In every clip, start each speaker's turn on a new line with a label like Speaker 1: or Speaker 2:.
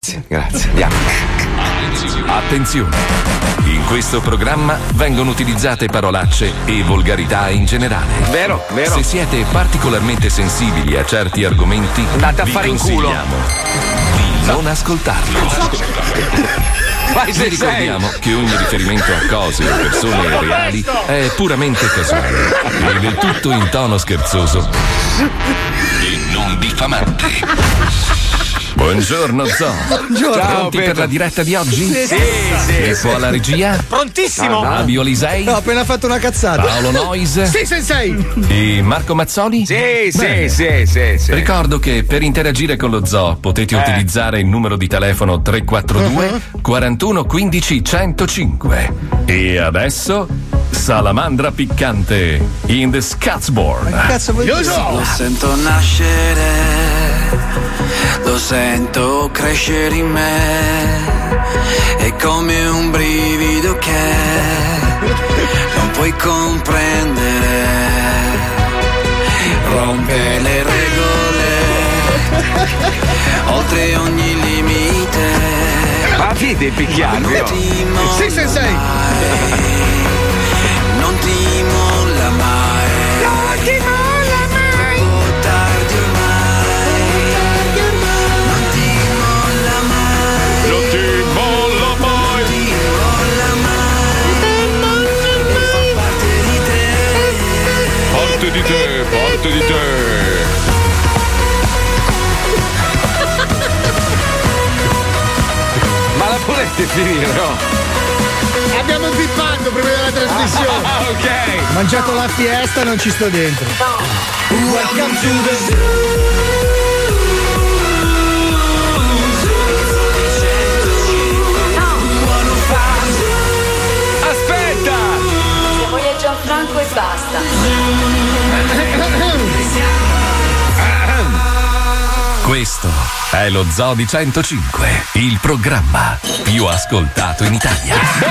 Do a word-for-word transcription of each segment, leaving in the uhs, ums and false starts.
Speaker 1: Grazie, andiamo.
Speaker 2: Attenzione! In questo programma vengono utilizzate parolacce e volgarità in generale.
Speaker 1: Vero, vero.
Speaker 2: Se siete particolarmente sensibili a certi argomenti,
Speaker 1: andate a
Speaker 2: vi
Speaker 1: fare in culo.
Speaker 2: consigliamo di non ascoltarli.
Speaker 1: Vai,
Speaker 2: Vi ricordiamo che ogni riferimento a cose o persone reali è puramente casuale e del tutto in tono scherzoso e non diffamante. Buongiorno Zo.
Speaker 3: Buongiorno.
Speaker 2: Pronti per la diretta di oggi?
Speaker 3: Sì, sì,
Speaker 1: sì.
Speaker 2: Filippo alla regia?
Speaker 3: Prontissimo.
Speaker 2: Fabio Lisei?
Speaker 3: No, ho appena fatto una cazzata.
Speaker 2: Paolo Noise?
Speaker 3: Sì, sensei.
Speaker 2: E Marco Mazzoli?
Speaker 1: Sì,
Speaker 2: Bene.
Speaker 1: sì, sì, sì, sì.
Speaker 2: Ricordo che per interagire con lo Zoo potete
Speaker 1: Eh.
Speaker 2: utilizzare il numero di telefono tre quattro due quarantuno quindici centocinque. E adesso Salamandra piccante in the Scatsborn.
Speaker 3: Ma che cazzo vuoi dire?
Speaker 4: Lo sento nascere, lo sento crescere in me, è come un brivido che non puoi comprendere, rompe le regole, oltre ogni limite.
Speaker 1: Ma vedi picchiarlo?
Speaker 3: Sì, sensei.
Speaker 4: Non ti molla mai. Non ti molla mai. Tardi ormai. Non ti molla mai.
Speaker 1: Non ti molla mai.
Speaker 4: Non ti molla mai. E fa parte di te.
Speaker 1: Parte di te, parte di te. Ma la volete finire, no?
Speaker 3: Abbiamo pippato prima della trasmissione.
Speaker 1: Ah, ok.
Speaker 3: Mangiato la fiesta, non ci sto dentro. Welcome to the
Speaker 1: Aspetta!
Speaker 5: Se vuoi a Gianfranco e basta.
Speaker 2: Questo è lo Zoo di centocinque, il programma più ascoltato in Italia.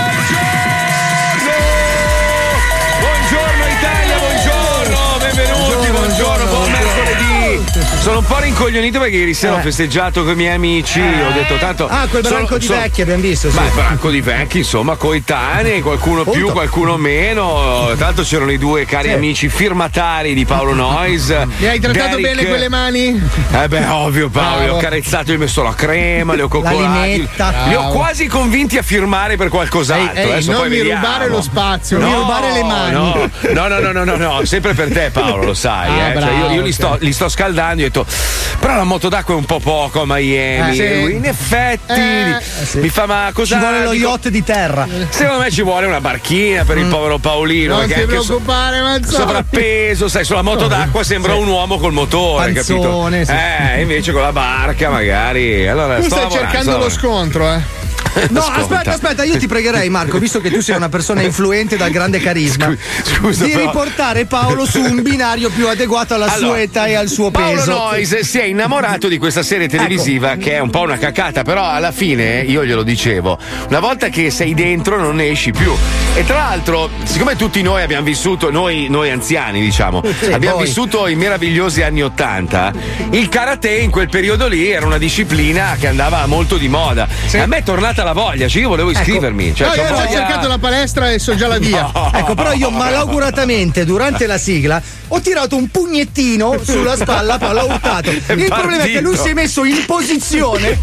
Speaker 1: Buongiorno Italia, buongiorno, benvenuti, buongiorno, buon mercoledì. Sono un po' rincoglionito perché ieri sera ho festeggiato con i miei amici, ho detto tanto.
Speaker 3: Ah, quel branco
Speaker 1: sono-
Speaker 3: di
Speaker 1: sono-
Speaker 3: vecchi abbiamo visto, sì.
Speaker 1: Ma il branco di vecchi, insomma, coetanei, qualcuno più,
Speaker 3: Punto.
Speaker 1: qualcuno meno. Tra l'altro c'erano i due cari
Speaker 3: Sì.
Speaker 1: amici firmatari di Paolo Noise.
Speaker 3: Mi hai trattato
Speaker 1: Derek-
Speaker 3: bene quelle mani?
Speaker 1: Eh beh, ovvio Paolo, li ho
Speaker 3: Bravo.
Speaker 1: carezzato, gli ho messo la crema, li ho coccolati.
Speaker 3: limetta.
Speaker 1: Li ho
Speaker 3: Bravo.
Speaker 1: quasi convinti a firmare per qualcos'altro.
Speaker 3: Ehi, ehi,
Speaker 1: Adesso
Speaker 3: non
Speaker 1: poi
Speaker 3: mi
Speaker 1: vediamo.
Speaker 3: rubare lo spazio, non mi rubare le mani.
Speaker 1: No, no, no, no, no, no, no, sempre per te Paolo, lo sai.
Speaker 3: Ah,
Speaker 1: eh. Cioè,
Speaker 3: bravo,
Speaker 1: io io li,
Speaker 3: ok.
Speaker 1: sto, li sto scaldando, io ho detto, però la moto d'acqua è un po' poco a Miami.
Speaker 3: Eh, sì.
Speaker 1: E lui, in effetti,
Speaker 3: Eh, sì.
Speaker 1: mi fa, ma cosa...
Speaker 3: Ci vuole lo
Speaker 1: dico,
Speaker 3: yacht di terra.
Speaker 1: secondo me ci vuole una barchina per il povero Paolino.
Speaker 3: Non
Speaker 1: perché
Speaker 3: ti
Speaker 1: anche so-
Speaker 3: preoccupare, Mazzoli.
Speaker 1: sovrappeso, sai, sulla moto d'acqua sembra
Speaker 3: Sì.
Speaker 1: un uomo col motore,
Speaker 3: Panzone,
Speaker 1: capito?
Speaker 3: sì.
Speaker 1: Eh, invece con la barca magari. Allora,
Speaker 3: Tu
Speaker 1: sto
Speaker 3: stai
Speaker 1: lavorando,
Speaker 3: cercando
Speaker 1: sto
Speaker 3: lo
Speaker 1: lavorando.
Speaker 3: scontro, eh.
Speaker 6: No,
Speaker 1: Ascolta.
Speaker 6: aspetta, aspetta, io ti pregherei, Marco, visto che tu sei una persona influente dal grande carisma,
Speaker 1: Scusa,
Speaker 6: di
Speaker 1: però-
Speaker 6: riportare Paolo su un binario più adeguato alla
Speaker 1: Allora,
Speaker 6: sua età e al suo
Speaker 1: Paolo
Speaker 6: peso.
Speaker 1: Noise si è innamorato di questa serie televisiva
Speaker 3: Ecco.
Speaker 1: che è un po' una cacata, però alla fine io glielo dicevo, una volta che sei dentro non ne esci più. E tra l'altro, siccome tutti noi abbiamo vissuto, noi, noi anziani diciamo,
Speaker 6: Sì,
Speaker 1: abbiamo
Speaker 6: voi.
Speaker 1: vissuto i meravigliosi anni ottanta, il karate in quel periodo lì era una disciplina che andava molto di moda. A me è tornata la voglia, cioè io volevo iscrivermi. Cioè,
Speaker 3: No,
Speaker 1: c'ho
Speaker 3: io ho già
Speaker 1: voglia-
Speaker 3: cercato la palestra e so già la via.
Speaker 1: No.
Speaker 6: Ecco, però io malauguratamente durante la sigla ho tirato un pugnettino sulla spalla a Paolo Hurtado. Il problema è che lui
Speaker 1: partito.
Speaker 6: si è messo in posizione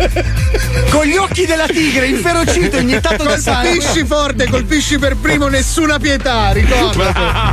Speaker 6: con gli occhi della tigre, inferocito, iniettato da sangue.
Speaker 3: Colpisci forte, colpisci per primo, nessuna pietà, ricordo.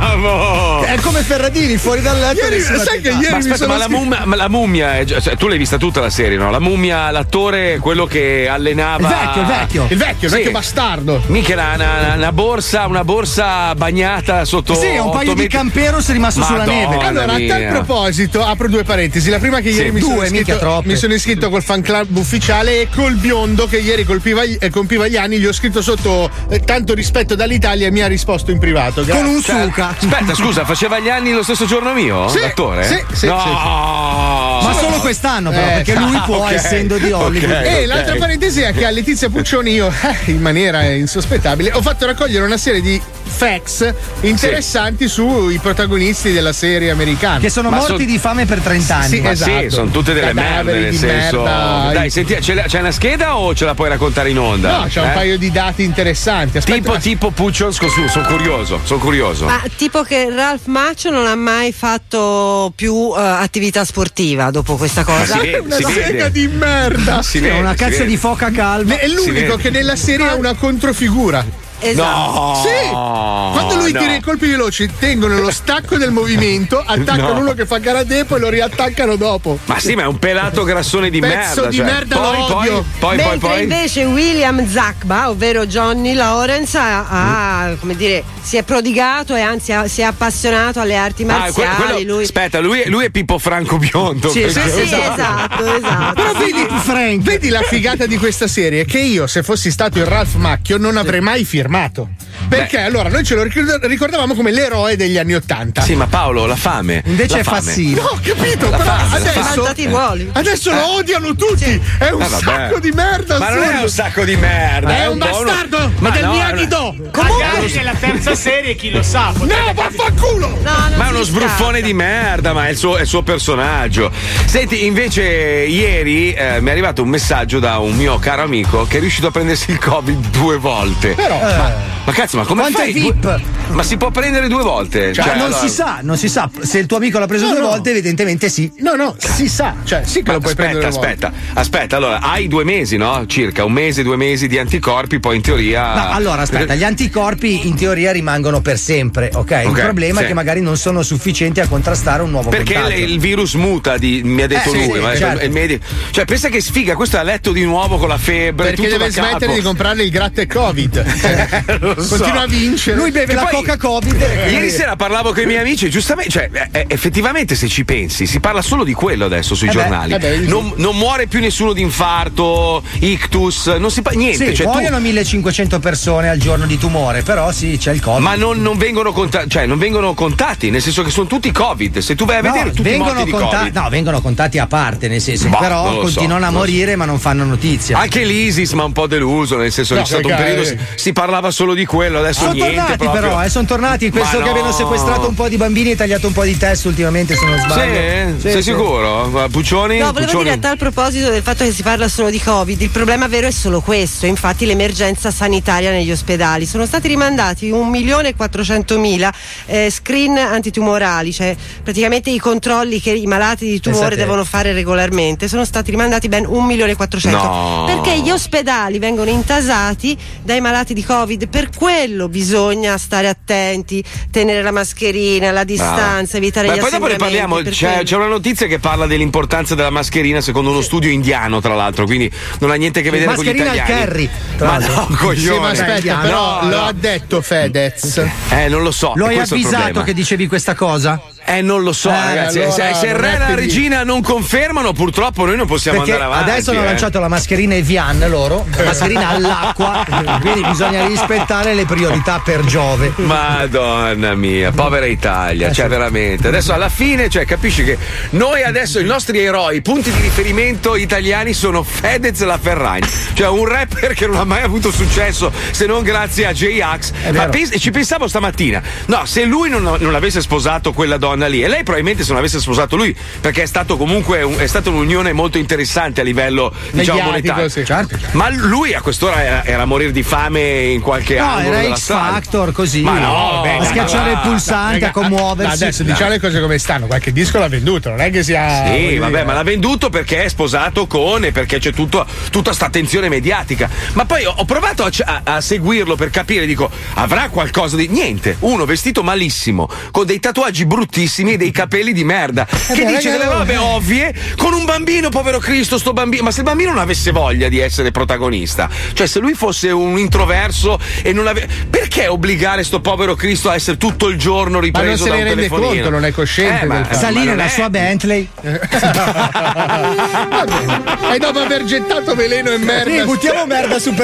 Speaker 1: Bravo!
Speaker 6: È come Ferradini, fuori dal letto.
Speaker 3: Ieri,
Speaker 6: nessuna
Speaker 3: sai che
Speaker 6: pietà.
Speaker 3: ieri
Speaker 1: Ma
Speaker 3: mi
Speaker 1: aspetta,
Speaker 3: sono
Speaker 1: ma la
Speaker 3: scritto-
Speaker 1: mummia, ma la mummia è già- cioè, tu l'hai vista tutta la serie, no? La mummia, l'attore, quello che allenava.
Speaker 6: Il vecchio, il vecchio.
Speaker 3: Il vecchio, il
Speaker 1: Sì.
Speaker 3: vecchio bastardo.
Speaker 1: Mica una, una- una borsa, una borsa bagnata sotto.
Speaker 6: Sì, un
Speaker 1: otto
Speaker 6: paio di
Speaker 1: metri-
Speaker 6: Camperos è rimasto sulla
Speaker 1: Madonna
Speaker 6: neve.
Speaker 3: Allora, a
Speaker 1: mia.
Speaker 3: tal proposito, apro due parentesi. La prima che ieri
Speaker 1: Sì,
Speaker 3: mi, sono
Speaker 6: due, mica
Speaker 3: iscritto,
Speaker 6: troppe.
Speaker 3: mi sono iscritto col fan club ufficiale e col biondo che ieri colpiva, gli- eh, compiva gli anni. Gli ho scritto sotto eh, tanto rispetto da lì
Speaker 7: Italia mi ha risposto in privato.
Speaker 6: Con un
Speaker 1: Cioè,
Speaker 6: suca.
Speaker 1: Aspetta, scusa, faceva gli anni lo stesso giorno mio?
Speaker 7: Sì,
Speaker 1: L'attore?
Speaker 7: sì, sì,
Speaker 1: no.
Speaker 7: sì.
Speaker 6: Ma solo quest'anno, però,
Speaker 7: Eh,
Speaker 6: perché lui può,
Speaker 1: ok,
Speaker 6: essendo di Hollywood.
Speaker 1: ok.
Speaker 7: E l'altra parentesi è che a Letizia Puccioni io, eh, in maniera insospettabile, ho fatto raccogliere una serie di facts interessanti sì. sui protagonisti della serie americana.
Speaker 6: Che sono
Speaker 1: Ma
Speaker 6: morti
Speaker 1: son...
Speaker 6: di fame per trenta anni.
Speaker 7: Sì,
Speaker 1: Ma
Speaker 7: esatto.
Speaker 1: sì, sono tutte delle
Speaker 7: Cadaveri
Speaker 1: merde, nel
Speaker 7: di
Speaker 1: senso.
Speaker 7: merda.
Speaker 1: Dai, senti, c'è, c'è una scheda o ce la puoi raccontare in onda?
Speaker 7: No, c'è
Speaker 1: eh?
Speaker 7: un paio di dati interessanti. Aspetta,
Speaker 1: Tipo, tipo Puccion, scusa, sono curioso, sono curioso.
Speaker 8: Ma tipo che Ralph Macchio non ha mai fatto più uh, attività sportiva dopo questa cosa.
Speaker 1: Ma si vede,
Speaker 7: una
Speaker 1: si
Speaker 7: sega
Speaker 1: vede.
Speaker 7: di merda.
Speaker 1: Si
Speaker 6: Sì,
Speaker 1: vede,
Speaker 6: una
Speaker 1: si
Speaker 6: cazzo
Speaker 1: vede.
Speaker 6: di foca calma.
Speaker 7: È l'unico
Speaker 1: vede.
Speaker 7: che nella serie ha una controfigura.
Speaker 8: Esatto.
Speaker 1: No,
Speaker 7: Sì, quando lui
Speaker 1: no.
Speaker 7: tira i colpi veloci, tengono lo stacco del movimento, attaccano
Speaker 1: No.
Speaker 7: uno che fa karate e poi lo riattaccano dopo.
Speaker 1: Ma sì, ma è un pelato grassone di
Speaker 7: Pezzo
Speaker 1: merda.
Speaker 7: di
Speaker 1: cioè.
Speaker 7: merda,
Speaker 1: poi,
Speaker 7: lo
Speaker 1: poi,
Speaker 7: odio.
Speaker 1: poi, poi,
Speaker 8: Mentre
Speaker 1: poi.
Speaker 8: invece William Zabka, ovvero Johnny Lawrence, ha, ha, come dire, si è prodigato e anzi ha- si è appassionato alle arti
Speaker 1: Ah, que-
Speaker 8: marziali.
Speaker 1: quello-
Speaker 8: lui...
Speaker 1: Aspetta, lui è, lui è Pippo Franco Biondo.
Speaker 6: Sì,
Speaker 1: perché-
Speaker 8: Sì, esatto, esatto.
Speaker 7: Però vedi,
Speaker 6: Frank.
Speaker 7: vedi la figata di questa serie? Che io, se fossi stato il Ralph Macchio, non avrei mai firmato. Perché
Speaker 1: Beh.
Speaker 7: allora noi ce lo ricord- ricordavamo come l'eroe degli anni Ottanta.
Speaker 1: Sì, ma Paolo, la fame.
Speaker 6: Invece
Speaker 1: la
Speaker 6: è
Speaker 1: fame.
Speaker 6: Fassino.
Speaker 7: No, ho capito,
Speaker 1: La
Speaker 7: però
Speaker 1: fame, la
Speaker 7: adesso,
Speaker 8: Mandati i ruoli.
Speaker 7: adesso lo odiano tutti. È un
Speaker 1: Eh, vabbè.
Speaker 7: sacco di merda.
Speaker 1: Ma non è
Speaker 7: assurdo.
Speaker 1: un sacco di merda.
Speaker 7: È un
Speaker 1: buono-
Speaker 7: bastardo.
Speaker 1: Ma
Speaker 7: Ma del
Speaker 1: no,
Speaker 7: Miyagi-Do.
Speaker 9: Magari nella terza serie, chi lo sa.
Speaker 7: No, vaffanculo.
Speaker 8: No, non
Speaker 1: Ma è
Speaker 8: si
Speaker 1: uno sbruffone
Speaker 8: scarta.
Speaker 1: di merda, ma è il suo, è il suo personaggio. Senti, invece, ieri eh, mi è arrivato un messaggio da un mio caro amico che è riuscito a prendersi il Covid due volte.
Speaker 7: Però,
Speaker 1: ma, ma cazzo, ma come
Speaker 6: Quanto
Speaker 1: fai?
Speaker 6: è V I P?
Speaker 1: Due- Ma si può prendere due volte?
Speaker 6: Cioè, non
Speaker 1: allora-
Speaker 6: si sa, non si sa. Se il tuo amico l'ha preso
Speaker 7: No,
Speaker 6: due
Speaker 7: no.
Speaker 6: volte, evidentemente sì.
Speaker 7: no, no, si sa. Cioè, sì che
Speaker 1: Ma
Speaker 7: lo puoi
Speaker 1: aspetta,
Speaker 7: prendere. due volte.
Speaker 1: aspetta, aspetta, allora hai due mesi, no? Circa un mese, due mesi di anticorpi, poi in teoria.
Speaker 6: No, allora aspetta, gli anticorpi in teoria rimangono per sempre, ok? Il
Speaker 1: Ok,
Speaker 6: problema
Speaker 1: sì.
Speaker 6: è che magari non sono sufficienti a contrastare un nuovo
Speaker 1: Perché
Speaker 6: contagio.
Speaker 1: il, il virus muta, di- mi ha detto
Speaker 6: Eh, sì,
Speaker 1: lui,
Speaker 6: sì,
Speaker 1: ma
Speaker 6: certo.
Speaker 1: il medico. Cioè, pensa che sfiga, questo è a letto di nuovo con la febbre.
Speaker 7: Perché
Speaker 1: tutto
Speaker 7: deve
Speaker 1: da capo.
Speaker 7: smettere di comprare il gratta e Covid.
Speaker 1: Lo so.
Speaker 7: Continua a vincere.
Speaker 6: Lui beve
Speaker 1: Che
Speaker 6: la
Speaker 1: poi-
Speaker 6: coca Covid.
Speaker 1: Ieri sera parlavo con i miei amici, giustamente, cioè, eh, effettivamente se ci pensi, si parla solo di quello adesso sui
Speaker 6: Eh beh,
Speaker 1: giornali.
Speaker 7: eh beh, sì.
Speaker 1: non, non muore più nessuno di infarto, ictus, non si fa niente.
Speaker 6: Sì,
Speaker 1: cioè, tu-
Speaker 6: muoiono millecinquecento persone al giorno di tumore, però sì, c'è il Covid.
Speaker 1: ma non, non vengono conta- cioè, non vengono contati, nel senso che sono tutti Covid. Se tu vai a
Speaker 6: No,
Speaker 1: vedere tutti
Speaker 6: vengono
Speaker 1: morti di
Speaker 6: conta-
Speaker 1: Covid.
Speaker 6: no, vengono contati a parte, nel senso,
Speaker 1: Bah, non
Speaker 6: però
Speaker 1: lo so,
Speaker 6: continuano a
Speaker 1: non lo so.
Speaker 6: morire ma non fanno notizia.
Speaker 1: Anche l'ISIS, ma un po' deluso, nel senso
Speaker 7: No,
Speaker 1: che c'è stato un
Speaker 7: perché-
Speaker 1: periodo si, si parlava solo di quello, adesso
Speaker 6: Sono
Speaker 1: niente
Speaker 6: tornati
Speaker 1: proprio.
Speaker 6: però, eh, sono tornati. Penso
Speaker 1: Ma
Speaker 6: che
Speaker 1: no.
Speaker 6: abbiano sequestrato un po' di bambini e tagliato un po' di test ultimamente, se non
Speaker 1: Sì?
Speaker 6: sbaglio.
Speaker 1: Sei
Speaker 6: sì.
Speaker 1: sicuro? Ma Puccioni?
Speaker 8: No, volevo
Speaker 1: Puccioni?
Speaker 8: dire a tal proposito del fatto che si parla solo di Covid, il problema vero è solo questo, infatti l'emergenza sanitaria negli ospedali. Sono stati rimandati un milione e quattrocentomila eh, screen antitumorali, cioè praticamente i controlli che i malati di tumore
Speaker 6: Pensate.
Speaker 8: devono fare regolarmente, sono stati rimandati ben un milione e quattrocento.
Speaker 1: No.
Speaker 8: Perché gli ospedali vengono intasati dai malati di Covid, per quello bisogna stare attenti, tenere la mascherina, la distanza, evitare
Speaker 1: Beh,
Speaker 8: gli
Speaker 1: poi dopo ne
Speaker 8: assembramenti,
Speaker 1: parliamo.
Speaker 8: per
Speaker 1: C'è,
Speaker 8: quello.
Speaker 1: c'è una notizia che parla dell'importanza della mascherina secondo uno studio indiano, tra l'altro, quindi non ha niente a che vedere con gli
Speaker 6: Mascherina al
Speaker 1: italiani.
Speaker 6: curry, tra
Speaker 1: Ma
Speaker 6: l'altro.
Speaker 1: no, coglione.
Speaker 7: Sì, ma aspetta,
Speaker 6: No,
Speaker 7: però
Speaker 1: no,
Speaker 7: lo
Speaker 1: no.
Speaker 7: ha detto Fedez.
Speaker 1: Eh, non lo so.
Speaker 6: Lo
Speaker 1: e
Speaker 6: hai
Speaker 1: questo è il
Speaker 6: avvisato
Speaker 1: problema.
Speaker 6: che dicevi questa cosa?
Speaker 1: Eh, non lo so,
Speaker 7: Eh,
Speaker 1: ragazzi.
Speaker 7: allora
Speaker 1: se se il
Speaker 7: non
Speaker 1: re
Speaker 7: è
Speaker 1: e la
Speaker 7: più lì.
Speaker 1: regina non confermano, purtroppo noi non possiamo
Speaker 6: Perché
Speaker 1: andare avanti.
Speaker 6: adesso hanno
Speaker 1: eh.
Speaker 6: lanciato la mascherina Evian loro, la mascherina all'acqua, quindi bisogna rispettare le priorità per Giove.
Speaker 1: Madonna mia, povera Italia,
Speaker 6: Eh,
Speaker 1: cioè
Speaker 6: sì.
Speaker 1: veramente. Adesso alla fine, cioè, capisci che noi adesso i nostri eroi, i punti di riferimento italiani sono Fedez e la Ferragni, cioè un rapper che non ha mai avuto successo se non grazie a J-Ax. Ma
Speaker 6: vero.
Speaker 1: pens- ci pensavo stamattina, no, se lui non, non avesse sposato quella donna lì, e lei probabilmente se non avesse sposato lui, perché è stato comunque un- è stata un'unione molto interessante a livello diciamo
Speaker 7: Mediatico,
Speaker 1: monetario.
Speaker 7: sì.
Speaker 6: Certo.
Speaker 1: Ma lui a quest'ora era, era a morire di fame in qualche
Speaker 6: No,
Speaker 1: angolo
Speaker 6: era
Speaker 1: della
Speaker 6: X
Speaker 1: strada.
Speaker 6: Factor così.
Speaker 1: Ma no,
Speaker 6: a
Speaker 1: vabbè,
Speaker 6: schiacciare
Speaker 1: ma
Speaker 6: il pulsante,
Speaker 7: Raga,
Speaker 6: a commuoversi.
Speaker 7: Adesso diciamo le cose come stanno. Qualche disco l'ha venduto, non è che sia.
Speaker 1: Sì,
Speaker 7: voglio
Speaker 1: vabbè,
Speaker 7: dire-
Speaker 1: ma l'ha venduto perché è sposato con e perché c'è tutto, tutta sta attenzione mediatica. Ma poi ho, ho provato a, a- a seguirlo per capire, dico, avrà qualcosa di. Niente, uno vestito malissimo, con dei tatuaggi bruttissimi e dei capelli di merda. che
Speaker 6: beh,
Speaker 1: dice
Speaker 6: raga,
Speaker 1: delle
Speaker 6: no,
Speaker 1: robe
Speaker 6: eh.
Speaker 1: ovvie, con un bambino, povero Cristo, sto bambino. Ma se il bambino non avesse voglia di essere protagonista, cioè se lui fosse un introverso e non avesse. Perché obbligare sto povero Cristo a essere tutto il giorno
Speaker 7: Ma non
Speaker 1: ripreso
Speaker 7: se
Speaker 1: da
Speaker 7: ne
Speaker 1: un
Speaker 7: rende
Speaker 1: telefonino?
Speaker 7: conto, non è cosciente
Speaker 1: Eh, ma-
Speaker 7: del fatto.
Speaker 1: ma
Speaker 6: Salì
Speaker 1: non
Speaker 6: nella
Speaker 1: è-
Speaker 6: sua Bentley.
Speaker 7: Va bene. E dopo aver gettato veleno e merda.
Speaker 6: Sì, buttiamo merda su
Speaker 7: Stai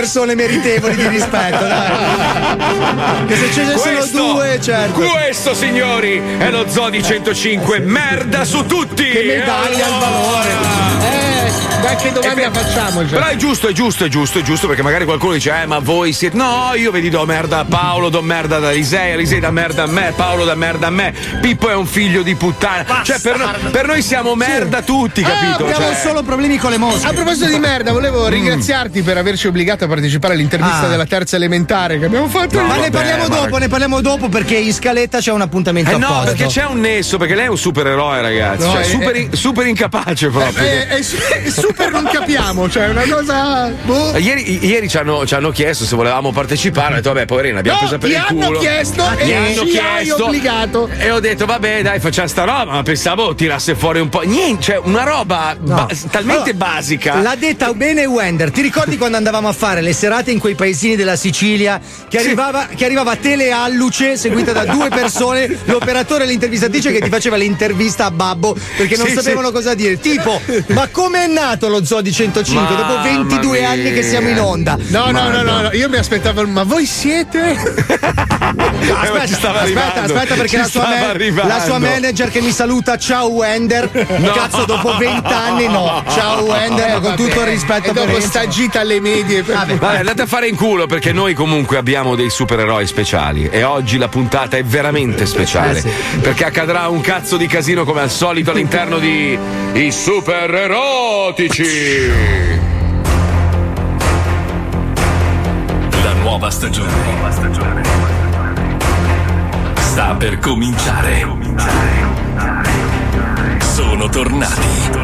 Speaker 6: persone meritevoli di rispetto, dai. Che se ce ne sono due, certo.
Speaker 1: Questo, signori, è lo Zodi centocinque. Merda su tutti!
Speaker 7: Che medaglia al valore! Eh, dai, che domanda facciamo? Cioè?
Speaker 1: Però è giusto, è giusto, è giusto, è giusto, perché magari qualcuno dice, eh, ma voi siete. No, io vedi do merda a Paolo, do merda ad Alisei, Alisei dà merda a me, Paolo dà merda a me, Pippo è un figlio di puttana.
Speaker 9: Basta,
Speaker 1: cioè, per, no, per noi siamo merda tutti, capito?
Speaker 6: Ah, abbiamo
Speaker 1: cioè...
Speaker 6: solo problemi con le mosche.
Speaker 7: A proposito di merda, volevo ringraziarti per averci obbligato a partecipare all'intervista
Speaker 6: Ah.
Speaker 7: della terza elementare che abbiamo fatto.
Speaker 6: No, ma
Speaker 1: vabbè,
Speaker 6: ne parliamo
Speaker 1: ma-
Speaker 6: dopo, ne parliamo dopo perché in scaletta c'è un appuntamento
Speaker 1: Eh no,
Speaker 6: apposito.
Speaker 1: perché c'è un nesso, perché lei è un supereroe, ragazzi.
Speaker 7: No,
Speaker 1: cioè,
Speaker 7: è-
Speaker 1: super,
Speaker 7: è-
Speaker 1: in- super incapace proprio.
Speaker 7: È, è- è super non capiamo, cioè una cosa. Boh.
Speaker 1: Ieri, ieri ci, hanno, ci hanno chiesto se volevamo partecipare. Ho detto, vabbè, poverina, abbiamo
Speaker 7: No,
Speaker 1: presa per
Speaker 7: ti
Speaker 1: il
Speaker 7: hanno
Speaker 1: culo.
Speaker 7: chiesto
Speaker 1: Mi
Speaker 7: e
Speaker 1: hanno
Speaker 7: ci hai
Speaker 1: chiesto.
Speaker 7: obbligato.
Speaker 1: E ho detto, vabbè, dai, facciamo sta roba. Ma pensavo tirasse fuori un po'. Niente, cioè, una roba ba- talmente
Speaker 6: Allora,
Speaker 1: basica.
Speaker 6: L'ha detta bene Wender. Ti ricordi quando andavamo a fare le serate in quei paesini della Sicilia che arrivava, che arrivava telealluce seguita da due persone, l'operatore e l'intervistatrice che ti faceva l'intervista a Babbo perché non
Speaker 1: Sì,
Speaker 6: sapevano
Speaker 1: sì.
Speaker 6: cosa dire. Tipo, ma come è nato lo Zodi centocinque dopo
Speaker 1: Mamma
Speaker 6: ventidue
Speaker 1: mia.
Speaker 6: anni che siamo in onda?
Speaker 7: No, no, no, no, no, io mi aspettavo, ma voi siete?
Speaker 6: Aspetta,
Speaker 1: ci stava
Speaker 6: aspetta,
Speaker 1: arrivando.
Speaker 6: aspetta, perché
Speaker 1: Ci
Speaker 6: la sua,
Speaker 1: stava
Speaker 6: man-
Speaker 1: arrivando.
Speaker 6: la sua manager che mi saluta, ciao Wender. Cazzo, dopo vent'anni no. Ciao Wender, ma con tutto il rispetto
Speaker 7: e
Speaker 6: per
Speaker 7: dopo
Speaker 6: Enzo.
Speaker 7: sta gita alle medie. Per...
Speaker 1: Vabbè, andate a fare in culo perché noi comunque abbiamo dei supereroi speciali e oggi la puntata è veramente speciale
Speaker 6: Eh sì.
Speaker 1: perché accadrà un cazzo di casino come al solito all'interno di I Super Erotici.
Speaker 2: La nuova stagione sta per cominciare. Sono tornati.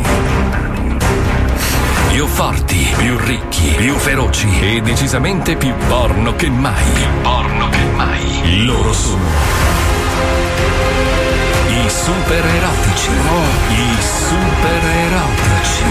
Speaker 2: Più forti, più ricchi, più feroci e decisamente più porno che mai. Più porno che mai. Loro sono i super erotici. I super erotici.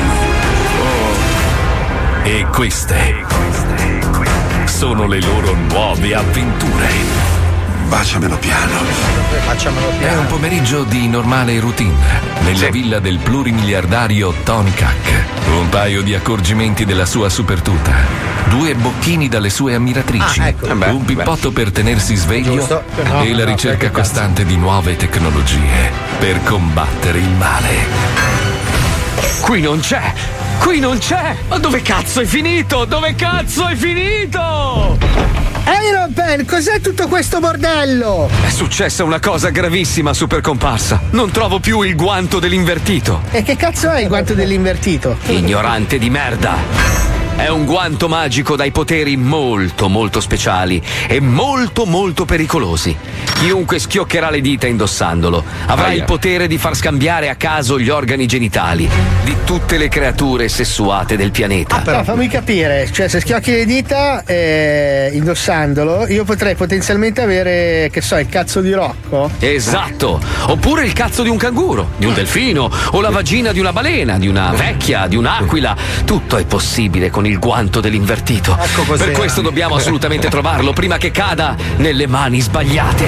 Speaker 2: E queste sono le loro nuove avventure.
Speaker 10: Baciamelo piano.
Speaker 2: È un pomeriggio di normale routine nella villa del plurimiliardario Tony Cac. Un paio di accorgimenti della sua super tuta, due bocchini dalle sue ammiratrici,
Speaker 6: Ah, ecco.
Speaker 1: Eh beh,
Speaker 2: un pippotto per tenersi sveglio
Speaker 6: Giusto.
Speaker 7: No,
Speaker 2: e la
Speaker 7: no,
Speaker 2: ricerca
Speaker 7: perché
Speaker 2: costante di nuove tecnologie per combattere il male.
Speaker 1: Qui non c'è! Qui non c'è! Ma dove cazzo è finito? Dove cazzo è finito?
Speaker 7: Iron Man, cos'è tutto questo bordello?
Speaker 1: È successa una cosa gravissima, super comparsa. Non trovo più il guanto dell'invertito.
Speaker 7: E che cazzo è il guanto dell'invertito?
Speaker 1: Ignorante di merda. È un guanto magico dai poteri molto molto speciali e molto molto pericolosi. Chiunque schioccherà le dita indossandolo avrà
Speaker 2: Aia.
Speaker 1: il potere di far scambiare a caso gli organi genitali di tutte le creature sessuate del pianeta.
Speaker 7: Però fammi capire, cioè se schiocchi le dita eh, indossandolo, io potrei potenzialmente avere, che so, il cazzo di Rocco?
Speaker 1: Esatto! Oppure il cazzo di un canguro, di un delfino, o la vagina di una balena, di una vecchia, di un'aquila. Tutto è possibile con il guanto dell'invertito.
Speaker 6: Ecco cos'era.
Speaker 1: Per questo dobbiamo assolutamente trovarlo prima che cada nelle mani sbagliate.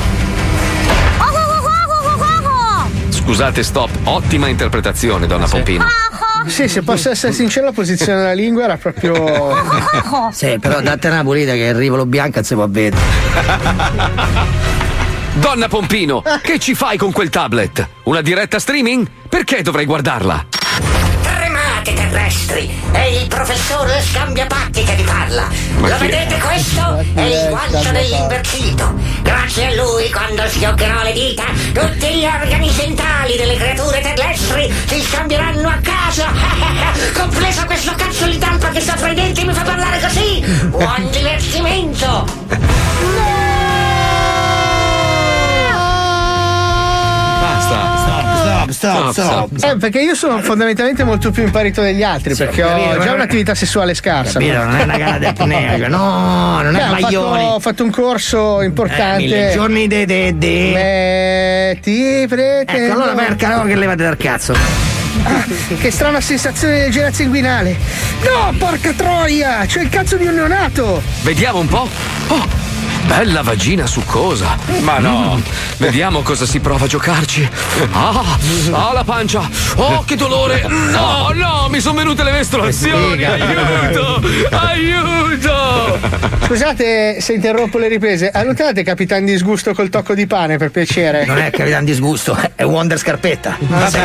Speaker 1: Scusate, stop. Ottima interpretazione, donna Pompino.
Speaker 7: Sì, se posso essere sincero, la posizione della lingua era proprio.
Speaker 11: Sì, però date una pulita che il rivolo bianco si può vedere.
Speaker 1: Donna Pompino, che ci fai con quel tablet? Una diretta streaming? Perché dovrei guardarla?
Speaker 12: Tremate terrestri! È il professor Scambiapacchi che vi parla!
Speaker 1: Ma
Speaker 12: Lo
Speaker 1: chi è?
Speaker 12: vedete questo? È il guancio dell'invertito! Grazie a lui, quando schioccherò le dita, tutti gli organi genitali delle creature terrestri si scambieranno a casa! Compreso questo cazzo di tampa che sta fra i denti e mi fa parlare così! Buon divertimento!
Speaker 1: Basta.
Speaker 11: Stop, stop, stop.
Speaker 7: Eh, perché io sono fondamentalmente molto più imparito degli altri, perché ho
Speaker 11: capito,
Speaker 7: già
Speaker 11: ma-
Speaker 7: un'attività sessuale scarsa.
Speaker 11: Capito? Non è una gara di apnea, no, non
Speaker 7: Beh,
Speaker 11: è
Speaker 7: ho, fatto,
Speaker 11: Baglioni.
Speaker 7: ho fatto un corso importante.
Speaker 11: Eh, mille giorni de de de.
Speaker 7: Metti pretendo.
Speaker 11: Ecco, allora perché no che levate dal cazzo?
Speaker 7: Ah, che strana sensazione del gelato inguinale. No, porca troia! C'è il cazzo di un neonato!
Speaker 1: Vediamo un po'. Oh, bella vagina succosa. Ma no. Vediamo cosa si prova a giocarci. Ah, ah, la pancia. Oh, che dolore. No, no, mi sono venute le mestruazioni. Aiuto. Aiuto!
Speaker 7: Scusate se interrompo le riprese, allontanate Capitan Disgusto col tocco di pane per piacere.
Speaker 11: Non è Capitan Disgusto, è Wonder Scarpetta.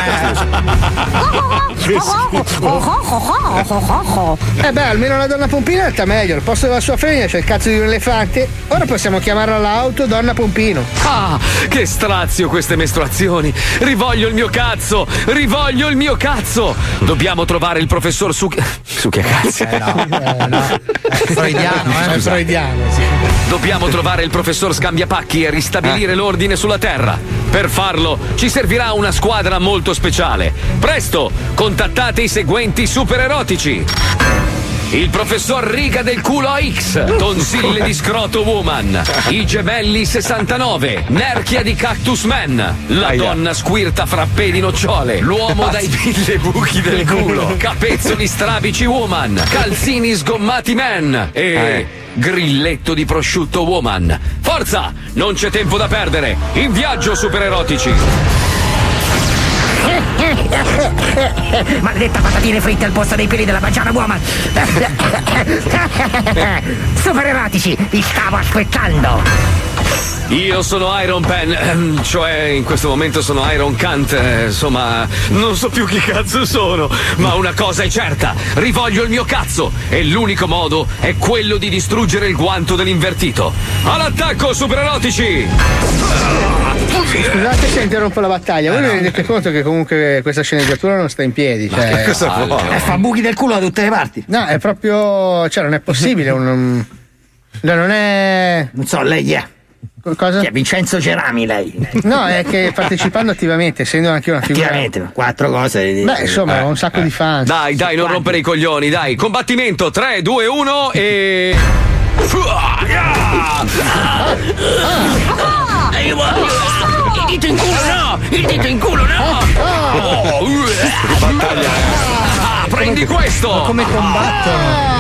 Speaker 7: Eh beh, almeno la donna pompina sta meglio. Al posto della sua femmina c'è il cazzo di un elefante. Ora possiamo chiamarla all'auto donna pompino.
Speaker 1: Ah, che strazio queste mestruazioni. Rivoglio il mio cazzo. Rivoglio il mio cazzo. Dobbiamo trovare il professor Succhia. Succhia cazzo.
Speaker 6: Eh no, eh no. È freudiano, eh.
Speaker 7: È freudiano, sì.
Speaker 1: Dobbiamo trovare il professor Scambiapacchi e ristabilire l'ordine sulla Terra. Per farlo ci servirà una squadra molto speciale. Presto, contattate i seguenti supererotici. Il professor Riga del culo A X, tonsille di scroto woman, i gemelli sessantanove, Nerchia di Cactus Man, la
Speaker 13: Aia.
Speaker 1: donna squirta frappè di nocciole, l'uomo dai mille buchi del culo, capezzoli strabici woman, calzini sgommati man e
Speaker 13: Eh.
Speaker 1: grilletto di prosciutto woman. Forza, non c'è tempo da perdere, in viaggio supererotici.
Speaker 12: Maledetta patatine fritte al posto dei peli della Bagiana Woman. Super eratici, vi stavo aspettando.
Speaker 1: Io sono Iron Pen, ehm, cioè in questo momento sono Iron Cunt, eh, insomma, non so più chi cazzo sono, ma una cosa è certa, rivoglio il mio cazzo e l'unico modo è quello di distruggere il guanto dell'invertito. All'attacco, supererotici!
Speaker 7: Scusate se interrompo la battaglia, voi vi rendete conto che comunque questa sceneggiatura non sta in piedi? Cioè,
Speaker 11: che cosa può? Eh, fa buchi del culo da tutte le parti.
Speaker 7: No, è proprio. Cioè, non è possibile. Un, no, non è.
Speaker 11: Non so, lei chi è?
Speaker 7: Cosa?
Speaker 11: Chi è Vincenzo Cerami, lei?
Speaker 7: No, è che partecipando attivamente, essendo anche una figura.
Speaker 11: Attivamente, quattro cose.
Speaker 7: Beh, insomma,
Speaker 1: Eh,
Speaker 7: ho un sacco
Speaker 1: eh.
Speaker 7: di fan.
Speaker 1: Dai, dai, non rompere i coglioni, dai. Combattimento, tre, due, uno e...
Speaker 12: Il dito in culo no! Il dito in culo no!
Speaker 1: Oh, ah, prendi questo!
Speaker 6: Come combattono?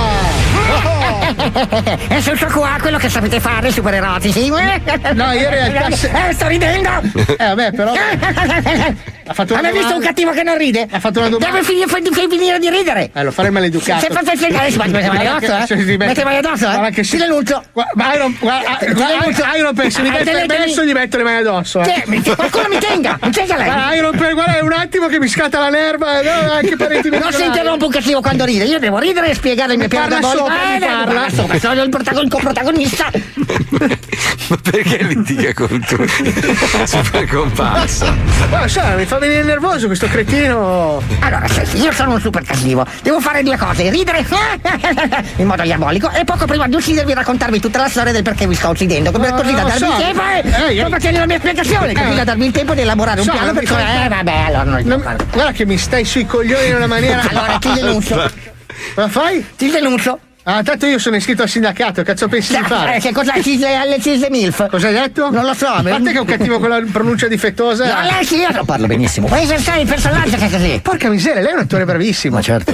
Speaker 12: È tutto qua quello che sapete fare, super erotici.
Speaker 7: No, io in realtà. se-
Speaker 12: Eh, sto ridendo!
Speaker 7: Eh, vabbè, però. Ha fatto una
Speaker 12: Hai visto
Speaker 7: domanda-
Speaker 12: un cattivo che non ride?
Speaker 7: Ha fatto una domanda.
Speaker 12: Deve finire, fai- fai finire di ridere!
Speaker 7: Eh, lo farei maleducato.
Speaker 12: Se fai adesso mette male
Speaker 7: Guarda
Speaker 12: addosso,
Speaker 7: che- se si
Speaker 12: eh?
Speaker 7: mette-
Speaker 12: Mette male addosso,
Speaker 7: guarda
Speaker 12: eh?
Speaker 7: che si-
Speaker 12: Ti denuncio!
Speaker 7: Gua- Ma Iron, guarda,
Speaker 12: Ti
Speaker 7: guarda,
Speaker 12: denuncio.
Speaker 7: Iron Pen, se mi
Speaker 12: Ah,
Speaker 7: dai
Speaker 12: te le-
Speaker 7: permesso gli metto le mani addosso. Eh.
Speaker 12: Che? Mi- Qualcuno mi tenga! Mi tenga lei!
Speaker 7: Guarda, Iron Pen, guarda, è un attimo che mi scatta la nerva, eh, no, anche parenti
Speaker 12: Non si
Speaker 7: meridionali.
Speaker 12: interrompe un cattivo quando ride, io devo ridere e spiegare il mio
Speaker 7: Mi
Speaker 12: piano
Speaker 7: parla
Speaker 12: diabolico.
Speaker 7: sopra, mi
Speaker 12: Eh,
Speaker 7: parla.
Speaker 12: parla sopra, sono il protagon- il coprotagonista.
Speaker 1: Ma perché litiga con tutti? Super comparsa.
Speaker 7: Ma sai, mi fa venire nervoso questo cretino.
Speaker 12: Allora, senti, io sono un super cattivo. Devo fare due cose: ridere in modo diabolico e poco prima di uccidervi raccontarvi tutta la storia del perché vi sto uccidendo. Come
Speaker 7: No,
Speaker 12: così da
Speaker 7: no,
Speaker 12: darvi
Speaker 7: so.
Speaker 12: il tempo e
Speaker 7: Eh, io-
Speaker 12: come ottenere la mia spiegazione, così
Speaker 7: Eh.
Speaker 12: da darvi il tempo di elaborare un
Speaker 7: So,
Speaker 12: piano
Speaker 7: non
Speaker 12: per
Speaker 7: mi
Speaker 12: cui.
Speaker 7: fai-
Speaker 12: Eh, vabbè, allora non
Speaker 7: Non- guarda che mi stai sui coglioni in una maniera.
Speaker 12: Allora ti denuncio.
Speaker 7: Cosa fai?
Speaker 12: Ti denuncio.
Speaker 7: Ah, tanto io sono iscritto al sindacato, cazzo pensi di fare?
Speaker 12: Eh, che cos'è? Cisle alle Cisle Milf?
Speaker 7: Cosa hai detto?
Speaker 12: Non lo so.
Speaker 7: A parte che è un cattivo con la pronuncia difettosa.
Speaker 12: No, lei sì, io lo parlo benissimo. Puoi esercitare il personaggio che è così.
Speaker 7: Porca miseria, lei è un attore bravissimo.
Speaker 11: Ma certo.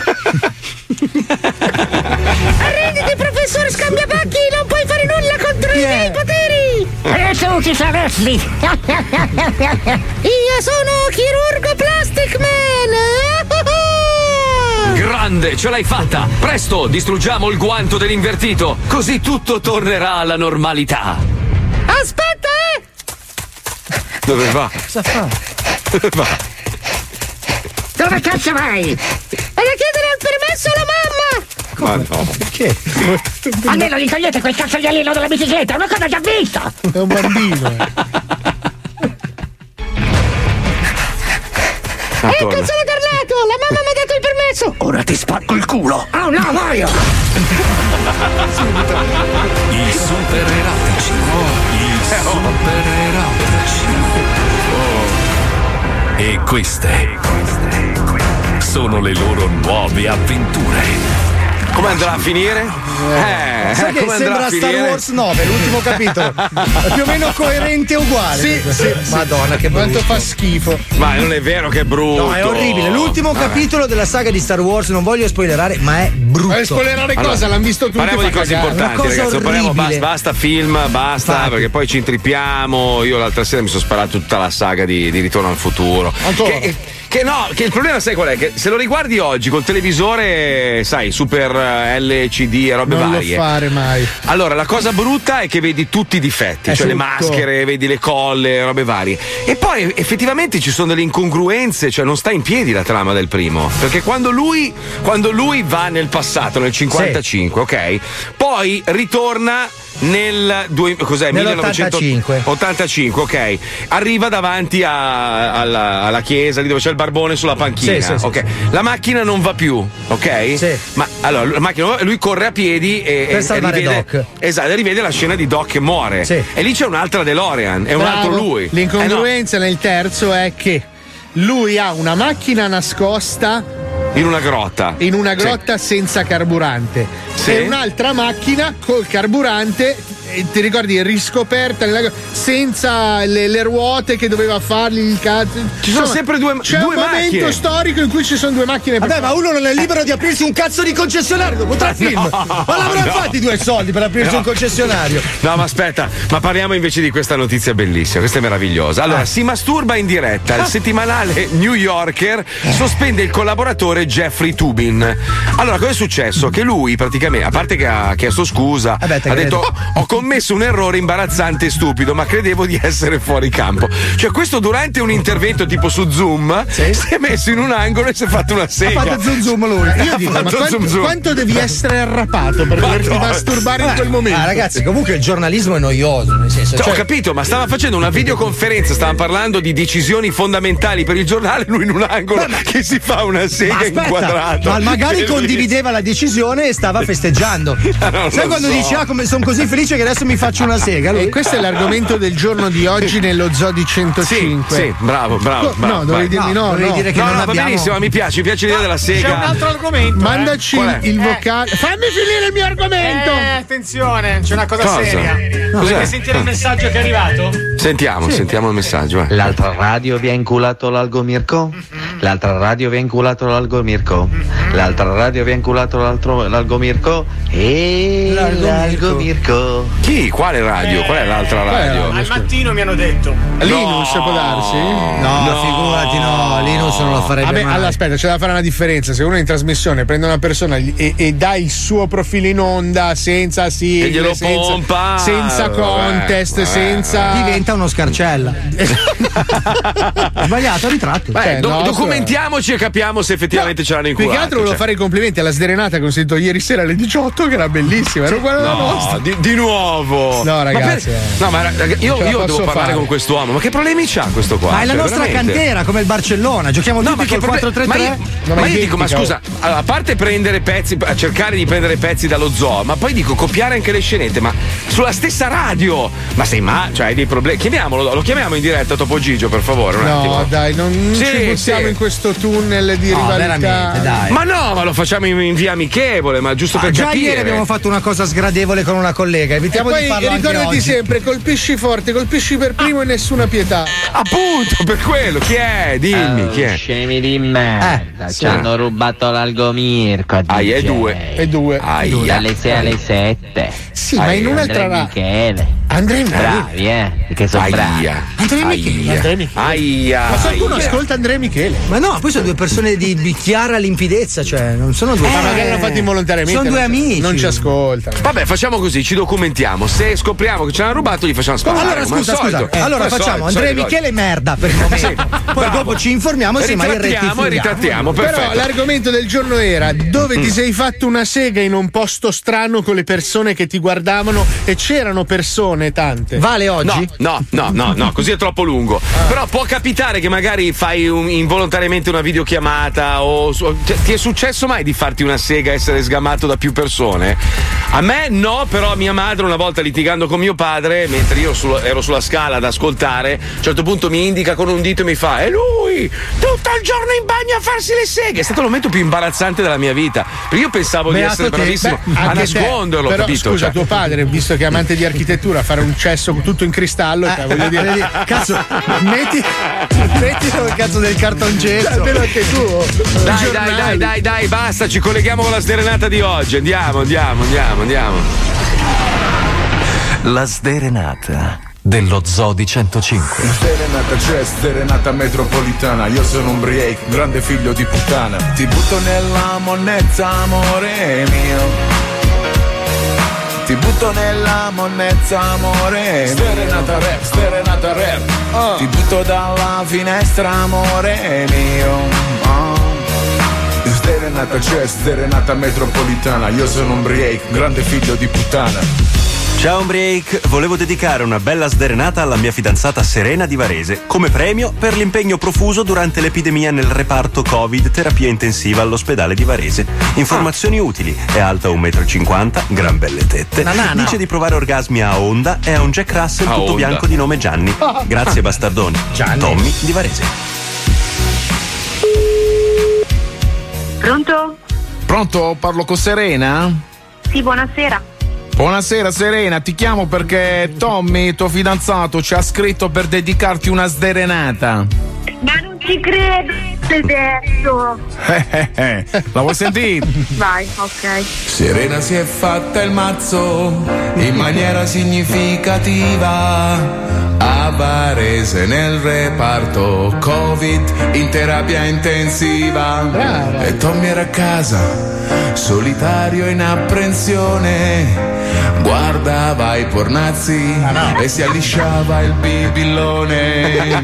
Speaker 12: Arrenditi, professore Scambiapacchi, non puoi fare nulla contro i miei poteri! E tu chi saresti? Io sono Chirurgo Plastic Man!
Speaker 1: Grande, ce l'hai fatta! Presto, distruggiamo il guanto dell'invertito, così tutto tornerà alla normalità.
Speaker 12: Aspetta, eh!
Speaker 1: Dove va?
Speaker 6: Cosa fa?
Speaker 1: Dove va?
Speaker 12: Dove cazzo vai? Vai a chiedere il permesso alla mamma!
Speaker 1: Ma no.
Speaker 6: Perché?
Speaker 12: Almeno gli togliete quel cazzo di alieno dalla bicicletta, è una cosa già vista!
Speaker 7: È un bambino. eh.
Speaker 12: Ecco, sono tornato! La mamma mi ha dato il permesso!
Speaker 11: Ora ti spacco il culo.
Speaker 12: Oh no, muoio!
Speaker 2: I super erotici. I super erotici. E queste sono le loro nuove avventure.
Speaker 1: Come andrà a finire? Eh,
Speaker 6: Sai che
Speaker 1: come andrà
Speaker 6: sembra
Speaker 1: a
Speaker 6: Star
Speaker 1: finire?
Speaker 6: Wars nove, l'ultimo capitolo. È più o meno coerente e uguale.
Speaker 7: Sì, sì,
Speaker 6: Madonna, che
Speaker 7: Quanto
Speaker 6: brutto.
Speaker 7: fa schifo.
Speaker 1: Ma non è vero che è brutto.
Speaker 6: No, è orribile. L'ultimo
Speaker 1: Vabbè.
Speaker 6: capitolo della saga di Star Wars, non voglio spoilerare, ma è brutto.
Speaker 7: Ma spoilerare
Speaker 1: Allora,
Speaker 7: cosa? L'hanno visto tutti.
Speaker 1: Parliamo
Speaker 7: fa
Speaker 1: di cose
Speaker 7: cagare.
Speaker 1: importanti,
Speaker 6: Una cosa
Speaker 1: ragazzi. Parliamo,
Speaker 6: orribile.
Speaker 1: basta, basta film, basta,
Speaker 6: Infatti.
Speaker 1: perché poi ci intrippiamo. Io l'altra sera mi sono sparato tutta la saga di, di Ritorno al futuro.
Speaker 7: Ancora?
Speaker 1: Che, che no, che il problema sai qual è? Che se lo riguardi oggi col televisore, sai, super L C D e robe
Speaker 7: non
Speaker 1: varie.
Speaker 7: Non lo fare mai.
Speaker 1: Allora, la cosa brutta è che vedi tutti i difetti,
Speaker 7: è
Speaker 1: cioè
Speaker 7: tutto.
Speaker 1: le maschere, vedi le colle, robe varie. E poi effettivamente ci sono delle incongruenze, cioè non sta in piedi la trama del primo. Perché quando lui, quando lui va nel passato, nel cinquantacinque, sì. ok? Poi ritorna nel due, cos'è?
Speaker 6: millenovecentoottantacinque,
Speaker 1: ok. Arriva davanti a, alla, alla chiesa, lì dove c'è il barbone sulla panchina.
Speaker 6: Sì, sì,
Speaker 1: ok.
Speaker 6: sì,
Speaker 1: la macchina non va più, ok?
Speaker 6: Sì.
Speaker 1: Ma allora la macchina, lui corre a piedi e,
Speaker 6: per
Speaker 1: e,
Speaker 6: salvare
Speaker 1: e rivede,
Speaker 6: Doc.
Speaker 1: Esatto, e rivede la scena di Doc che muore.
Speaker 6: Sì.
Speaker 1: E lì c'è un'altra DeLorean, è un
Speaker 7: Bravo.
Speaker 1: altro lui.
Speaker 7: L'incongruenza eh no. nel terzo è che lui ha una macchina nascosta
Speaker 1: in una grotta.
Speaker 7: In una grotta sì. senza carburante.
Speaker 1: Sì.
Speaker 7: E un'altra macchina col carburante, ti ricordi, riscoperta nella, senza le, le ruote che doveva fargli il cazzo.
Speaker 1: Ci sono sempre due,
Speaker 7: c'è
Speaker 1: due
Speaker 7: un
Speaker 1: macchine.
Speaker 7: momento storico in cui ci sono due macchine.
Speaker 6: Vabbè, ma uno non è libero di aprirsi un cazzo di concessionario dopo tre film.
Speaker 1: No,
Speaker 6: ma l'avranno
Speaker 1: no.
Speaker 6: fatti due soldi per aprirsi no. un concessionario.
Speaker 1: No, ma aspetta, ma parliamo invece di questa notizia bellissima. Questa è meravigliosa. Allora, ah. si masturba in diretta. Il settimanale New Yorker sospende il collaboratore Jeffrey Toobin. Allora, cosa è successo? Che lui praticamente, a parte che ha chiesto scusa,
Speaker 6: Vabbè,
Speaker 1: ha detto: oh, ho commesso un errore imbarazzante e stupido, ma credevo di essere fuori campo. Cioè, questo durante un intervento tipo su Zoom sì. si è messo in un angolo e si è fatto una sega.
Speaker 7: Ha fatto zoom zoom lui. Io dico, ma quanto, zoom, zoom. quanto devi essere arrappato per doverti masturbare in quel momento?
Speaker 6: Ah, ragazzi, comunque il giornalismo è noioso, nel senso. Cioè...
Speaker 1: Ho capito, ma stava facendo una videoconferenza, stavano parlando di decisioni fondamentali per il giornale, lui in un angolo ma, che si fa una sega inquadrata.
Speaker 6: Ma magari condivideva la decisione e stava festeggiando. Sai quando so. dici, ah, come sono così felice che adesso mi faccio una sega? Lui...
Speaker 7: E questo è l'argomento del giorno di oggi nello Zoo di centocinque.
Speaker 1: Sì, sì, bravo, bravo. bravo
Speaker 7: no, dovevi dirmi no, no,
Speaker 6: dovevi
Speaker 7: no.
Speaker 6: dire che
Speaker 1: no,
Speaker 6: non
Speaker 1: no,
Speaker 6: abbiamo...
Speaker 1: va benissimo, mi piace, mi piace l'idea della sega.
Speaker 9: C'è un altro argomento.
Speaker 7: Mandaci
Speaker 9: eh?
Speaker 7: il
Speaker 9: eh.
Speaker 7: vocale. Fammi finire il mio argomento.
Speaker 9: Eh, attenzione, c'è una cosa,
Speaker 1: cosa?
Speaker 9: seria.
Speaker 1: No,
Speaker 9: volete sentire il messaggio che è arrivato?
Speaker 1: Sentiamo, sì. sentiamo il messaggio. Eh.
Speaker 13: L'altra radio vi ha inculato l'Algo Mirko? L'altra radio vi ha inculato l'Algo Mirko? L'altra radio vi ha inculato l'altro, l'Algo Mirko? E
Speaker 6: l'Algo,
Speaker 13: l'Algo Mirko.
Speaker 1: Chi? Quale radio?
Speaker 9: Eh,
Speaker 1: Qual è l'altra radio?
Speaker 9: Al mattino mi hanno detto.
Speaker 7: Linus
Speaker 1: no.
Speaker 7: può darsi?
Speaker 6: No, no, figurati, no, Linus non lo farebbe
Speaker 7: Vabbè,
Speaker 6: mai.
Speaker 7: allora aspetta, c'è da fare una differenza. Se uno è in trasmissione prende una persona e, e dà il suo profilo in onda senza sigle,
Speaker 1: e glielo
Speaker 7: senza,
Speaker 1: pompa,
Speaker 7: senza contest,
Speaker 1: vabbè,
Speaker 7: senza
Speaker 1: vabbè.
Speaker 6: diventa uno scarcella. Sbagliato, ritratto.
Speaker 1: Beh,
Speaker 7: cioè,
Speaker 1: do-
Speaker 7: no,
Speaker 1: documentiamoci e capiamo se effettivamente
Speaker 7: no,
Speaker 1: ce l'hanno
Speaker 7: più
Speaker 1: inculato.
Speaker 7: che altro volevo
Speaker 1: cioè.
Speaker 7: fare i complimenti alla sderenata che ho sentito ieri sera alle diciotto, che era bellissima. Era uguale alla
Speaker 1: No,
Speaker 7: nostra.
Speaker 1: di, di nuovo.
Speaker 7: No, ragazzi.
Speaker 1: Ma per-
Speaker 7: eh.
Speaker 1: no, ma raga, io, io devo parlare
Speaker 7: fare.
Speaker 1: con quest'uomo. Ma che problemi c'ha questo qua?
Speaker 6: Ma è la
Speaker 1: Cioè,
Speaker 6: nostra
Speaker 1: veramente?
Speaker 6: cantera, come il Barcellona. Giochiamo
Speaker 1: No,
Speaker 6: tutti
Speaker 1: ma che
Speaker 6: col
Speaker 1: proble-
Speaker 6: quattro tre
Speaker 1: ma
Speaker 6: tre.
Speaker 1: io,
Speaker 7: No,
Speaker 1: ma
Speaker 7: ma
Speaker 1: io dico, ma
Speaker 7: identica,
Speaker 1: scusa, allora, a parte prendere pezzi, a cercare di prendere pezzi dallo zoo, ma poi dico copiare anche le scenette, ma sulla stessa radio. Ma sei ma, cioè hai dei problemi. Chiamiamolo, lo chiamiamo in diretta Topo Gigio, per favore. Un
Speaker 7: No,
Speaker 1: attimo.
Speaker 7: dai, non
Speaker 1: Sì,
Speaker 7: ci buttiamo
Speaker 1: sì.
Speaker 7: in questo tunnel di
Speaker 6: No,
Speaker 7: rivalità.
Speaker 6: veramente, dai.
Speaker 1: Ma no, ma lo facciamo in, in via amichevole, ma giusto
Speaker 6: Ah,
Speaker 1: per
Speaker 6: già
Speaker 1: capire.
Speaker 6: ieri abbiamo fatto una cosa sgradevole con una collega.
Speaker 7: E
Speaker 6: Evitiamo
Speaker 7: poi
Speaker 6: di farlo anche
Speaker 7: ricordati
Speaker 6: oggi.
Speaker 7: sempre, colpisci forte, colpisci per primo e nessuna pietà.
Speaker 1: Appunto, per quello. Chi è? Dimmi,
Speaker 13: Oh,
Speaker 1: chi è?
Speaker 13: scemi di merda,
Speaker 6: Eh,
Speaker 13: ci hanno rubato l'Algo Mirko.
Speaker 1: Ah, è
Speaker 13: D J.
Speaker 1: due.
Speaker 7: E due.
Speaker 1: Aia.
Speaker 13: Dalle sei alle sette.
Speaker 7: Sì, ma in un'altra
Speaker 13: Andrea
Speaker 7: ra-
Speaker 13: Michele.
Speaker 7: Andrea Michele.
Speaker 13: Bravi, eh? Perché sono bravi.
Speaker 1: Aia.
Speaker 7: Andrea Michele. Andrea Michele.
Speaker 1: Aia.
Speaker 7: Ma qualcuno
Speaker 1: Aia.
Speaker 7: ascolta Andrea Michele?
Speaker 6: Ma no, poi sono due persone di, di chiara limpidezza, cioè non sono due.
Speaker 7: Ma magari l'hanno fatto involontariamente.
Speaker 6: Sono due
Speaker 7: non ci-
Speaker 6: amici.
Speaker 7: Non ci ascoltano.
Speaker 1: Vabbè, facciamo così, ci documentiamo. Se scopriamo che ce l'hanno rubato, gli facciamo sparare.
Speaker 6: Allora
Speaker 1: come al
Speaker 6: scusa, scusa.
Speaker 1: solito.
Speaker 6: Eh, allora
Speaker 1: Come al
Speaker 6: facciamo
Speaker 1: solito,
Speaker 6: Andrea
Speaker 1: solito.
Speaker 6: Michele merda per il momento. Poi
Speaker 1: Bravo.
Speaker 6: dopo ci informiamo se mai
Speaker 1: Ritrattiamo e
Speaker 6: rettifichiamo.
Speaker 1: ritrattiamo, perfetto.
Speaker 7: Però l'argomento del giorno era dove ti sei fatto una sega in un posto strano con le persone che ti guardavano e c'erano persone tante.
Speaker 6: Vale oggi?
Speaker 1: No, no, no, no, no, così è troppo lungo. Però può capitare che magari fai un- involontariamente una videochiamata o su- cioè, ti è successo mai di farti una sega e essere sgamato da più persone? A me no, però a mia madre una volta litigando con mio padre, mentre io sul- ero sulla scala ad ascoltare, a un certo punto mi indica con un dito e mi fa: "È lui! Tutto il giorno in bagno a farsi le seghe!" È stato il momento più imbarazzante della mia vita. Perché io pensavo di
Speaker 7: Beato
Speaker 1: essere
Speaker 7: te.
Speaker 1: bravissimo
Speaker 7: Beh,
Speaker 1: a
Speaker 7: anche te.
Speaker 1: nasconderlo,
Speaker 7: Però,
Speaker 1: capito?
Speaker 7: scusa,
Speaker 1: Cioè-
Speaker 7: tuo padre, visto che è amante di architettura, fare un cesso tutto in cristallo, cioè, voglio dire.
Speaker 6: Vedi, cazzo, metti, metti il cazzo del cartongesso.
Speaker 7: Almeno anche tu.
Speaker 1: Dai, dai, dai, dai, dai, basta, ci colleghiamo con la sderenata di oggi. Andiamo, andiamo, andiamo, andiamo.
Speaker 2: La sderenata
Speaker 14: dello Zoo di centocinque.
Speaker 15: Serenata c'è, serenata metropolitana. Io sono un break, grande figlio di puttana. Ti butto nella monnezza, amore mio. Ti butto nella monnezza, amore mio. Serenata rap, serenata rap. Oh. Ti butto dalla finestra, amore mio. Oh. Serenata c'è, serenata metropolitana. Io sono un break, grande figlio di puttana.
Speaker 16: Ciao Break, volevo dedicare una bella sderenata alla mia fidanzata Serena di Varese come premio per l'impegno profuso durante l'epidemia nel reparto Covid terapia intensiva all'ospedale di Varese. Informazioni ah. utili, è alta un metro e cinquanta, gran belle tette, Nanana. Dice di provare orgasmi a onda e ha un Jack Russell a tutto onda. Bianco di nome Gianni. Grazie bastardoni. Gianni. Tommy di Varese.
Speaker 17: Pronto?
Speaker 15: Pronto? Parlo con Serena?
Speaker 17: Sì, buonasera.
Speaker 15: Buonasera Serena, ti chiamo perché Tommy, tuo fidanzato, ci ha scritto per dedicarti una sderenata.
Speaker 17: Ma non ci credo, sei detto.
Speaker 15: Eh, eh, eh. La vuoi sentire?
Speaker 17: Vai, ok.
Speaker 15: Serena si è fatta il mazzo in maniera significativa a Varese nel reparto Covid in terapia intensiva. Brava. E Tommy era a casa, solitario in apprensione. Guardava i pornazzi ah, no. e si allisciava il bibillone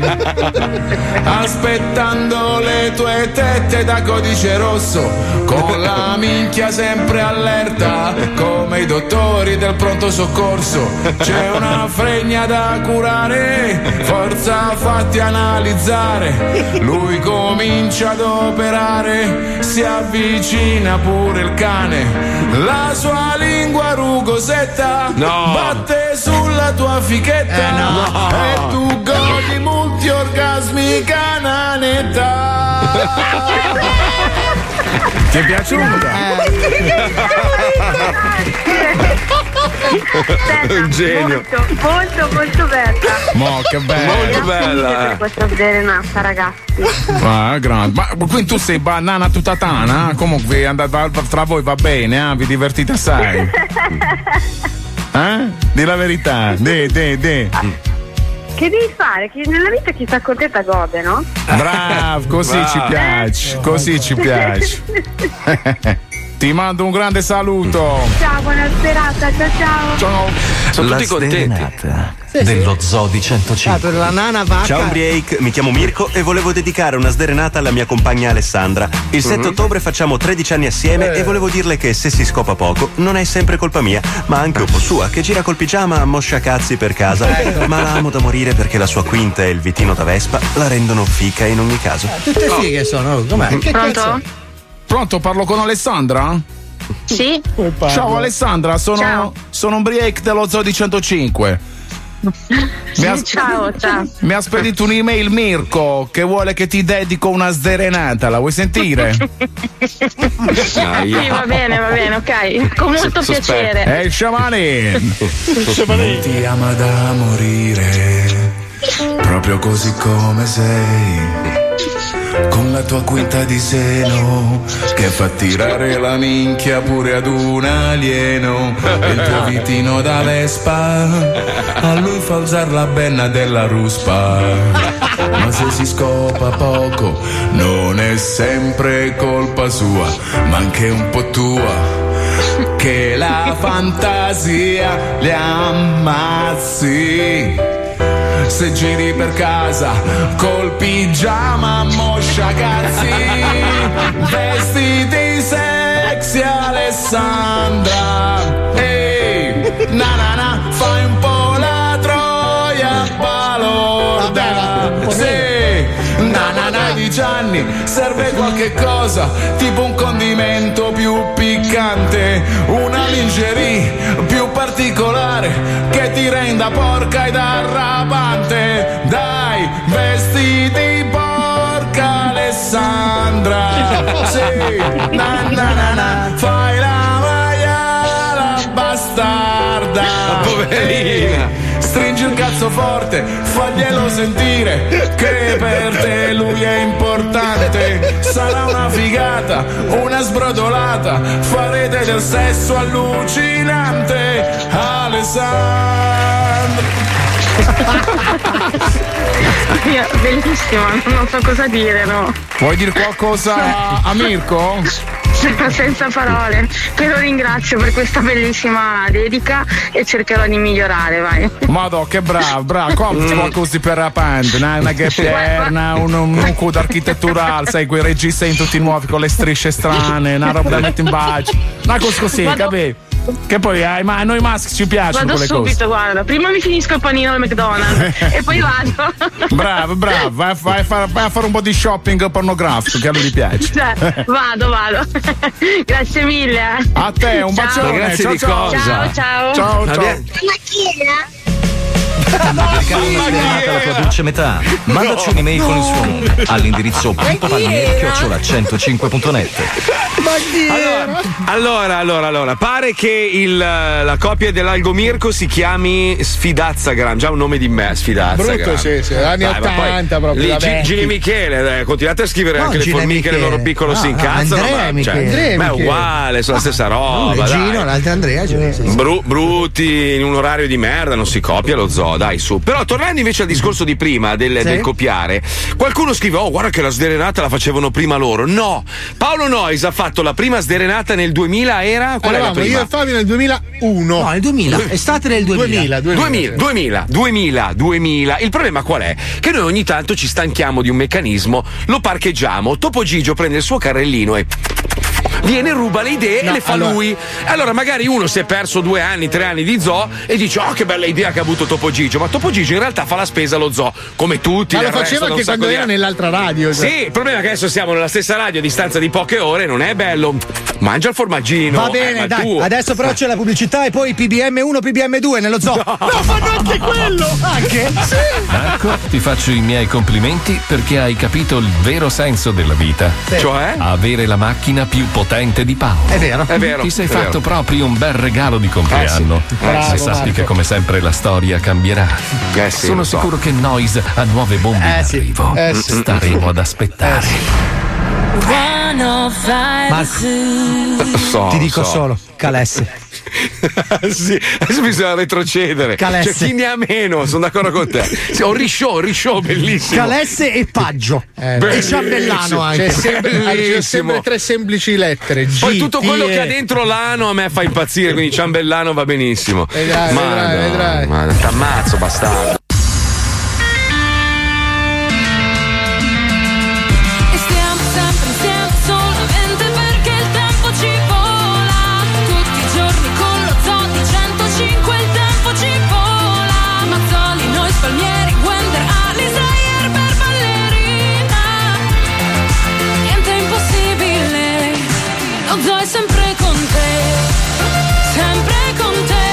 Speaker 15: aspettando le tue tette da codice rosso con la minchia sempre allerta come i dottori del pronto soccorso. C'è una fregna da curare, forza fatti analizzare. Lui comincia ad operare, si avvicina pure il cane, la sua lingua rugosetta no. batte sulla tua fichetta eh no. e tu godi multi orgasmi cananetta. Ti è piaciuta?
Speaker 17: Un genio. Molto, molto, molto bella.
Speaker 15: Mo, che bella.
Speaker 17: Molto bella. Per questa sderenata, ragazzi.
Speaker 15: Ah, grande. Ma quindi tu sei banana tutta tana? Comunque è andata tra voi, va bene, eh? Vi divertite assai? Eh? Di la verità, de, de, de.
Speaker 17: Che devi fare? Che nella vita chi sta contenta gode, no?
Speaker 15: Bravo, così Bravo. ci piace, così ci piace. Ti mando un grande saluto.
Speaker 17: Ciao, buona serata, ciao ciao.
Speaker 15: Ciao.
Speaker 14: Sono la tutti contenti. Sì, dello sì. Zoo di centocinque.
Speaker 6: Ah, per la nana vacca.
Speaker 16: Ciao Break, mi chiamo Mirko e volevo dedicare una sderenata alla mia compagna Alessandra. Il sette mm-hmm. ottobre facciamo tredici anni assieme eh. e volevo dirle che se si scopa poco non è sempre colpa mia, ma anche un po' sua, che gira col pigiama a moscia cazzi per casa. Eh. Ma la amo da morire perché la sua quinta e il vitino da Vespa la rendono fica in ogni caso.
Speaker 6: Eh, tutte oh. fighe sono, com'è? Che
Speaker 17: Pronto?
Speaker 6: Cazzo?
Speaker 15: Pronto, parlo con Alessandra?
Speaker 17: Sì.
Speaker 15: Ciao Alessandra, sono,
Speaker 17: ciao.
Speaker 15: sono un break dello Zoo di centocinque.
Speaker 17: Mi ha, ciao, ciao.
Speaker 15: Mi ha spedito un'email Mirko che vuole che ti dedico una sderenata, la vuoi sentire?
Speaker 17: Sì, va bene, va bene, ok. Con molto S- piacere.
Speaker 15: È il Shamanin. Ti ama da morire, proprio così come sei. Con la tua quinta di seno che fa tirare la minchia pure ad un alieno. E il tuo vitino da Vespa a lui fa alzare la benna della ruspa. Ma se si scopa poco non è sempre colpa sua, ma anche un po' tua, che la fantasia li ammazzi. Se giri per casa col pigiama a moscia cazzi, vestiti sexy Alessandra, ehi, na na na, fai un po' la troia balorda, sì, na na na, dieci anni, serve qualche cosa, tipo un condimento più piccante, una lingerie più particolare che ti renda porca ed arrabante. Dai, vestiti porca Alessandra, sì, na na na na, fai la maiala bastarda, poverina. Stringi il cazzo forte, faglielo sentire che per te lui è importante. Sarà una figata, una sbrodolata, farete del sesso allucinante. Alessandro.
Speaker 17: Io, bellissimo, non so cosa dire, no.
Speaker 15: Vuoi dire qualcosa a Mirko?
Speaker 17: Senza parole. Te lo ringrazio per questa bellissima dedica e cercherò di migliorare, vai.
Speaker 15: Madò, che bravo, bravo. Come ti così per la panda? Una, una ghetterna, un, un, un cudo architetturale, sai, quei registri tutti nuovi con le strisce strane, una roba da mettere in bacio. Una cosa così,
Speaker 17: Vado...
Speaker 15: capì? Che poi ai, ma a noi maschi ci piacciono
Speaker 17: vado
Speaker 15: quelle
Speaker 17: subito,
Speaker 15: cose.
Speaker 17: guarda. Prima mi finisco il panino al McDonald's e poi vado.
Speaker 15: Bravo, bravo, vai a, vai, a fare, vai a fare un po' di shopping pornografico che a lui gli piace.
Speaker 17: Cioè, vado, vado. Grazie mille. Eh.
Speaker 15: A te, un
Speaker 17: ciao.
Speaker 15: bacione.
Speaker 1: Grazie
Speaker 15: ciao,
Speaker 1: di
Speaker 15: ciao.
Speaker 1: cosa.
Speaker 17: Ciao, ciao.
Speaker 15: Ciao, ciao.
Speaker 12: Macchina?
Speaker 14: Dedicare una sderenata alla tua dolce metà. Mandaci un'email con il suo nome all'indirizzo pompapalmieri chiocciola centocinque punto net.
Speaker 1: Allora, allora, allora, allora, pare che il, la coppia dell'Algo Mirko si chiami Sfidazzagram, già un nome di me, Sfidazzagram.
Speaker 7: Brutto, sì, sì, anni
Speaker 1: Dai, ma poi
Speaker 7: ottanta proprio,
Speaker 1: lì,
Speaker 7: da
Speaker 1: G-
Speaker 7: vecchi.
Speaker 1: Gini Michele, eh, continuate a scrivere
Speaker 6: No,
Speaker 1: anche
Speaker 6: Gino
Speaker 1: le formiche
Speaker 6: Michele.
Speaker 1: nel loro piccolo
Speaker 6: No,
Speaker 1: si
Speaker 6: no,
Speaker 1: incazzano,
Speaker 6: Andrea
Speaker 1: ma,
Speaker 6: Michele.
Speaker 1: cioè,
Speaker 6: Andrea
Speaker 1: ma è
Speaker 6: Michele.
Speaker 1: uguale, sono la stessa
Speaker 6: Uno
Speaker 1: roba,
Speaker 6: è
Speaker 1: dai.
Speaker 6: Gino, l'altro è Andrea. Cioè, sì, sì.
Speaker 1: Bru- brutti in un orario di merda, non si copia lo zoo, dai su. Però tornando invece al discorso di prima del,
Speaker 6: Sì.
Speaker 1: del copiare, qualcuno scrive: oh, guarda che la sderenata la facevano prima loro. No, Paolo Noyes ha fatto la prima sderenata nel duemila, era qual è la
Speaker 7: Eravamo
Speaker 1: prima?
Speaker 7: io e Fabio nel duemilauno.
Speaker 6: No, nel duemila, estate del duemila.
Speaker 7: duemila,
Speaker 1: duemila, duemila, duemila. Il problema qual è? Che noi ogni tanto ci stanchiamo di un meccanismo, lo parcheggiamo, Topo Gigio prende il suo carrellino e viene, ruba le idee
Speaker 7: No,
Speaker 1: e le fa
Speaker 7: allora-
Speaker 1: lui. Allora magari uno si è perso due anni, tre anni di zoo e dice: oh, che bella idea che ha avuto Topo Gigio. Ma Topo Gigio in realtà fa la spesa allo zoo, come tutti.
Speaker 7: Ma lo
Speaker 1: del resto
Speaker 7: faceva
Speaker 1: da un
Speaker 7: anche
Speaker 1: sacco
Speaker 7: quando
Speaker 1: di
Speaker 7: era
Speaker 1: anni.
Speaker 7: nell'altra radio. cioè.
Speaker 1: Sì, il problema è che adesso siamo nella stessa radio a distanza di poche ore, non è bello. Mangia il formaggino.
Speaker 6: Va
Speaker 1: eh,
Speaker 6: bene,
Speaker 1: ma
Speaker 6: dai.
Speaker 1: tu-
Speaker 6: Adesso però c'è la pubblicità e poi P B M uno, P B M due nello zoo. No, fanno anche quello! Anche? Sì!
Speaker 2: Marco, ti faccio i miei complimenti perché hai capito il vero senso della vita.
Speaker 6: Sì.
Speaker 1: Cioè?
Speaker 2: Avere la macchina più potente di Paolo.
Speaker 6: È vero.
Speaker 1: È vero.
Speaker 2: Ti sei
Speaker 1: è
Speaker 2: fatto
Speaker 1: vero.
Speaker 2: proprio un bel regalo di compleanno.
Speaker 1: Eh sì.
Speaker 7: Bravo,
Speaker 2: E sappi
Speaker 7: Marco.
Speaker 2: che come sempre la storia cambierà.
Speaker 1: Eh sì,
Speaker 2: Sono
Speaker 1: lo so.
Speaker 2: sicuro che Noise ha nuove bombe in
Speaker 6: Eh sì.
Speaker 2: arrivo.
Speaker 7: Eh sì.
Speaker 2: Staremo ad aspettare.
Speaker 6: Marco,
Speaker 1: So,
Speaker 6: ti dico
Speaker 1: so.
Speaker 6: solo, Calesse.
Speaker 1: Sì, adesso bisogna retrocedere.
Speaker 6: Calesse.
Speaker 1: Cioè, chi ne ha meno? Sono d'accordo con te. Sì, un rishow, un rishow bellissimo.
Speaker 6: Calesse e Paggio.
Speaker 7: Eh,
Speaker 6: e
Speaker 1: bellissimo.
Speaker 6: Ciambellano anche.
Speaker 7: C'è sempre, c'è
Speaker 1: Bellissimo.
Speaker 7: sempre tre semplici lettere. G,
Speaker 1: Poi tutto
Speaker 7: T
Speaker 1: quello
Speaker 7: e-
Speaker 1: che ha dentro l'ano a me fa impazzire, quindi ciambellano va benissimo.
Speaker 7: Vedrai, vedrai, vedrai.
Speaker 1: Ma t'ammazzo, bastardo.
Speaker 18: E stiamo sempre insieme solamente perché il tempo ci vola. Tutti i giorni con lo zoo di centocinque il tempo ci vola. Mazzoli, noi Spalmieri, Wender, Alisa, Erber, Ballerina. Niente è impossibile, lo zoo è sempre con te, sempre con te.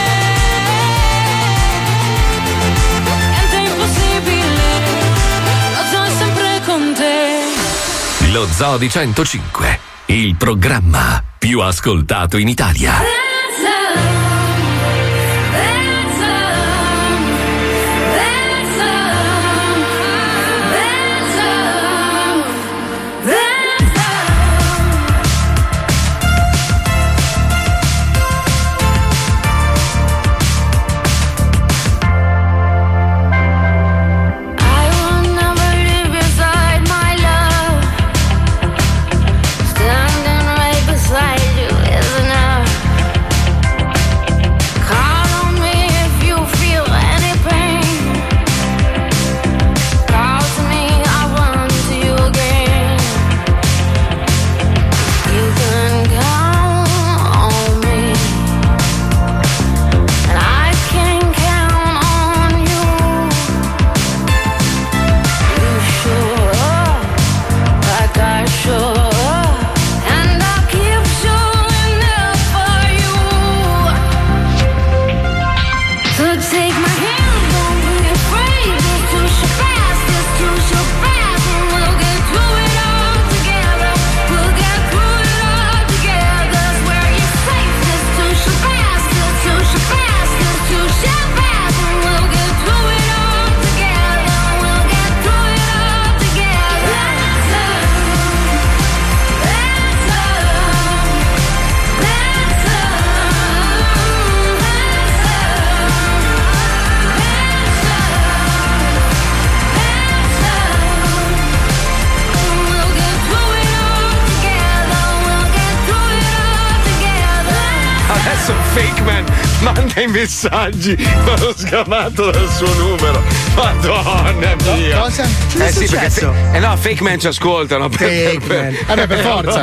Speaker 18: Niente è impossibile, lo zoo è sempre con te.
Speaker 2: Lo Zoo di centocinque, il programma più ascoltato in Italia.
Speaker 18: I will never leave your side, my love. Standing right beside you is enough.
Speaker 1: Fake Man manda i messaggi con lo sgamato dal suo numero. Madonna mia.
Speaker 7: Cosa?
Speaker 1: Eh sì, perché fe- eh no, Fake Man ci ascoltano.
Speaker 6: Fake
Speaker 1: per,
Speaker 6: Man.
Speaker 7: Vabbè, per forza.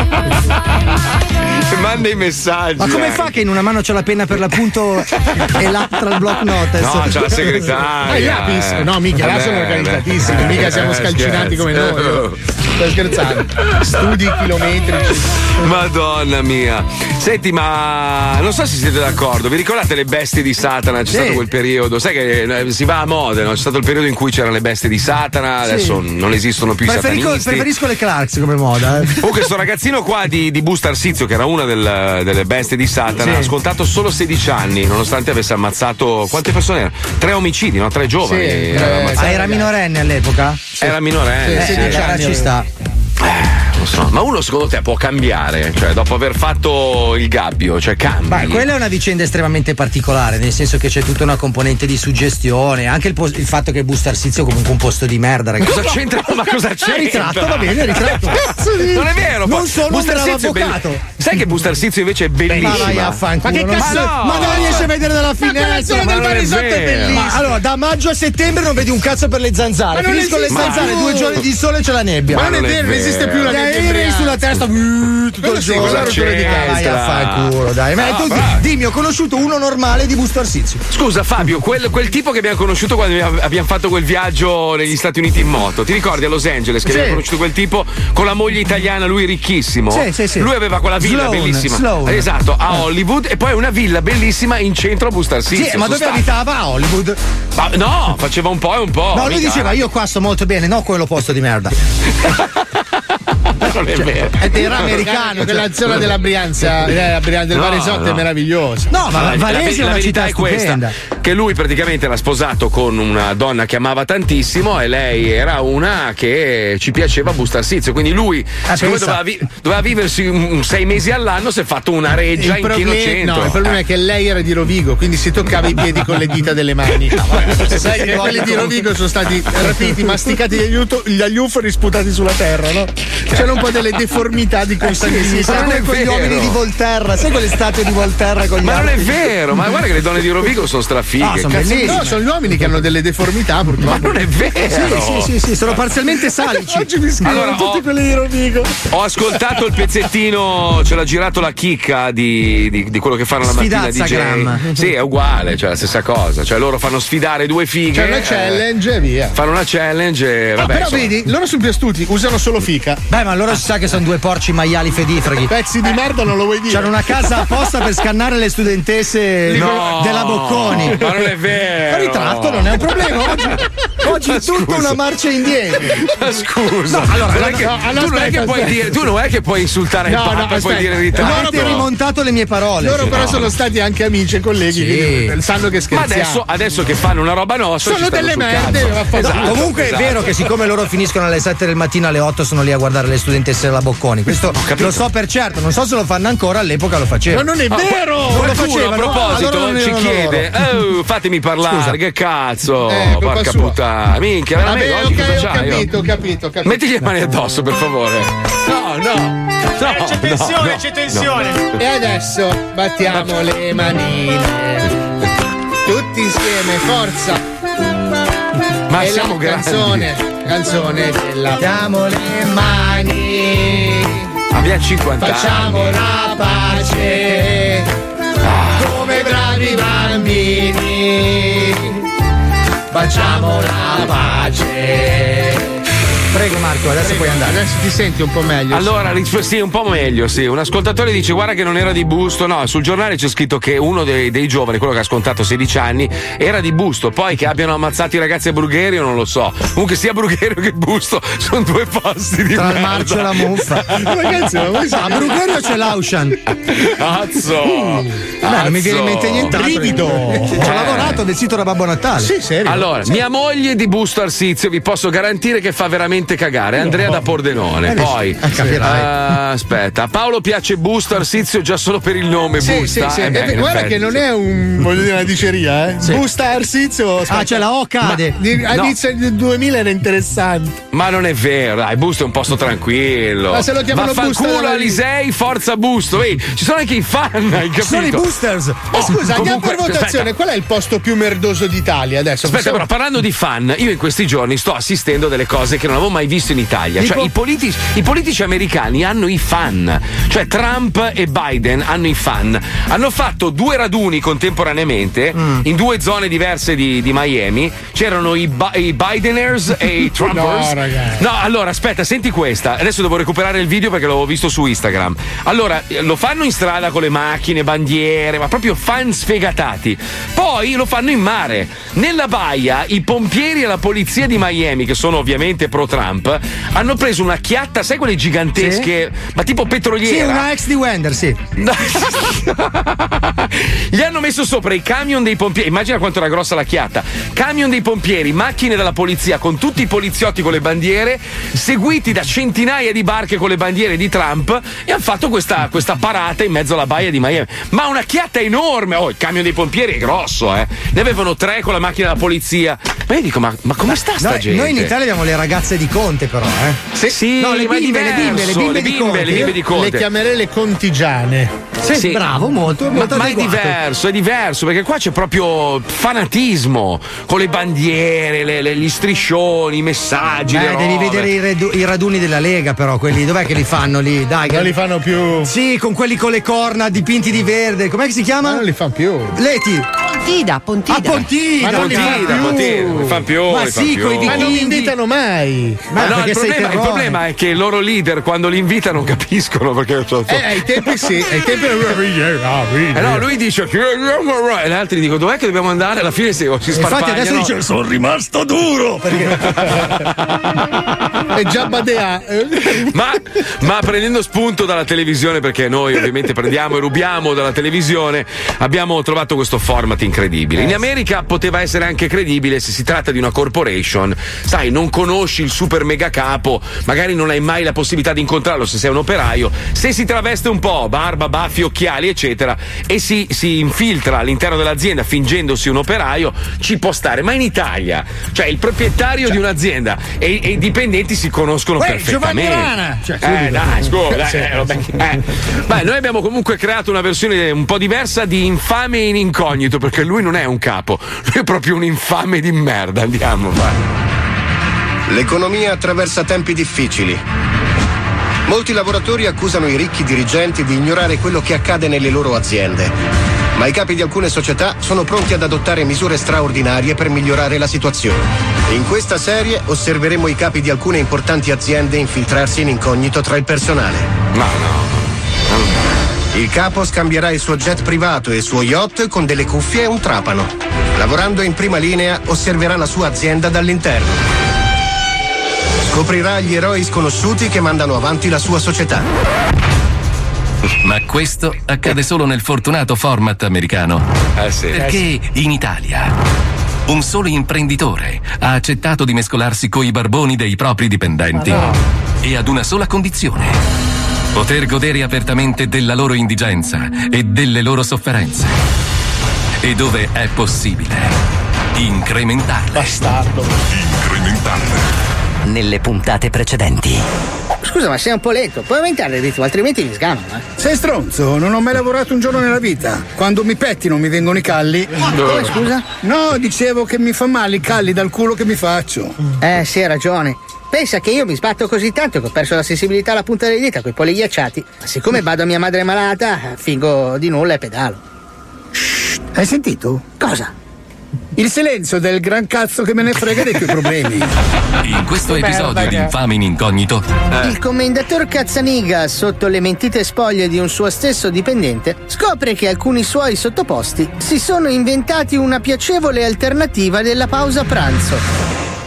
Speaker 1: Manda i messaggi.
Speaker 6: Ma come
Speaker 1: eh.
Speaker 6: fa che in una mano c'è la penna per l'appunto e l'altra il block notes?
Speaker 1: No, c'è la segretaria.
Speaker 7: Ma i lapis?
Speaker 1: eh.
Speaker 7: No, mica, là
Speaker 1: Vabbè,
Speaker 7: sono organizzatissimi,
Speaker 1: eh,
Speaker 7: mica siamo
Speaker 1: eh,
Speaker 7: scalcinati come
Speaker 1: scherzo.
Speaker 7: noi. oh. Sto scherzando. Studi chilometrici.
Speaker 1: Madonna mia. Senti, ma non so se siete d'accordo. Vi ricordate le bestie di Satana? C'è
Speaker 6: Sì.
Speaker 1: stato quel periodo. Sai che eh, si va a moda, no? C'è stato il periodo in cui c'erano le bestie di Satana.
Speaker 6: Sì.
Speaker 1: Adesso non esistono più i
Speaker 6: Preferisco,
Speaker 1: satanisti.
Speaker 6: preferisco le Clarks come moda. Eh.
Speaker 1: Comunque sto ragazzino qua di, di Busto Arsizio, che era una del- delle bestie di Satana,
Speaker 6: Sì.
Speaker 1: ha scontato solo sedici anni, nonostante avesse ammazzato quante persone erano? Tre omicidi, no? Tre giovani.
Speaker 7: Sì,
Speaker 1: aveva
Speaker 7: eh,
Speaker 1: ammazzato.
Speaker 6: Ah, era minorenne all'epoca?
Speaker 1: Era minorenne.
Speaker 6: Eh,
Speaker 1: sì.
Speaker 6: sedici
Speaker 7: allora
Speaker 6: anni ci sta.
Speaker 1: Non so. Ma uno secondo te può cambiare? Cioè, dopo aver fatto il gabbio, cioè cambi?
Speaker 6: Beh, quella è una vicenda estremamente particolare, nel senso che c'è tutta una componente di suggestione, anche il, pos- il fatto che Busto Arsizio è comunque un posto di merda, ragazzi.
Speaker 1: Cosa c'entra? Ma cosa c'entra?
Speaker 6: Ritratto, va bene, ritratto.
Speaker 1: Non è vero,
Speaker 6: Non
Speaker 1: poi
Speaker 6: sono un
Speaker 1: Busto
Speaker 6: bravo
Speaker 1: Arsizio è belli-
Speaker 6: avvocato.
Speaker 1: Sai che Busto Arsizio invece è
Speaker 6: Ma
Speaker 1: bellissima?
Speaker 6: vai a fanculo.
Speaker 7: Ma che
Speaker 6: non-
Speaker 7: cazzo-
Speaker 6: ma, no,
Speaker 7: ma
Speaker 6: non
Speaker 7: no!
Speaker 6: riesci a vedere dalla
Speaker 7: Ma quella
Speaker 6: finestra.
Speaker 7: zona
Speaker 1: ma
Speaker 7: del
Speaker 1: non è
Speaker 7: Barisotto è
Speaker 1: vero.
Speaker 7: bellissima.
Speaker 6: Ma allora, da maggio a settembre non vedi un cazzo per le zanzare.
Speaker 7: Ma non
Speaker 6: Finisco le
Speaker 7: esiste
Speaker 6: zanzare,
Speaker 7: più.
Speaker 6: due giorni di sole e c'è la nebbia.
Speaker 7: Ma non è vero, non esiste più la
Speaker 6: Gli
Speaker 7: nebbia in
Speaker 6: aerei
Speaker 7: Brianza.
Speaker 6: sulla testa uh, tutto
Speaker 7: Quello
Speaker 6: il
Speaker 7: sì,
Speaker 6: giorno.
Speaker 7: quella rottura di
Speaker 1: c'entra?
Speaker 6: Vai a fanculo, dai. Ma
Speaker 1: Ah,
Speaker 6: tu,
Speaker 1: va.
Speaker 6: dimmi, ho conosciuto uno normale di Busto Arsizio.
Speaker 1: Scusa Fabio, quel, quel tipo che abbiamo conosciuto quando abbiamo- abbiamo fatto quel viaggio negli Stati Uniti in moto, ti ricordi a Los Angeles che
Speaker 6: Sì.
Speaker 1: abbiamo conosciuto quel tipo con la moglie italiana, lui ricchissimo?
Speaker 6: Sì, sì, sì.
Speaker 1: Lui aveva quella villa
Speaker 6: Sloan,
Speaker 1: bellissima.
Speaker 6: Sloan.
Speaker 1: Esatto, a Hollywood e poi una villa bellissima in centro a Busto Arsizio.
Speaker 6: Sì, ma
Speaker 1: Sono
Speaker 6: dove
Speaker 1: stato.
Speaker 6: abitava? A Hollywood.
Speaker 1: Ma no, faceva un po' e un po'.
Speaker 6: No, lui
Speaker 1: mica-
Speaker 6: diceva io qua sto molto bene, no quello posto di merda.
Speaker 1: Non è vero.
Speaker 6: È era americano.
Speaker 7: Quella
Speaker 6: cioè.
Speaker 7: zona della Brianza, eh, la Brianza del
Speaker 1: No,
Speaker 7: Barisotto è
Speaker 1: no.
Speaker 7: meravigliosa.
Speaker 6: No, ma
Speaker 1: La-
Speaker 6: Varese
Speaker 1: la,
Speaker 6: è una
Speaker 1: la
Speaker 6: città
Speaker 1: verità è questa:
Speaker 6: stupenda.
Speaker 1: che lui praticamente era sposato con una donna che amava tantissimo e lei era una che ci piaceva Busto Arsizio. Quindi lui,
Speaker 6: Ah,
Speaker 1: siccome
Speaker 6: pensa.
Speaker 1: doveva, vi- doveva viversi un, un sei mesi all'anno, si è fatto una reggia
Speaker 7: Il
Speaker 1: in pieno
Speaker 7: problema,
Speaker 1: centro.
Speaker 7: no, il problema è che lei era di Rovigo, quindi si toccava i piedi con le dita delle mani. Sai che quelli di Rovigo sono stati rapiti, masticati dagli, uto- dagli U F O e risputati sulla terra, no? C'erano un po' delle deformità di consanguinità.
Speaker 6: Sì,
Speaker 1: Ma non
Speaker 6: come
Speaker 1: è
Speaker 6: quegli
Speaker 1: vero.
Speaker 6: uomini di Volterra, sai quelle statue di Volterra con gli
Speaker 1: Ma non è
Speaker 6: arti?
Speaker 1: vero, ma guarda che le donne di Rovigo sono strafighe.
Speaker 6: No, sono
Speaker 1: Cazzo-
Speaker 6: bellissime.
Speaker 7: No, sono gli uomini che hanno delle deformità, purtroppo.
Speaker 1: Ma non è vero.
Speaker 6: Sì, sì, sì, sì, sono parzialmente salici.
Speaker 7: Oggi mi scrivono
Speaker 1: Allora,
Speaker 7: tutti
Speaker 1: ho-
Speaker 7: quelli di Rovigo.
Speaker 1: Ho ascoltato il pezzettino, ce l'ha girato la chicca di, di, di quello che fanno la mattina di J.
Speaker 6: Sfidazzagram.
Speaker 1: Sì, è uguale, cioè la stessa cosa. Cioè loro fanno sfidare due fighe.
Speaker 7: C'è una
Speaker 1: eh,
Speaker 7: challenge e via.
Speaker 1: fanno una challenge e
Speaker 7: Ah,
Speaker 1: vabbè.
Speaker 7: però
Speaker 1: insomma.
Speaker 7: vedi, loro sono più astuti, usano solo fica.
Speaker 6: Beh, ma allora si sa che sono due porci maiali fedifraghi.
Speaker 7: Pezzi di merda non lo vuoi dire.
Speaker 6: C'hanno una casa apposta per scannare le studentesse
Speaker 1: No,
Speaker 6: della Bocconi.
Speaker 1: ma non è vero.
Speaker 6: Il ritratto non è un problema. Oggi, oggi è tutta
Speaker 1: Scusa.
Speaker 6: una marcia indietro.
Speaker 1: Ma scusa,
Speaker 6: No, allora,
Speaker 1: non è
Speaker 6: no,
Speaker 1: che-
Speaker 7: no,
Speaker 1: tu, non è
Speaker 7: aspetta,
Speaker 1: che puoi
Speaker 7: aspetta.
Speaker 1: dire, tu non è che puoi insultare
Speaker 7: No,
Speaker 1: il Papa
Speaker 7: no,
Speaker 1: e puoi
Speaker 7: aspetta.
Speaker 1: dire
Speaker 6: Tu
Speaker 1: ritratto.
Speaker 6: avete rimontato le mie parole.
Speaker 7: Loro però
Speaker 1: no.
Speaker 7: sono stati anche amici e colleghi,
Speaker 6: Sì.
Speaker 7: quindi sanno che
Speaker 1: Ma
Speaker 7: scherziamo.
Speaker 1: adesso, adesso che fanno una roba nostra
Speaker 7: Sono
Speaker 1: ci stanno
Speaker 7: delle
Speaker 1: sul
Speaker 7: merde,
Speaker 1: cazzo.
Speaker 7: vaffanculo.
Speaker 1: Esatto,
Speaker 6: Comunque
Speaker 1: esatto.
Speaker 6: è vero che siccome loro finiscono alle sette del mattino, alle otto sono lì a guardare le studentesse della Bocconi. Questo
Speaker 1: capito.
Speaker 6: lo so per certo, non so se lo fanno ancora, all'epoca lo
Speaker 7: Ma
Speaker 6: facevano.
Speaker 7: non è
Speaker 1: Ah,
Speaker 7: vero!
Speaker 6: non lo
Speaker 1: Qualcuno
Speaker 6: facevano?
Speaker 1: a proposito
Speaker 6: Allora non
Speaker 1: ci
Speaker 6: erano
Speaker 1: chiede oh, fatemi parlare
Speaker 6: Scusa.
Speaker 1: che cazzo
Speaker 7: Eh, colpa
Speaker 1: porca
Speaker 7: sua.
Speaker 1: puttana minchia veramente
Speaker 7: Vabbè,
Speaker 1: oggi
Speaker 7: ok,
Speaker 1: cosa
Speaker 7: ho
Speaker 1: c'hai
Speaker 7: capito,
Speaker 1: oh?
Speaker 7: ho capito, ho capito.
Speaker 1: Mettigli le mani addosso per favore no no no
Speaker 9: c'è tensione,
Speaker 1: no,
Speaker 9: c'è tensione.
Speaker 7: E adesso battiamo le manine. Tutti insieme, forza!
Speaker 1: ma
Speaker 7: e
Speaker 1: siamo
Speaker 7: la
Speaker 1: grandi
Speaker 7: canzone, canzone della battiamo le mani.
Speaker 1: abbiamo cinquanta
Speaker 7: Facciamo
Speaker 1: anni
Speaker 7: la pace come bravi bambini. Facciamo la pace.
Speaker 6: Prego Marco, adesso puoi andare.
Speaker 7: Adesso ti senti un po' meglio.
Speaker 1: allora ris- sì un po' meglio sì un ascoltatore dice guarda che non era di Busto no sul giornale c'è scritto che uno dei, dei giovani quello che ha scontato sedici anni era di Busto poi che abbiano ammazzato i ragazzi a Brugherio non lo so comunque sia Brugherio che Busto sono due posti di
Speaker 6: Tra il
Speaker 1: merda.
Speaker 6: marcio e la muffa.
Speaker 7: Ragazzi, ma voi
Speaker 6: A Brugherio c'è l'Aushan.
Speaker 1: Cazzo!
Speaker 6: Beh, non mi viene in mente nient'altro.
Speaker 7: Brivido.
Speaker 6: Ci ho lavorato vestito da Babbo Natale.
Speaker 7: Sì, serio.
Speaker 1: Allora, mia moglie di Busto Arsizio vi posso garantire che fa veramente veramente cagare. Andrea da Pordenone.
Speaker 6: Eh,
Speaker 1: Poi
Speaker 6: eh, capirai.
Speaker 1: uh, aspetta, a Paolo piace Busto Arsizio già solo per il nome.
Speaker 7: Sì,
Speaker 1: Busta.
Speaker 7: sì, sì.
Speaker 1: Eh, beh,
Speaker 7: Eh,
Speaker 1: in
Speaker 7: guarda
Speaker 1: effetti,
Speaker 7: che non
Speaker 1: sì.
Speaker 7: è un voglio dire una diceria, eh.
Speaker 6: Sì.
Speaker 7: Busta Arsizio. aspetta.
Speaker 6: Ah, c'è la O cade.
Speaker 7: Ma di-
Speaker 1: No.
Speaker 7: All'inizio del duemila era interessante.
Speaker 1: Ma non è vero, dai, Busto è un posto tranquillo.
Speaker 7: Ma se lo chiamano Busto,
Speaker 1: Vaffanculo
Speaker 7: allora-
Speaker 1: Alisei, forza Busto. Vedi, ci sono anche i fan, hai capito?
Speaker 6: Sono i boosters.
Speaker 7: Ma
Speaker 1: Oh,
Speaker 7: scusa, andiamo
Speaker 1: comunque,
Speaker 7: per votazione.
Speaker 1: aspetta.
Speaker 7: Qual è il posto più merdoso d'Italia adesso?
Speaker 1: Aspetta,
Speaker 7: Possiamo-
Speaker 1: però, parlando di fan, io in questi giorni sto assistendo a delle cose che non avevo mai visto in Italia.
Speaker 6: Tipo?
Speaker 1: Cioè, i politici, i politici americani hanno i fan. Cioè, Trump e Biden hanno i fan. Hanno fatto due raduni contemporaneamente
Speaker 6: Mm.
Speaker 1: in due zone diverse di, di Miami. C'erano i, Bi- i Bideners e i Trumpers.
Speaker 7: No, ragazzi.
Speaker 1: No, allora, aspetta, senti questa. Adesso devo recuperare il video perché l'avevo visto su Instagram. Allora, eh, lo fanno in strada con le macchine, bandiere, ma proprio fan sfegatati. Poi lo fanno in mare. Nella baia, i pompieri e la polizia di Miami, che sono ovviamente pro Trump, hanno preso una chiatta, sai quelle gigantesche, ma tipo petroliera?
Speaker 6: Sì, una ex di Wender, sì.
Speaker 1: No. Gli hanno messo sopra i camion dei pompieri. Immagina quanto era grossa la chiatta. Camion dei pompieri, macchine della polizia con tutti i poliziotti con le bandiere, seguiti da centinaia di barche con le bandiere di Trump, e hanno fatto questa, questa parata in mezzo alla baia di Miami. Ma una chiatta enorme! Oh, il camion dei pompieri è grosso, eh! Ne avevano tre con la macchina della polizia. Ma io dico, ma, ma come sta sta
Speaker 6: Noi,
Speaker 1: gente?
Speaker 6: noi in Italia abbiamo le ragazze di Conte, però, eh.
Speaker 1: Sì, sì,
Speaker 6: No, le
Speaker 1: ma è
Speaker 6: bimbe, le bimbe, le
Speaker 1: diverso,
Speaker 6: bimbe
Speaker 1: le
Speaker 6: di
Speaker 1: bimbe,
Speaker 6: Conte.
Speaker 1: le bimbe di Conte.
Speaker 7: Le chiamerei le contigiane.
Speaker 6: Sì,
Speaker 1: Sì.
Speaker 6: bravo, molto,
Speaker 1: Ma,
Speaker 6: molto
Speaker 1: ma è
Speaker 6: adeguato.
Speaker 1: diverso, è diverso, perché qua c'è proprio fanatismo con le bandiere, le- le- gli striscioni, i messaggi.
Speaker 6: Beh,
Speaker 1: le
Speaker 6: devi
Speaker 1: robe.
Speaker 6: vedere i, redu- i raduni della Lega, però, quelli, dov'è che li fanno lì? Dai, che-
Speaker 7: Non li fanno più.
Speaker 6: Sì, con quelli con le corna dipinti di verde. Com'è che si chiama?
Speaker 7: Ma non li fanno più.
Speaker 6: Leti.
Speaker 8: Pontida, Pontida.
Speaker 6: Ah, Pontida.
Speaker 7: Ma non li
Speaker 1: Pontida,
Speaker 7: fanno più.
Speaker 1: Pontida, non li fanno più,
Speaker 6: Ma
Speaker 1: li fanno
Speaker 6: sì,
Speaker 1: più.
Speaker 6: coi
Speaker 7: Ma non
Speaker 6: vichinghi.
Speaker 7: li invitano mai.
Speaker 1: Ma
Speaker 6: Beh,
Speaker 1: no,
Speaker 6: perché
Speaker 1: il
Speaker 6: sei
Speaker 1: problema, il
Speaker 6: terrone.
Speaker 1: problema è che i loro leader quando li invitano non capiscono perché
Speaker 7: Eh, ai tempi sì, ai tempi
Speaker 1: Eh no, lui dice che e gli altri dicono dov'è che dobbiamo andare? Alla fine si, si
Speaker 6: Infatti
Speaker 1: sparpagliano.
Speaker 6: adesso dice sono rimasto duro perché
Speaker 7: è già Badea.
Speaker 1: ma, ma prendendo spunto dalla televisione, perché noi ovviamente prendiamo e rubiamo dalla televisione, abbiamo trovato questo format incredibile. In America poteva essere anche credibile se si tratta di una corporation, sai, non conosci il super mega capo, magari non hai mai la possibilità di incontrarlo se sei un operaio, se si traveste un po', barba, baffi, occhiali eccetera, e si, si infiltra all'interno dell'azienda fingendosi un operaio, ci può stare. Ma in Italia, cioè il proprietario di un'azienda e, e i dipendenti si conoscono
Speaker 6: Uè,
Speaker 1: perfettamente.
Speaker 6: Giovanni Rana! Cioè,
Speaker 1: eh
Speaker 6: subito.
Speaker 1: dai, scusa, dai,
Speaker 6: Sì,
Speaker 1: eh, vabbè,
Speaker 6: sì.
Speaker 1: eh. Beh, noi abbiamo comunque creato una versione un po' diversa di infame in incognito, perché lui non è un capo, lui è proprio un infame di merda. Andiamo, vai.
Speaker 19: L'economia attraversa tempi difficili. Molti lavoratori accusano i ricchi dirigenti di ignorare quello che accade nelle loro aziende. Ma i capi di alcune società sono pronti ad adottare misure straordinarie per migliorare la situazione. In questa serie osserveremo i capi di alcune importanti aziende infiltrarsi in incognito tra il personale.
Speaker 1: No, no.
Speaker 19: Il capo scambierà il suo jet privato e il suo yacht con delle cuffie e un trapano. Lavorando in prima linea, osserverà la sua azienda dall'interno. Scoprirà gli eroi sconosciuti che mandano avanti la sua società.
Speaker 2: Ma questo accade solo nel fortunato format americano.
Speaker 1: Eh sì.
Speaker 2: Perché in Italia un solo imprenditore ha accettato di mescolarsi coi barboni dei propri dipendenti.
Speaker 1: Ah, no.
Speaker 2: E ad una sola condizione: poter godere apertamente della loro indigenza e delle loro sofferenze. E dove è possibile, incrementarle.
Speaker 7: Bastardo.
Speaker 2: Incrementarle.
Speaker 11: Nelle puntate precedenti.
Speaker 20: Scusa, ma sei un po' lento, puoi aumentare il ritmo, altrimenti mi sgamano, eh.
Speaker 3: Sei stronzo, non ho mai lavorato un giorno nella vita. Quando mi pettino mi vengono i calli.
Speaker 20: Come, scusa?
Speaker 3: No, dicevo che mi fa male i calli dal culo che mi faccio.
Speaker 20: Eh, sì, hai ragione. Pensa che io mi sbatto così tanto che ho perso la sensibilità alla punta delle dita coi polli ghiacciati. Ma siccome vado a mia madre malata, fingo di nulla e pedalo.
Speaker 3: Shh, hai sentito?
Speaker 20: Cosa?
Speaker 3: Il silenzio del gran cazzo che me ne frega dei tuoi problemi.
Speaker 2: In questo
Speaker 20: Che
Speaker 2: episodio
Speaker 20: merda
Speaker 2: di
Speaker 20: che è.
Speaker 2: Infame in Incognito,
Speaker 20: Il commendator Cazzaniga, sotto le mentite spoglie di un suo stesso dipendente, scopre che alcuni suoi sottoposti si sono inventati una piacevole alternativa della pausa pranzo.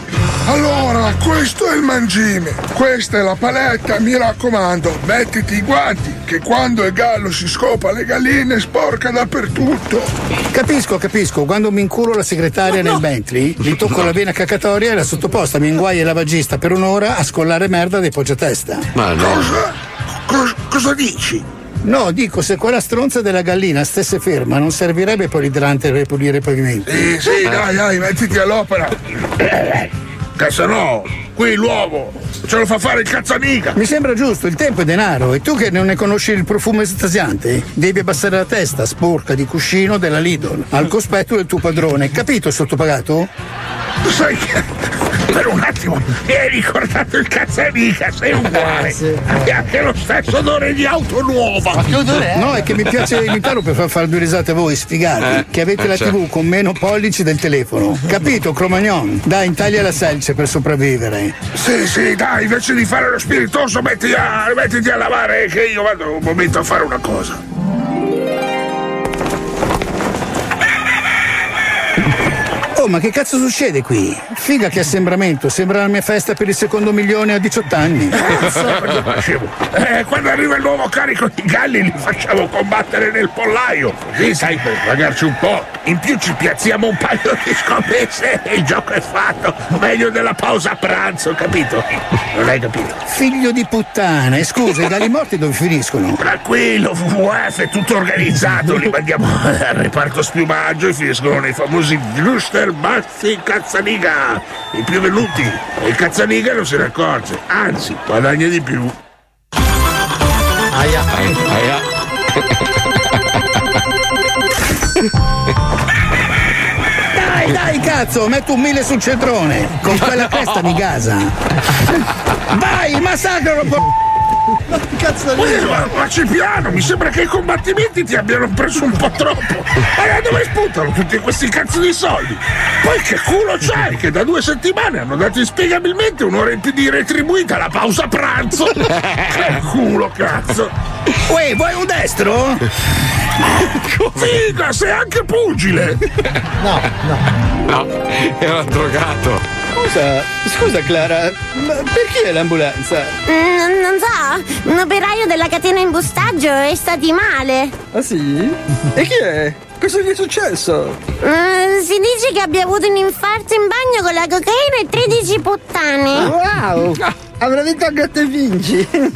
Speaker 21: Allora, questo è il mangime, questa è la paletta, mi raccomando, mettiti i guanti, che quando il gallo si scopa le galline sporca dappertutto.
Speaker 20: Capisco, capisco, quando mi inculo la segretaria no, nel no. Bentley, gli tocco no. la vena cacatoria e la sottoposta mi inguaia il lavagista per un'ora a scollare merda dei poggiatesta.
Speaker 21: Ma no. Cosa? Cosa, cosa dici?
Speaker 20: No, dico, se quella stronza della gallina stesse ferma, non servirebbe poi l'idrante per pulire i pavimenti.
Speaker 21: Sì, sì, dai, dai, mettiti all'opera. Che se no, qui l'uomo ce lo fa fare il cazzamica.
Speaker 20: Mi sembra giusto, il tempo è denaro. E tu che non ne conosci il profumo estasiante, devi abbassare la testa, sporca di cuscino della Lidl, al cospetto del tuo padrone. Capito, sottopagato?
Speaker 21: Sai che per un attimo mi hai ricordato il cazzamica, sei uguale. Hai anche lo stesso odore di auto nuova.
Speaker 20: Ma che odore è? No, è che mi piace imitarlo per far fare due risate a voi, sfigati, eh, che avete la tivù con meno pollici del telefono. Capito, Cromagnon? Dai, intaglia la selce per sopravvivere.
Speaker 21: Sì, sì, dai, invece di fare lo spiritoso metti a, mettiti a lavare che io vado un momento a fare una cosa.
Speaker 20: Oh, ma che cazzo succede qui? Figa che assembramento, sembra la mia festa per il secondo milione a diciotto anni.
Speaker 21: Eh, quando arriva il nuovo carico di galli li facciamo combattere nel pollaio. Così sai, per pagarci un po'. In più ci piazziamo un paio di scommesse e il gioco è fatto. Meglio della pausa a pranzo, capito? Non hai capito?
Speaker 20: Figlio di puttana, e scusa, i galli morti dove finiscono?
Speaker 21: Tranquillo, W W F è tutto organizzato, li mandiamo al reparto spiumaggio e finiscono nei famosi Gluster Bazzi Cazzaniga, i più venuti, e il Cazzaniga non se ne accorge, anzi guadagna di più.
Speaker 20: Aia, aia, aia. Dai, dai, cazzo, metto un mille sul centrone, con quella testa mi gasa. Vai, massacralo, po'.
Speaker 21: Ma che cazzo è? Ma, ma Cipriano, mi sembra che i combattimenti ti abbiano preso un po' troppo. Ma da dove spuntano tutti questi cazzo di soldi? Poi che culo c'hai che da due settimane hanno dato inspiegabilmente un'ora in più di retribuita alla pausa pranzo? Che culo, cazzo!
Speaker 20: Uè, vuoi un destro?
Speaker 21: Figa, sei anche pugile!
Speaker 20: No, no.
Speaker 1: No, era drogato.
Speaker 3: Scusa, scusa Clara, ma perché l'ambulanza?
Speaker 22: Mm, non so, un operaio della catena imbustaggio è stati male.
Speaker 3: Ah sì? E chi è? Cosa gli è successo?
Speaker 22: Mm, si dice che abbia avuto un infarto in bagno con la cocaina e tredici puttane.
Speaker 3: Wow! Avrà detto anche a te vinci.
Speaker 22: mm,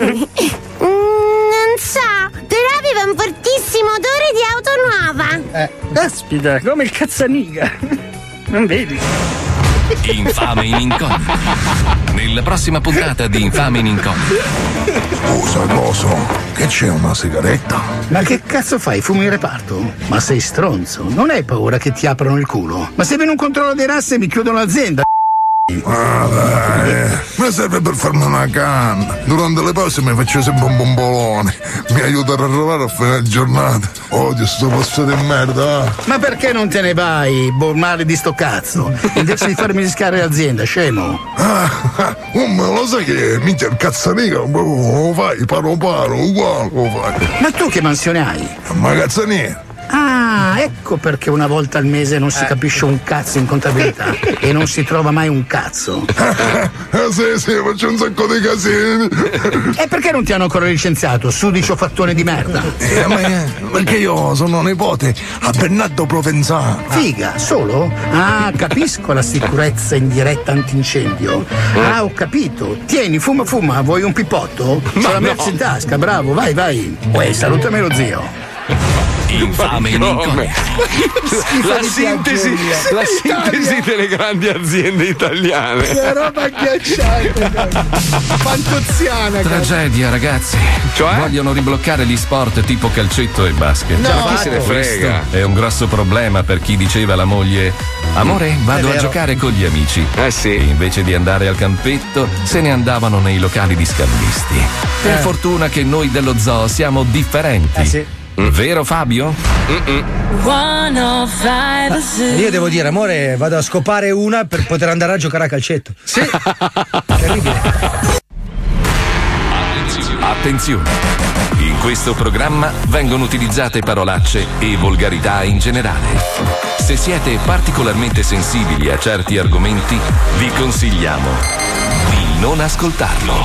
Speaker 22: non so, però aveva un fortissimo odore di auto nuova.
Speaker 3: Eh, caspita, come il Cazzaniga. Non vedi?
Speaker 2: Infame in incognito. Nella prossima puntata di Infame in incognito.
Speaker 21: Scusa, coso, che c'è una sigaretta?
Speaker 20: Ma che cazzo fai? Fumi in reparto? Ma sei stronzo, non hai paura che ti aprano il culo? Ma se viene un controllo di razze mi chiudono l'azienda.
Speaker 21: Ah, dai, mi serve per farmi una canna. Durante le pause mi faccio sempre un bombolone. Mi aiuta a arrivare a fine giornata. Odio sto posto di merda.
Speaker 20: Ma perché non te ne vai, bormale di sto cazzo? Invece di farmi rischiare l'azienda, scemo.
Speaker 21: Ah, ah, ma lo sai che minchia il Cazzaniga lo fai paro paro, uguale lo fai.
Speaker 20: Ma tu che mansione hai?
Speaker 21: Ma Cazzaniga.
Speaker 20: Ah, ecco perché una volta al mese non si capisce un cazzo in contabilità e non si trova mai un cazzo.
Speaker 21: Eh sì, sì, faccio un sacco di casini.
Speaker 20: E perché non ti hanno ancora licenziato, sudicio fattone di merda?
Speaker 21: Eh, ma, perché io sono nipote a Bernardo Provenzano.
Speaker 20: Figa, solo? Ah, capisco la sicurezza in diretta antincendio. Ah, ho capito. Tieni, fuma fuma, vuoi un pippotto? C'ho la merce in tasca, bravo, vai, vai. Uè, salutami lo zio.
Speaker 2: Infame in incognito.
Speaker 1: La sintesi, la sintesi delle grandi aziende italiane.
Speaker 3: Che roba ghiacciata, fantoziana.
Speaker 2: Tragedia, ragazzi.
Speaker 1: Cioè?
Speaker 2: Vogliono ribloccare gli sport tipo calcetto e basket.
Speaker 1: No, chi se ne frega?
Speaker 2: Questo è un grosso problema per chi diceva alla moglie: amore, vado a giocare con gli amici.
Speaker 1: Eh sì.
Speaker 2: E invece di andare al campetto, se ne andavano nei locali di scambisti. Per
Speaker 20: Eh.
Speaker 2: fortuna che noi dello zoo siamo differenti.
Speaker 20: Eh sì.
Speaker 2: Vero Fabio?
Speaker 6: Io devo dire, amore, vado a scopare una per poter andare a giocare a calcetto.
Speaker 1: Sì.
Speaker 6: Terribile.
Speaker 2: Attenzione! In questo programma vengono utilizzate parolacce e volgarità in generale. Se siete particolarmente sensibili a certi argomenti, vi consigliamo di non ascoltarlo.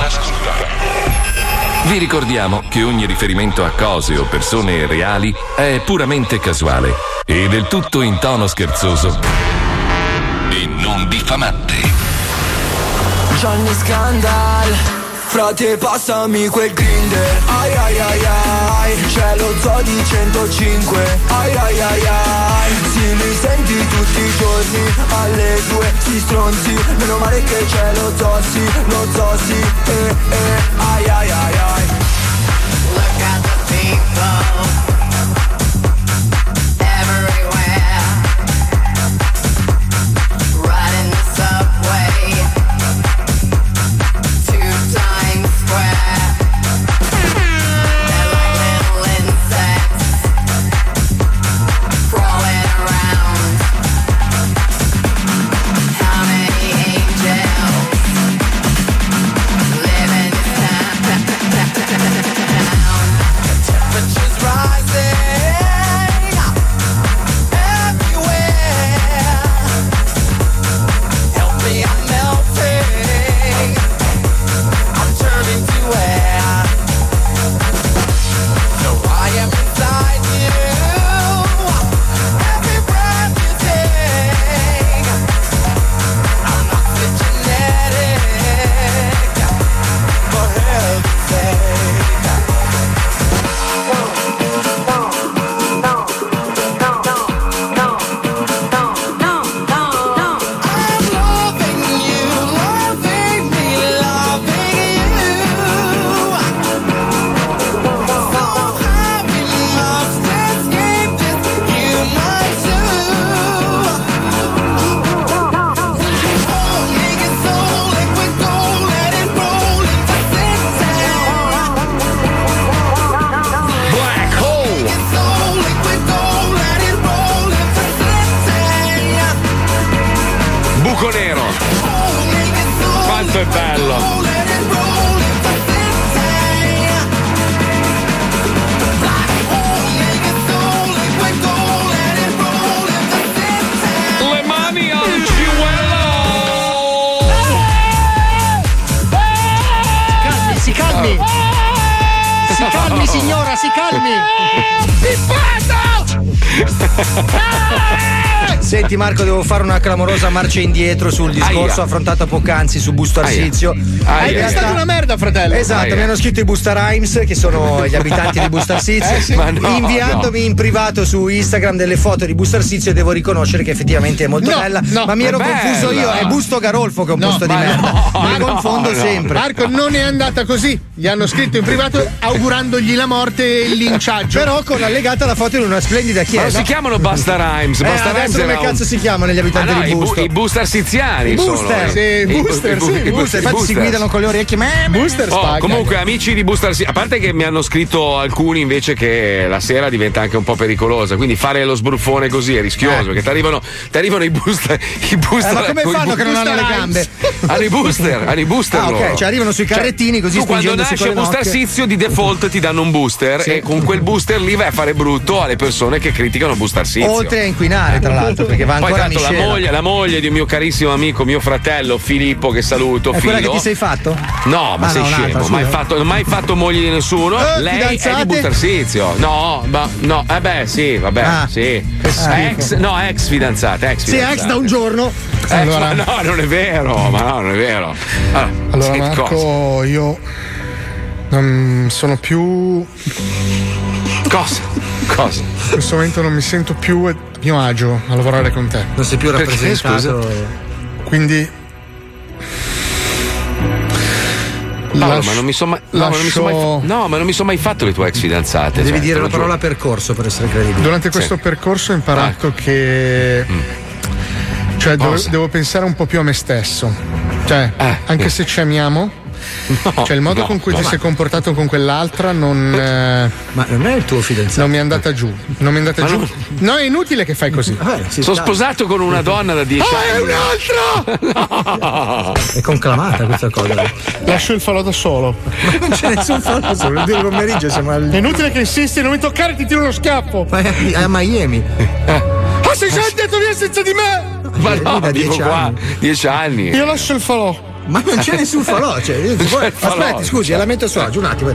Speaker 2: Vi ricordiamo che ogni riferimento a cose o persone reali è puramente casuale e del tutto in tono scherzoso e non diffamante.
Speaker 4: Johnny Scandal, frate passami quel grinder. Ai ai ai ai, c'è lo zoo di centocinque. Ai ai ai ai, sì li senti tutti i giorni alle due, si stronzi. Meno male che c'è lo zoo, sì, lo zoo, sì. Eh eh, ai ai ai ai. Look at the people everywhere, riding the subway to Times Square. They're like little insects crawling around. How many angels live in this town? Temperatures rising everywhere. Help me, I'm melting. I'm turning to air. So I am inside you. Every breath you take. I'm oxygenetic. For heaven's sake. I'm loving you, loving me, loving you. So happy, must escape this human zoo. Oh, make it so liquid gold, let it roll into
Speaker 1: Black Hole.
Speaker 4: Make it so liquid gold, let it roll into
Speaker 1: Buco nero. Quanto è bello. Le mani al
Speaker 3: Calmi, si calmi. Si calmi, signora, si calmi.
Speaker 6: Senti Marco, devo fare una clamorosa marcia indietro sul discorso
Speaker 7: Aia.
Speaker 6: affrontato poc'anzi su Busto
Speaker 7: Aia.
Speaker 6: Arsizio.
Speaker 7: Hai pensato una merda, fratello.
Speaker 6: Esatto,
Speaker 7: Aia.
Speaker 6: mi hanno scritto i Busta Rhymes, che sono gli abitanti di Busto Arsizio,
Speaker 7: Eh, sì. Ma no,
Speaker 6: inviandomi in privato su Instagram delle foto di Busto Arsizio, e devo riconoscere che effettivamente è molto
Speaker 7: No,
Speaker 6: bella.
Speaker 7: no,
Speaker 6: ma mi
Speaker 7: è
Speaker 6: ero
Speaker 7: bella.
Speaker 6: confuso io, è Busto Garolfo che è un
Speaker 7: No,
Speaker 6: posto di
Speaker 7: ma
Speaker 6: merda.
Speaker 7: no,
Speaker 6: mi
Speaker 7: no,
Speaker 6: confondo
Speaker 7: no.
Speaker 6: sempre.
Speaker 7: Marco, non è andata così. Gli hanno scritto in privato augurandogli la morte e il linciaggio.
Speaker 6: Però con allegata la foto in una splendida
Speaker 1: Ma
Speaker 6: chiesa.
Speaker 1: non si chiamano Busta Rhymes.
Speaker 6: Eh,
Speaker 1: Busta Rhymes
Speaker 6: adesso come
Speaker 1: era un-
Speaker 6: cazzo si chiamano gli abitanti
Speaker 1: Ah, no,
Speaker 6: di
Speaker 1: i bu-
Speaker 6: Busto?
Speaker 1: i booster siziani
Speaker 6: I
Speaker 1: sono.
Speaker 6: booster, sì,
Speaker 1: I bu-
Speaker 6: booster,
Speaker 1: i bu-
Speaker 6: sì,
Speaker 1: i
Speaker 6: i booster, infatti si
Speaker 1: boosters.
Speaker 6: guidano con le orecchie.
Speaker 7: Booster
Speaker 1: Oh, comunque, amici di Booster, sì, a parte che mi hanno scritto alcuni invece che la sera diventa anche un po' pericolosa, quindi fare lo sbruffone così è rischioso, perché ti arrivano, ti arrivano i booster. I booster
Speaker 6: Eh, ma come
Speaker 1: con i
Speaker 6: fanno
Speaker 1: bu-
Speaker 6: che non hanno le gambe?
Speaker 1: Hanno i booster, hanno i booster.
Speaker 6: Ah, ok,
Speaker 1: loro.
Speaker 6: cioè arrivano sui carrettini così
Speaker 1: tu quando
Speaker 6: spingendosi
Speaker 1: nasce
Speaker 6: con le
Speaker 1: Booster
Speaker 6: nocche.
Speaker 1: Sizio di default ti danno un booster
Speaker 6: Sì.
Speaker 1: e con quel booster lì vai a fare brutto alle persone che criticano Booster Sizio.
Speaker 6: Oltre a inquinare, tra l'altro, perché va
Speaker 1: Poi
Speaker 6: ancora a
Speaker 1: tanto la
Speaker 6: miscela.
Speaker 1: moglie, la moglie di un mio carissimo amico, mio fratello Filippo, che saluto.
Speaker 6: È quella
Speaker 1: Filo.
Speaker 6: che ti sei fatto?
Speaker 1: No, ma
Speaker 6: Ah,
Speaker 1: sei
Speaker 6: no, un'altra,
Speaker 1: scemo,
Speaker 6: scusa.
Speaker 1: mai fatto, non mai fatto moglie di nessuno.
Speaker 6: Eh,
Speaker 1: Lei è
Speaker 6: fidanzate?
Speaker 1: di Bustarsizio. No, ma no, eh beh, sì, vabbè,
Speaker 6: Ah,
Speaker 1: sì.
Speaker 6: che schifo.
Speaker 1: Ex, no, ex fidanzata, ex
Speaker 6: Sì,
Speaker 1: fidanzata.
Speaker 6: ex da un giorno.
Speaker 1: Ex,
Speaker 7: Allora-
Speaker 1: ma no, non è vero, ma no, non è vero. Ah,
Speaker 7: Allora,
Speaker 1: sì,
Speaker 7: Marco,
Speaker 1: cosa?
Speaker 7: io non sono più.
Speaker 1: Cosa? Cosa?
Speaker 7: In questo momento non mi sento più a mio agio a lavorare con te.
Speaker 6: Non sei più
Speaker 1: Perché,
Speaker 6: rappresentato.
Speaker 7: Quindi.
Speaker 1: Paolo,
Speaker 7: lascio-
Speaker 1: ma non mi sono mai, no, ma non mi son mai
Speaker 7: lascio-
Speaker 1: fa- no, ma non mi sono mai fatto le tue ex fidanzate.
Speaker 6: Devi
Speaker 1: cioè,
Speaker 6: dire
Speaker 1: te
Speaker 6: la
Speaker 1: lo giuro.
Speaker 6: parola percorso per essere credibile.
Speaker 7: Durante questo
Speaker 1: Sì.
Speaker 7: percorso ho imparato che. Cioè, devo,
Speaker 1: Cosa?
Speaker 7: devo pensare un po' più a me stesso. Cioè,
Speaker 1: Eh,
Speaker 7: anche
Speaker 1: eh.
Speaker 7: se ci amiamo, No, cioè il modo
Speaker 6: no,
Speaker 7: con cui
Speaker 6: no,
Speaker 7: ti
Speaker 6: ma...
Speaker 7: sei comportato con quell'altra non. Eh...
Speaker 6: Ma non è il tuo fidanzato?
Speaker 7: Non mi è andata giù. Non mi è andata
Speaker 1: Ma
Speaker 7: giù.
Speaker 1: non...
Speaker 7: No, è inutile che fai così.
Speaker 1: Vabbè, Sono sta... sposato con una donna da dieci
Speaker 7: ah,
Speaker 1: anni.
Speaker 7: Ah, è un'altra!
Speaker 1: No.
Speaker 6: È conclamata questa cosa.
Speaker 7: Lascio il falò da solo.
Speaker 6: Ma non c'è nessun falò, solo il pomeriggio siamo al...
Speaker 7: È inutile che insisti, non mi toccare, ti tiro uno schiaffo.
Speaker 6: Ma è a Miami.
Speaker 7: Ah, sei già andato via senza di me?
Speaker 1: Ma no,
Speaker 6: da
Speaker 1: vivo
Speaker 6: dieci
Speaker 1: qua,
Speaker 6: anni.
Speaker 1: dieci anni.
Speaker 7: Io lascio il falò.
Speaker 6: Ma non c'è nessun falò, cioè, io... aspetti, scusi, la metto su oggi un attimo.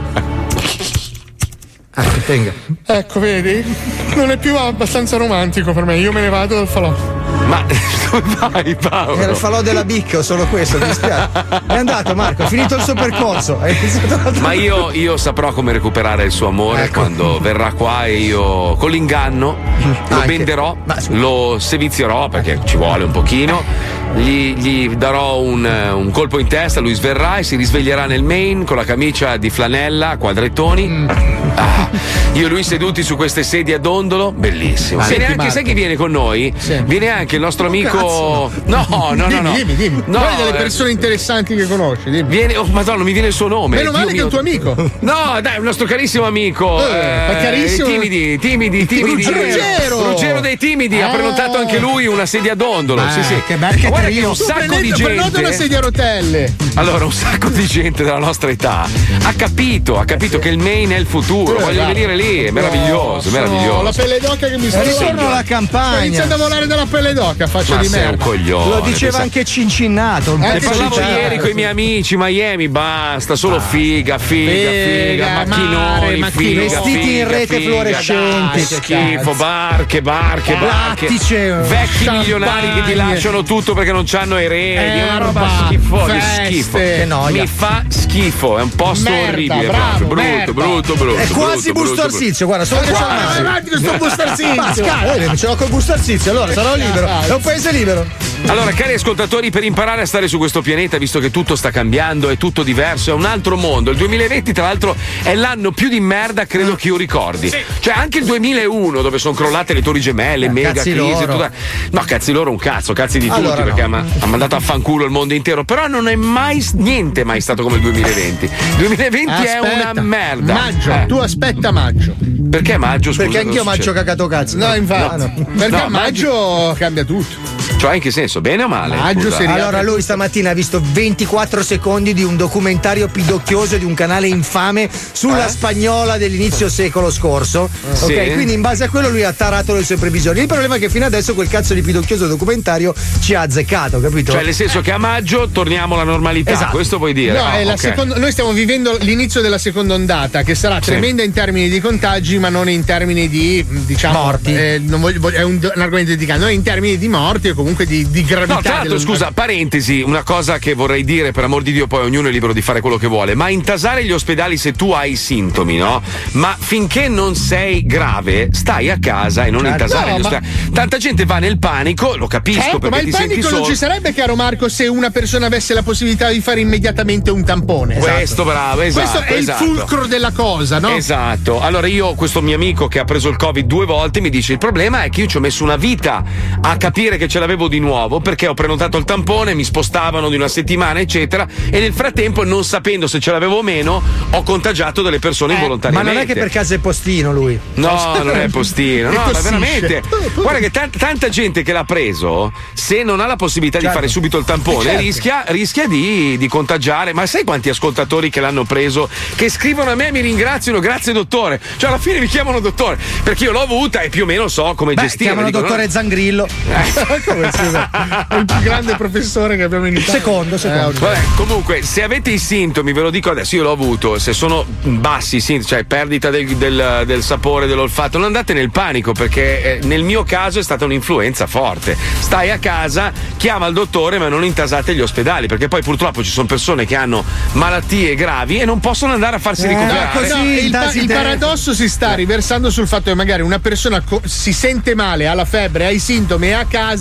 Speaker 6: Ecco, tenga.
Speaker 7: Ecco, vedi? Non è più abbastanza romantico per me, io me ne vado dal falò.
Speaker 1: Ma dove vai, Paolo?
Speaker 6: Era il falò della bicca, solo questo, mi dispiace. È andato, Marco, è finito il suo percorso. È
Speaker 1: Ma io, io saprò come recuperare il suo amore ecco. quando verrà qua e io con l'inganno lo Anche. benderò, lo sevizierò perché ci vuole un pochino. Gli, gli darò un, un colpo in testa, lui sverrà e si risveglierà nel Maine con la camicia di flanella a quadrettoni. Mm. Ah, io e lui seduti su queste sedie a dondolo, bellissimo.
Speaker 7: Ah,
Speaker 1: viene anche, sai chi viene con noi? Sì. Viene anche il nostro amico.
Speaker 7: Oh,
Speaker 1: no, no, no,
Speaker 7: dimmi,
Speaker 1: no.
Speaker 7: Dimmi, dimmi.
Speaker 1: No,
Speaker 7: Quali delle persone interessanti che conosci? Dimmi.
Speaker 1: Viene, oh, Madonna, mi viene il suo nome.
Speaker 7: Meno male
Speaker 1: Dio
Speaker 7: che è un tuo amico.
Speaker 1: No, dai, è un nostro carissimo amico.
Speaker 7: Eh, eh, carissimo.
Speaker 1: Timidi, timidi, timidi.
Speaker 7: Ruggero.
Speaker 1: Ruggero dei timidi.
Speaker 7: Ah.
Speaker 1: Ha prenotato anche lui una sedia a dondolo.
Speaker 7: Ah,
Speaker 1: sì, sì.
Speaker 7: Che bello, che
Speaker 1: guarda
Speaker 7: trio.
Speaker 1: che un sacco
Speaker 7: prendete,
Speaker 1: di gente.
Speaker 7: Prenota una sedia a rotelle.
Speaker 1: Allora, un sacco di gente della nostra età ha capito, ha capito che il Maine è il futuro. Voglio
Speaker 7: guarda.
Speaker 1: venire lì, è meraviglioso, meraviglioso.
Speaker 7: Ho la pelle d'oca che mi sta
Speaker 6: ritorno alla campagna.
Speaker 7: Sto iniziando a volare dalla pelle d'oca, faccia
Speaker 1: Ma
Speaker 7: di
Speaker 1: sei
Speaker 7: merda.
Speaker 1: un coglione.
Speaker 6: Lo diceva
Speaker 1: pensa...
Speaker 6: anche Cincinnato. Un
Speaker 1: Ne
Speaker 6: pezzo
Speaker 1: parlavo
Speaker 6: di
Speaker 1: ieri con i miei amici, Miami, basta, solo figa, figa, figa,
Speaker 7: Figa,
Speaker 1: macchinoni,
Speaker 7: mare, macchinoni.
Speaker 1: figa,
Speaker 6: Vestiti
Speaker 1: figa,
Speaker 6: in rete
Speaker 1: figa,
Speaker 6: fluorescenti,
Speaker 1: dai,
Speaker 6: che
Speaker 1: schifo,
Speaker 6: cazzo.
Speaker 1: barche, barche, barche.
Speaker 6: Lattice,
Speaker 1: Vecchi
Speaker 6: champagne.
Speaker 1: milionari che ti lasciano tutto perché non c'hanno eredi, è una roba
Speaker 7: Erba,
Speaker 1: schifosa, che
Speaker 7: feste.
Speaker 1: schifo.
Speaker 6: Che noia.
Speaker 1: Mi fa schifo, è un posto
Speaker 7: Merda,
Speaker 1: orribile,
Speaker 7: bravo,
Speaker 1: proprio
Speaker 7: merda.
Speaker 1: brutto, brutto, brutto.
Speaker 6: È quasi
Speaker 1: brutto,
Speaker 6: busto
Speaker 1: brutto,
Speaker 6: arsizio, guarda, solo che c'è
Speaker 7: Guarda, vai avanti con sto busto arsizio.
Speaker 6: Ma scala, ce l'ho col busto arsizio, allora sarò libero. È un paese libero.
Speaker 1: Allora, cari ascoltatori, per imparare a stare su questo pianeta, visto che tutto sta cambiando, è tutto diverso, è un altro mondo. Il duemilaventi, tra l'altro, è l'anno più di merda, credo che io ricordi. Sì. Cioè, anche il duemilauno, dove sono crollate le torri gemelle,
Speaker 6: Eh,
Speaker 1: mega
Speaker 6: cazzi
Speaker 1: crisi.
Speaker 6: loro.
Speaker 1: Tutta... No, cazzi loro un cazzo, cazzi di tutti,
Speaker 6: Allora no.
Speaker 1: perché ha, ha mandato a fanculo il mondo intero. Però non è mai niente mai stato come il duemilaventi. Il duemilaventi
Speaker 7: Aspetta,
Speaker 1: è una merda.
Speaker 7: Maggio,
Speaker 1: Eh.
Speaker 7: tu aspetta maggio.
Speaker 1: Perché maggio, scusa?
Speaker 6: Perché anch'io
Speaker 1: cosa
Speaker 6: mangio
Speaker 1: succede?
Speaker 6: cacato cazzo.
Speaker 7: No, infatti.
Speaker 6: Ah, no.
Speaker 7: Perché
Speaker 1: No,
Speaker 7: a maggio cambia tutto.
Speaker 1: Cioè, in che senso? Bene o male?
Speaker 7: Maggio
Speaker 1: Scusa.
Speaker 7: si riapre.
Speaker 6: Allora lui stamattina ha visto ventiquattro secondi di un documentario pidocchioso di un canale infame sulla
Speaker 1: Eh?
Speaker 6: spagnola dell'inizio secolo scorso.
Speaker 1: Sì.
Speaker 6: Ok, quindi in base a quello lui ha tarato le sue previsioni. Il problema è che fino adesso quel cazzo di pidocchioso documentario ci ha azzeccato, capito?
Speaker 1: Cioè, nel senso che a maggio torniamo alla normalità,
Speaker 6: Esatto.
Speaker 1: questo vuoi dire?
Speaker 7: No,
Speaker 1: Ah,
Speaker 7: è la
Speaker 1: ok.
Speaker 7: seconda- noi stiamo vivendo l'inizio della seconda ondata, che sarà
Speaker 1: Sì.
Speaker 7: tremenda in termini di contagi, ma non in termini di, diciamo,
Speaker 6: Morti.
Speaker 7: eh, non voglio- voglio- è un, un argomento dedicato, non in termini di morti o comunque di, di gravità.
Speaker 1: No, tra l'altro,
Speaker 7: dello-
Speaker 1: scusa, parentesi, una cosa che vorrei dire, per amor di Dio, poi ognuno è libero di fare quello che vuole, ma intasare gli ospedali se tu hai i sintomi, no? Ma finché non sei grave, stai a casa e non
Speaker 7: Certo.
Speaker 1: intasare
Speaker 7: No,
Speaker 1: gli
Speaker 7: ma-
Speaker 1: ospedali. Tanta gente va nel panico, lo capisco,
Speaker 7: Certo,
Speaker 1: perché
Speaker 7: ma il
Speaker 1: ti senti
Speaker 7: panico
Speaker 1: solo.
Speaker 7: non ci sarebbe, caro Marco, se una persona avesse la possibilità di fare immediatamente un tampone.
Speaker 1: Questo, bravo, esatto.
Speaker 7: Questo è
Speaker 1: esatto.
Speaker 7: il fulcro della cosa, no?
Speaker 1: Esatto. Allora io, questo mio amico che ha preso il Covid due volte, mi dice: il problema è che io ci ho messo una vita a capire che ce l'avevo di nuovo, perché ho prenotato il tampone, mi spostavano di una settimana, eccetera, e nel frattempo, non sapendo se ce l'avevo o meno, ho contagiato delle persone
Speaker 6: Ma
Speaker 1: involontariamente.
Speaker 6: non è che per caso è postino lui.
Speaker 1: No, non è postino, no,
Speaker 6: E
Speaker 1: ma
Speaker 6: tossisce.
Speaker 1: veramente. Guarda che tan- tanta gente che l'ha preso, se non ha la possibilità
Speaker 6: Certo.
Speaker 1: di fare subito il tampone,
Speaker 6: Certo.
Speaker 1: rischia, rischia di, di contagiare. Ma sai quanti ascoltatori che l'hanno preso che scrivono a me e mi ringraziano, grazie dottore. Cioè, alla fine mi chiamano dottore, perché io l'ho avuta e più o meno so come
Speaker 6: Beh,
Speaker 1: gestire.
Speaker 6: chiamano
Speaker 1: Dico,
Speaker 6: dottore
Speaker 1: no?
Speaker 6: Zangrillo.
Speaker 7: Come scusa? È il più grande professore che abbiamo in Italia.
Speaker 6: Secondo, secondo.
Speaker 7: Eh, ok.
Speaker 1: Vabbè, comunque, se avete i sintomi, ve lo dico adesso, io l'ho avuto, se sono bassi, sì, cioè perdita del, del- del sapore, dell'olfatto, non andate nel panico, perché eh, nel mio caso è stata un'influenza forte. Stai a casa, chiama il dottore, ma non intasate gli ospedali, perché poi purtroppo ci sono persone che hanno malattie gravi e non possono andare a farsi
Speaker 6: Eh,
Speaker 1: ricoverare.
Speaker 6: così,
Speaker 7: No, il, pa-
Speaker 6: intasi
Speaker 7: il
Speaker 6: te.
Speaker 7: paradosso si sta riversando sul fatto che magari una persona co- si sente male, ha la febbre, ha i sintomi, è a casa,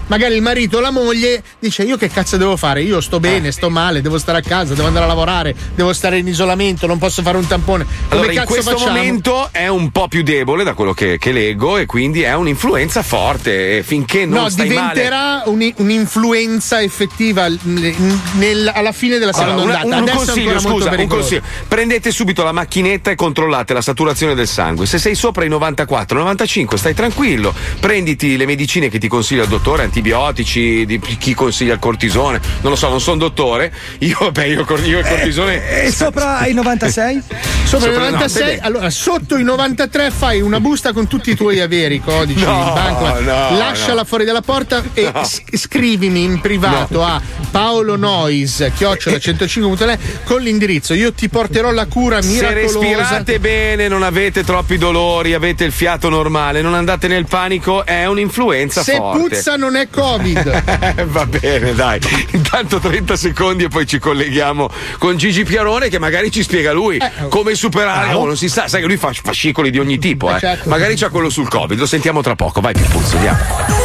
Speaker 7: magari il marito o la moglie dice io che cazzo devo fare? Io sto bene, sto male, devo stare a casa, devo andare a lavorare, devo stare in isolamento, non posso fare un tampone. Come
Speaker 1: Allora, in
Speaker 7: cazzo
Speaker 1: questo
Speaker 7: facciamo?
Speaker 1: momento è un po' più debole da quello che, che leggo e quindi è un'influenza forte e finché non
Speaker 7: No,
Speaker 1: stai male.
Speaker 7: diventerà un- un'influenza effettiva nel- nel- alla fine della seconda
Speaker 1: Allora,
Speaker 7: ondata.
Speaker 1: un, un
Speaker 7: Adesso è
Speaker 1: consiglio,
Speaker 7: ancora molto
Speaker 1: scusa, un
Speaker 7: pericoloso.
Speaker 1: consiglio. Prendete subito la macchinetta e controllate la saturazione del sangue. Se sei sopra i novantaquattro novantacinque, stai tranquillo. Prenditi le medicine che ti consiglia il dottore, antibiotici, di chi consiglia il cortisone. Non lo so, non sono dottore. Io, beh, io, io il cortisone.
Speaker 3: E sopra i novantasei?
Speaker 7: Sopra i
Speaker 1: Sopra- no,
Speaker 7: novantasei,
Speaker 1: vede.
Speaker 7: allora sotto i novantatré fai una busta con tutti i tuoi averi, codici,
Speaker 1: No,
Speaker 7: il banco,
Speaker 1: no,
Speaker 7: lasciala
Speaker 1: no.
Speaker 7: fuori dalla porta e
Speaker 1: No.
Speaker 7: s- scrivimi in privato a Paolo Nois chiocciola centocinque punto net con l'indirizzo. Io ti porterò la cura
Speaker 1: Se
Speaker 7: miracolosa.
Speaker 1: respirate bene, non avete troppi dolori, avete il fiato normale, non andate nel panico, è un'influenza
Speaker 7: Se
Speaker 1: forte.
Speaker 7: puzza non è Covid.
Speaker 1: Va bene, dai. Intanto trenta secondi e poi ci colleghiamo con Gigi Pierone che magari ci spiega lui come superare. Oh, non si sa, sai che lui fa fascicoli di ogni tipo, eh.
Speaker 7: Eh, certo.
Speaker 1: Magari c'ha quello sul Covid, lo sentiamo tra poco. Vai, Pippuzzo, andiamo.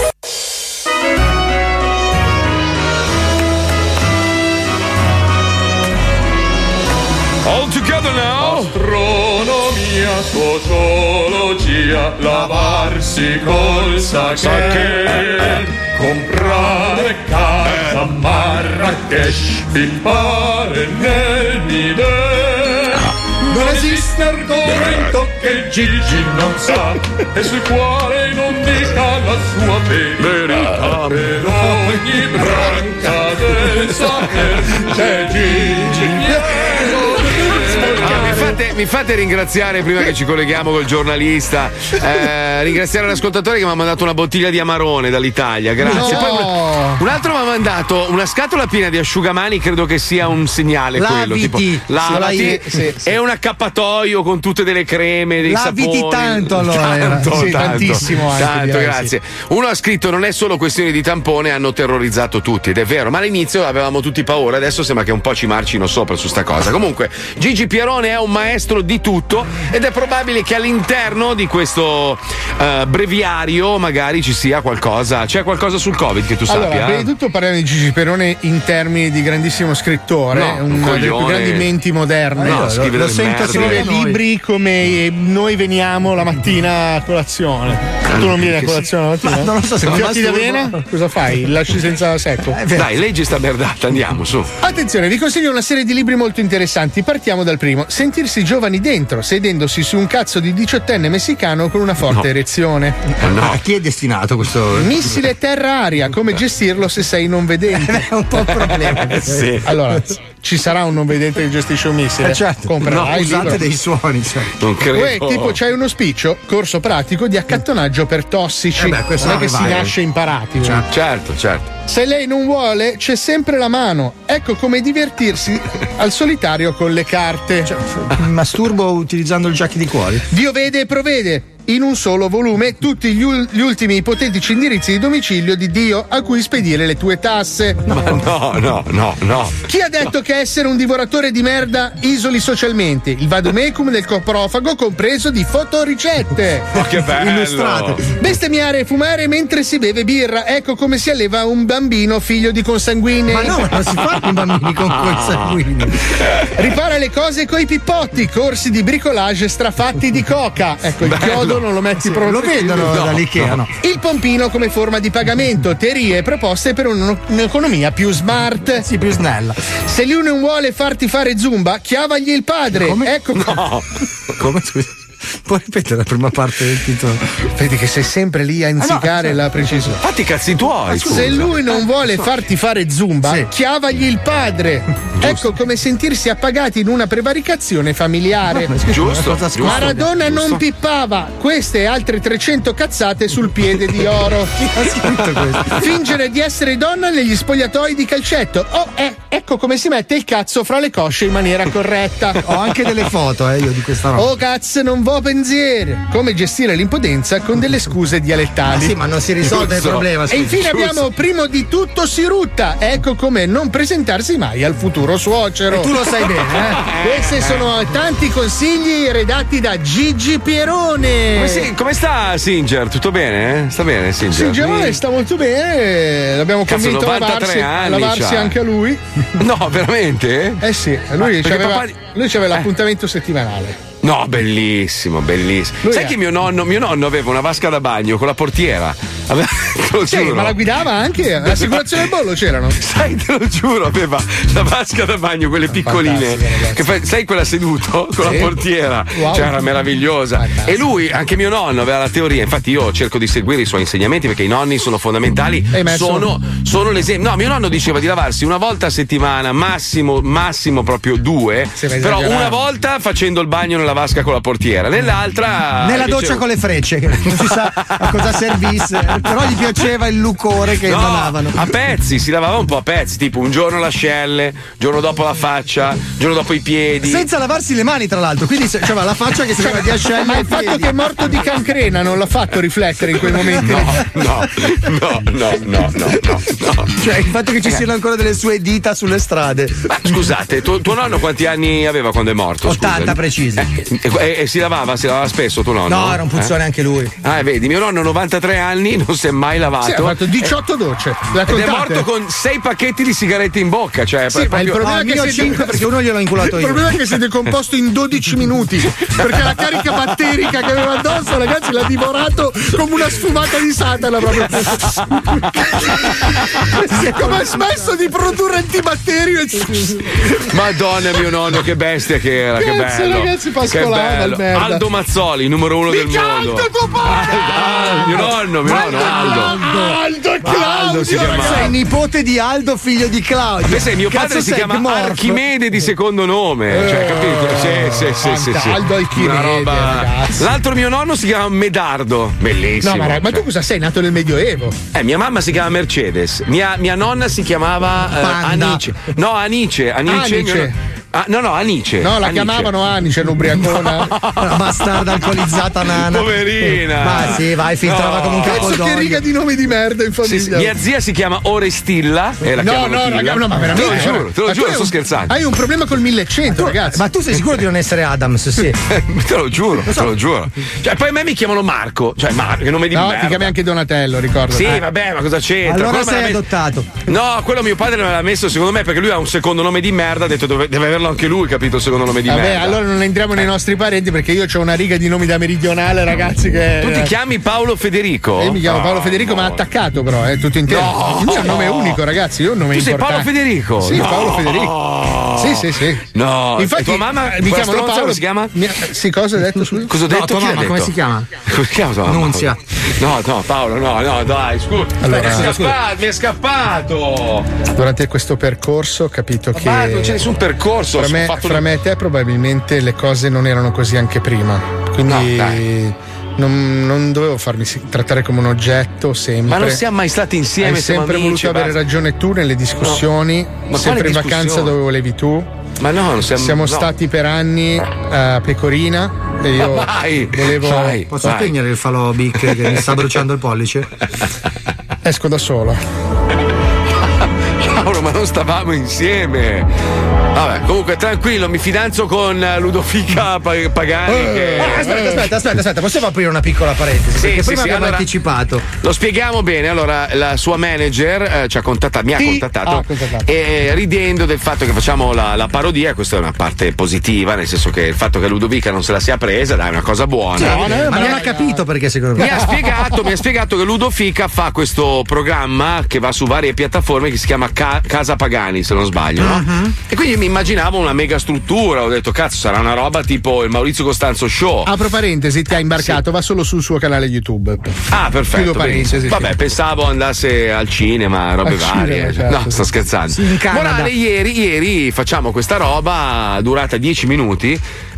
Speaker 1: All together now.
Speaker 15: Astronomia, sociologia, lavarsi col sake, comprare casa, Marrakesh, pippare nel bidet. Non esiste argomento che Gigi non sa e sul quale non dica la sua verità. Per ogni branca del saper c'è Gigi Piero.
Speaker 1: Ah, mi, fate, mi fate ringraziare prima che ci colleghiamo col giornalista. Eh, ringraziare l'ascoltatore che mi ha mandato una bottiglia di Amarone dall'Italia. Grazie.
Speaker 7: No.
Speaker 1: Poi un, un altro mi ha mandato una scatola piena di asciugamani, credo che sia un segnale quello. Tipo,
Speaker 6: Laviti.
Speaker 1: lavati
Speaker 6: Sì, sì, sì.
Speaker 1: e un accappatoio con tutte delle creme, dei
Speaker 6: Laviti
Speaker 1: saponi.
Speaker 6: tanto, allora, era.
Speaker 1: Tanto,
Speaker 7: Sì,
Speaker 1: tanto,
Speaker 7: tantissimo anche,
Speaker 1: tanto,
Speaker 7: direi,
Speaker 1: grazie. Uno ha scritto: non è solo questione di tampone, hanno terrorizzato tutti, ed è vero, ma all'inizio avevamo tutti paura, adesso sembra che un po' ci marcino sopra su sta cosa. Comunque, Gigi Pierone è un maestro di tutto ed è probabile che all'interno di questo eh, breviario magari ci sia qualcosa. C'è qualcosa sul Covid che tu
Speaker 7: Allora,
Speaker 1: sappia?
Speaker 7: prima di tutto parliamo di Gigi Pierone in termini di grandissimo scrittore,
Speaker 1: No, un
Speaker 7: una delle più
Speaker 1: coglione.
Speaker 7: grandi menti moderne.
Speaker 1: No,
Speaker 7: Io
Speaker 1: scrive
Speaker 7: lo
Speaker 1: del
Speaker 7: sento
Speaker 1: merda.
Speaker 7: scrivere
Speaker 1: Noi.
Speaker 7: libri come Noi veniamo la mattina a colazione. Tu non vieni a
Speaker 1: Che
Speaker 7: colazione la mattina?
Speaker 6: Ma non lo so, se mi
Speaker 7: Fiotti
Speaker 6: masturbo-
Speaker 7: d'avena? Cosa fai? Lasci senza secco?
Speaker 1: Dai, leggi sta merdata, andiamo su.
Speaker 7: Attenzione, vi consiglio una serie di libri molto interessanti. Partiamo dal primo. Sentirsi giovani dentro, sedendosi su un cazzo di diciottenne messicano con una forte
Speaker 1: No.
Speaker 7: erezione.
Speaker 6: A chi è destinato questo?
Speaker 7: Missile terra-aria, come gestirlo se sei non vedente?
Speaker 6: È un po' un problema.
Speaker 1: Sì.
Speaker 7: Allora, ci sarà un non vedente che gestisce un missile?
Speaker 6: Eh, certo.
Speaker 7: Comprerai
Speaker 6: No,
Speaker 7: il
Speaker 6: usate
Speaker 7: libro.
Speaker 6: dei suoni. Cioè.
Speaker 1: Non credo.
Speaker 7: Uè, tipo c'hai uno spiccio, corso pratico di accattonaggio per tossici.
Speaker 6: Eh beh, questo
Speaker 7: non è che
Speaker 6: vai.
Speaker 7: si nasce imparati. uè.
Speaker 1: Certo, certo.
Speaker 7: Se lei non vuole, c'è sempre la mano. Ecco come divertirsi al solitario con le carte.
Speaker 6: Mi masturbo utilizzando il giacchi di cuori.
Speaker 7: Dio vede e provvede. In un solo volume tutti gli, ul- gli ultimi ipotetici indirizzi di domicilio di Dio a cui spedire le tue tasse.
Speaker 1: No, no, no, no.
Speaker 7: Chi ha detto che essere un divoratore di merda isoli socialmente? Il vademecum del coprofago compreso di fotoricette.
Speaker 1: Oh, che bello.
Speaker 6: Illustrate.
Speaker 7: Bestemmiare e fumare mentre si beve birra. Ecco come si alleva un bambino figlio di consanguinei.
Speaker 6: Ma no, ma non si fa i bambini con quei sanguigni.
Speaker 7: Ripara le cose coi pippotti, corsi di bricolage strafatti di coca. Ecco, il
Speaker 1: Bello.
Speaker 7: chiodo non lo metti proprio.
Speaker 6: Lo vedono
Speaker 1: No,
Speaker 6: dall'Ikea, no?
Speaker 7: Il pompino come forma di pagamento, teorie e proposte per un- un'economia più smart.
Speaker 6: Sì, più snella.
Speaker 7: Se lui non vuole farti fare zumba, chiavagli il padre.
Speaker 6: Come?
Speaker 7: Ecco
Speaker 1: No.
Speaker 6: Come scusa? Puoi ripetere la prima parte del titolo?
Speaker 7: Vedi che sei sempre lì a inzicare
Speaker 6: Ah, no,
Speaker 7: la precisione.
Speaker 1: Fatti i cazzi tuoi.
Speaker 7: Se
Speaker 1: scusa.
Speaker 7: lui non vuole farti fare zumba,
Speaker 6: Sì.
Speaker 7: chiavagli il padre. Ecco come sentirsi appagati in una prevaricazione familiare.
Speaker 1: Giusto,
Speaker 6: Cosa
Speaker 1: giusto.
Speaker 7: Maradona
Speaker 1: giusto.
Speaker 7: non pippava, queste e altre trecento cazzate sul piede di oro.
Speaker 6: Chi ha scritto questo?
Speaker 7: Fingere di essere donna negli spogliatoi di calcetto. Oh, eh, ecco come si mette il cazzo fra le cosce in maniera corretta.
Speaker 6: Ho anche delle foto eh, io di questa roba.
Speaker 7: Oh cazzo, non vo' pensiero. Come gestire l'impotenza con delle scuse dialettali.
Speaker 6: Ah, sì, ma non si risolve
Speaker 7: Giusto.
Speaker 6: il problema.
Speaker 7: E infine
Speaker 6: Giusto.
Speaker 7: abbiamo primo di tutto si rutta. Ecco come non presentarsi mai al futuro suocero.
Speaker 6: E tu lo sai bene, eh?
Speaker 7: Questi sono tanti consigli redatti da Gigi Pierone.
Speaker 1: Come, si- come sta Singer? Tutto bene? eh? Sta bene Singer?
Speaker 7: Singerone sta molto bene. L'abbiamo
Speaker 1: Cazzo,
Speaker 7: convinto a
Speaker 1: novantatré
Speaker 7: lavarsi, a
Speaker 1: anni
Speaker 7: lavarsi
Speaker 1: c'ha.
Speaker 7: anche a lui.
Speaker 1: No, veramente?
Speaker 7: Eh sì, lui
Speaker 1: perché
Speaker 7: c'aveva,
Speaker 1: papà di-
Speaker 7: lui c'aveva
Speaker 1: Eh.
Speaker 7: l'appuntamento settimanale.
Speaker 1: No, bellissimo, bellissimo.
Speaker 7: Lui
Speaker 1: Sai
Speaker 7: è-
Speaker 1: che mio nonno, mio nonno aveva una vasca da bagno con la portiera. Aveva- te lo
Speaker 7: Sì,
Speaker 1: giuro.
Speaker 7: ma la guidava anche. L'assicurazione del bollo c'erano.
Speaker 1: Sai, te lo giuro, aveva la vasca da bagno, quelle piccoline. Che fa- sai quella seduto con
Speaker 7: Sì.
Speaker 1: la portiera?
Speaker 7: Wow.
Speaker 1: Cioè, era meravigliosa.
Speaker 7: Fantastico.
Speaker 1: E lui, anche mio nonno, aveva la teoria. Infatti, io cerco di seguire i suoi insegnamenti perché i nonni sono fondamentali.
Speaker 7: Hai messo-
Speaker 1: Sono, sono l'esempio. No, mio nonno diceva di lavarsi una volta a settimana, massimo, massimo proprio due.
Speaker 7: Sembra
Speaker 1: Però
Speaker 7: esagerato.
Speaker 1: una volta facendo il bagno nella vasca con la portiera, nell'altra.
Speaker 6: Nella
Speaker 1: invece-
Speaker 6: doccia con le frecce, che non si sa a cosa servisse, però gli piaceva il lucore che
Speaker 1: No,
Speaker 6: emanavano.
Speaker 1: a pezzi, si lavava un po' a pezzi, tipo un giorno l'ascelle, giorno dopo la faccia, giorno dopo i piedi.
Speaker 6: Senza lavarsi le mani, tra l'altro, quindi se- cioè, la faccia che si aveva di ascelle.
Speaker 7: Ma
Speaker 6: ai
Speaker 7: il fatto
Speaker 6: piedi.
Speaker 7: che è morto di cancrena non l'ha fatto riflettere in quei momenti.
Speaker 1: No, no, no, no, no, no, no.
Speaker 6: Cioè, il fatto che ci siano ancora delle sue dita sulle strade.
Speaker 1: Ma scusate, tuo, tuo nonno quanti anni aveva quando è morto?
Speaker 6: ottanta
Speaker 1: Scusa?
Speaker 6: precisi.
Speaker 1: E, e- e si lavava? Si lavava spesso tuo nonno?
Speaker 6: No, era un puzzone
Speaker 1: Eh?
Speaker 6: anche lui.
Speaker 1: Ah, vedi, mio nonno novantatré anni, non si è mai lavato.
Speaker 7: Sì, ha fatto diciotto docce. La
Speaker 1: Ed è
Speaker 7: contate?
Speaker 1: morto con sei pacchetti di sigarette in bocca. Cioè,
Speaker 7: Sì, ma il
Speaker 1: proprio-
Speaker 7: problema
Speaker 6: No,
Speaker 7: è che
Speaker 6: mio
Speaker 7: si è
Speaker 6: cinque perché uno gliel'ho inculato
Speaker 7: Il
Speaker 6: io.
Speaker 7: problema è che si è decomposto in dodici minuti perché la carica batterica che aveva addosso, ragazzi, l'ha divorato come una sfumata di Satana proprio. Come ha smesso di produrre antibatterio e
Speaker 1: Madonna, mio nonno, che bestia che era, che
Speaker 7: Cazzo,
Speaker 1: bello.
Speaker 7: ragazzi,
Speaker 1: Che
Speaker 7: pascolava
Speaker 1: bello.
Speaker 7: il merda.
Speaker 1: Aldo Mazzoli, numero uno del
Speaker 7: Minchia,
Speaker 1: mondo.
Speaker 7: Aldo, tuo padre!
Speaker 1: Ah, mio nonno, mio nonno, Aldo.
Speaker 7: Aldo e
Speaker 1: Aldo si
Speaker 7: Claudio,
Speaker 1: chiamava.
Speaker 6: Sei nipote di Aldo, figlio di Claudio.
Speaker 1: Pensa che mio
Speaker 6: Cazzo
Speaker 1: padre si
Speaker 6: sei,
Speaker 1: chiama
Speaker 6: Gmorf?
Speaker 1: Archimede di secondo nome, cioè, capito? Sì, sì, sì, sì, sì.
Speaker 7: Aldo Alchimede,
Speaker 1: Una roba-
Speaker 7: ragazzi.
Speaker 1: L'altro mio nonno si chiama Medardo, bellissimo.
Speaker 7: No, ma, ma
Speaker 1: cioè.
Speaker 7: tu cosa sei? Nato nel Medioevo?
Speaker 1: Eh, mia mamma si chiama Mercedes, mia, mia nonna si chiamava eh,
Speaker 6: Panda.
Speaker 1: Anice. No, Anice, Anice.
Speaker 7: Anice.
Speaker 1: mio- Ah, no, no, Anice.
Speaker 7: No, la
Speaker 1: Anice.
Speaker 7: chiamavano Anice, un'ubriacona.
Speaker 6: Una bastarda alcolizzata nana.
Speaker 1: Poverina.
Speaker 6: Ma sì, vai, filtrava
Speaker 1: No.
Speaker 6: come un
Speaker 7: Cazzo, che
Speaker 6: capodoglio.
Speaker 7: riga di nomi di merda in
Speaker 1: Sì, sì,
Speaker 7: famiglia.
Speaker 1: mia zia si chiama Orestilla. E la
Speaker 7: No,
Speaker 1: chiamano
Speaker 7: no,
Speaker 1: Tilla.
Speaker 7: raga, no, ma veramente.
Speaker 1: Te lo giuro, te lo
Speaker 7: Ma tu
Speaker 1: giuro,
Speaker 7: hai
Speaker 1: sto
Speaker 7: un-
Speaker 1: scherzando.
Speaker 7: Hai un problema col millecento, ragazzi.
Speaker 6: Ma tu sei sicuro di non essere Adams? Sì.
Speaker 1: te lo giuro, te lo giuro. Cioè, poi a me mi chiamano Marco. Cioè, Marco, che nome di
Speaker 7: No,
Speaker 1: merda.
Speaker 7: ti chiami anche Donatello, ricordo.
Speaker 1: Sì, vabbè, ma cosa c'entra?
Speaker 6: Allora
Speaker 1: Quello me
Speaker 6: sei
Speaker 1: l'ha messo-
Speaker 6: adottato.
Speaker 1: No, quello mio padre me l'ha messo secondo me perché lui ha un secondo nome di merda. Ha detto dove- deve averlo anche lui, capito? Il secondo nome di
Speaker 7: Vabbè,
Speaker 1: merda.
Speaker 7: allora non entriamo nei nostri parenti perché io ho una riga di nomi da meridionale, ragazzi. Che
Speaker 1: Tu ti chiami Paolo Federico?
Speaker 7: Io mi chiamo
Speaker 1: No,
Speaker 7: Paolo Federico, ma attaccato, però, è tutto intero.
Speaker 1: No.
Speaker 7: Il mio è un nome unico, ragazzi. Io ho un nome
Speaker 1: Tu sei
Speaker 7: importante.
Speaker 1: Paolo Federico?
Speaker 7: Sì,
Speaker 1: No.
Speaker 7: Paolo Federico. Sì, sì, sì.
Speaker 1: No,
Speaker 7: Infatti,
Speaker 1: e tua mamma
Speaker 7: eh, mi
Speaker 1: quella
Speaker 7: chiamano
Speaker 1: stronza,
Speaker 7: Paolo.
Speaker 1: come si chiama?
Speaker 7: Mia- Sì, cosa hai detto? Scusa?
Speaker 1: Cosa ho detto?
Speaker 6: No, tua
Speaker 1: Chi l'ha
Speaker 6: mamma, come
Speaker 1: detto?
Speaker 6: si chiama?
Speaker 1: Come si chiama tua mamma?
Speaker 6: Nunzia.
Speaker 1: No, no, Paolo, no, no, dai, scusa.
Speaker 7: Allora,
Speaker 1: mi, è
Speaker 7: scusa.
Speaker 1: scappato, mi è scappato.
Speaker 7: Durante questo percorso ho capito che.
Speaker 1: Ma non c'è nessun percorso.
Speaker 7: Fra
Speaker 1: ho
Speaker 7: me,
Speaker 1: fatto
Speaker 7: fra me e te probabilmente le cose non erano così anche prima. Quindi
Speaker 1: No, dai.
Speaker 7: non, non dovevo farmi si- trattare come un oggetto sempre.
Speaker 1: Ma non siamo mai stati insieme,
Speaker 7: Hai
Speaker 1: siamo
Speaker 7: sempre
Speaker 1: amici,
Speaker 7: voluto avere
Speaker 1: basta.
Speaker 7: ragione tu nelle discussioni.
Speaker 1: No. Ma
Speaker 7: sempre
Speaker 1: quale
Speaker 7: in vacanza
Speaker 1: discussione?
Speaker 7: dove volevi tu.
Speaker 1: Ma no, non siamo.
Speaker 7: Siamo
Speaker 1: no.
Speaker 7: stati per anni a Pecorina e io
Speaker 1: Ma vai,
Speaker 7: volevo.
Speaker 1: vai.
Speaker 6: Posso
Speaker 1: Vai.
Speaker 6: spegnere il falò Bic che mi sta bruciando il pollice?
Speaker 7: Esco da solo.
Speaker 1: Paolo, ma non stavamo insieme. Vabbè, comunque tranquillo, mi fidanzo con Ludovica Pa- Pagani. che...
Speaker 6: Ah, aspetta, aspetta, aspetta, aspetta, possiamo aprire una piccola parentesi?
Speaker 1: Sì,
Speaker 6: perché
Speaker 1: sì,
Speaker 6: prima
Speaker 1: sì,
Speaker 6: abbiamo
Speaker 1: allora-
Speaker 6: anticipato.
Speaker 1: Lo spieghiamo bene. Allora, la sua manager eh, ci ha contattato, mi ha
Speaker 7: Sì.
Speaker 1: contattato
Speaker 7: Ah, contattato.
Speaker 1: e ridendo del fatto che facciamo la, la parodia, questa è una parte positiva, nel senso che il fatto che Ludovica non se la sia presa, dai, è una cosa buona.
Speaker 6: Sì,
Speaker 7: no,
Speaker 6: ma
Speaker 7: ma
Speaker 6: non
Speaker 7: no,
Speaker 6: ha capito perché secondo me.
Speaker 1: Mi ha, spiegato, mi ha spiegato che Ludovica fa questo programma che va su varie piattaforme che si chiama Ca- Casa Pagani, se non sbaglio, no?
Speaker 6: Mhm.
Speaker 1: E quindi mi immaginavo una mega struttura, ho detto cazzo sarà una roba tipo il Maurizio Costanzo Show.
Speaker 7: Apro parentesi, ti ha imbarcato, va solo sul suo canale YouTube.
Speaker 1: Ah, perfetto.
Speaker 7: Chiudo parentesi,
Speaker 1: benissimo. Vabbè,
Speaker 7: sì.
Speaker 1: pensavo andasse al cinema, robe
Speaker 7: Al
Speaker 1: varie.
Speaker 7: cinema, certo,
Speaker 1: no,
Speaker 7: sì.
Speaker 1: sto scherzando.
Speaker 6: Sì, in Canada.
Speaker 1: Morale, ieri, ieri facciamo questa roba durata dieci minuti.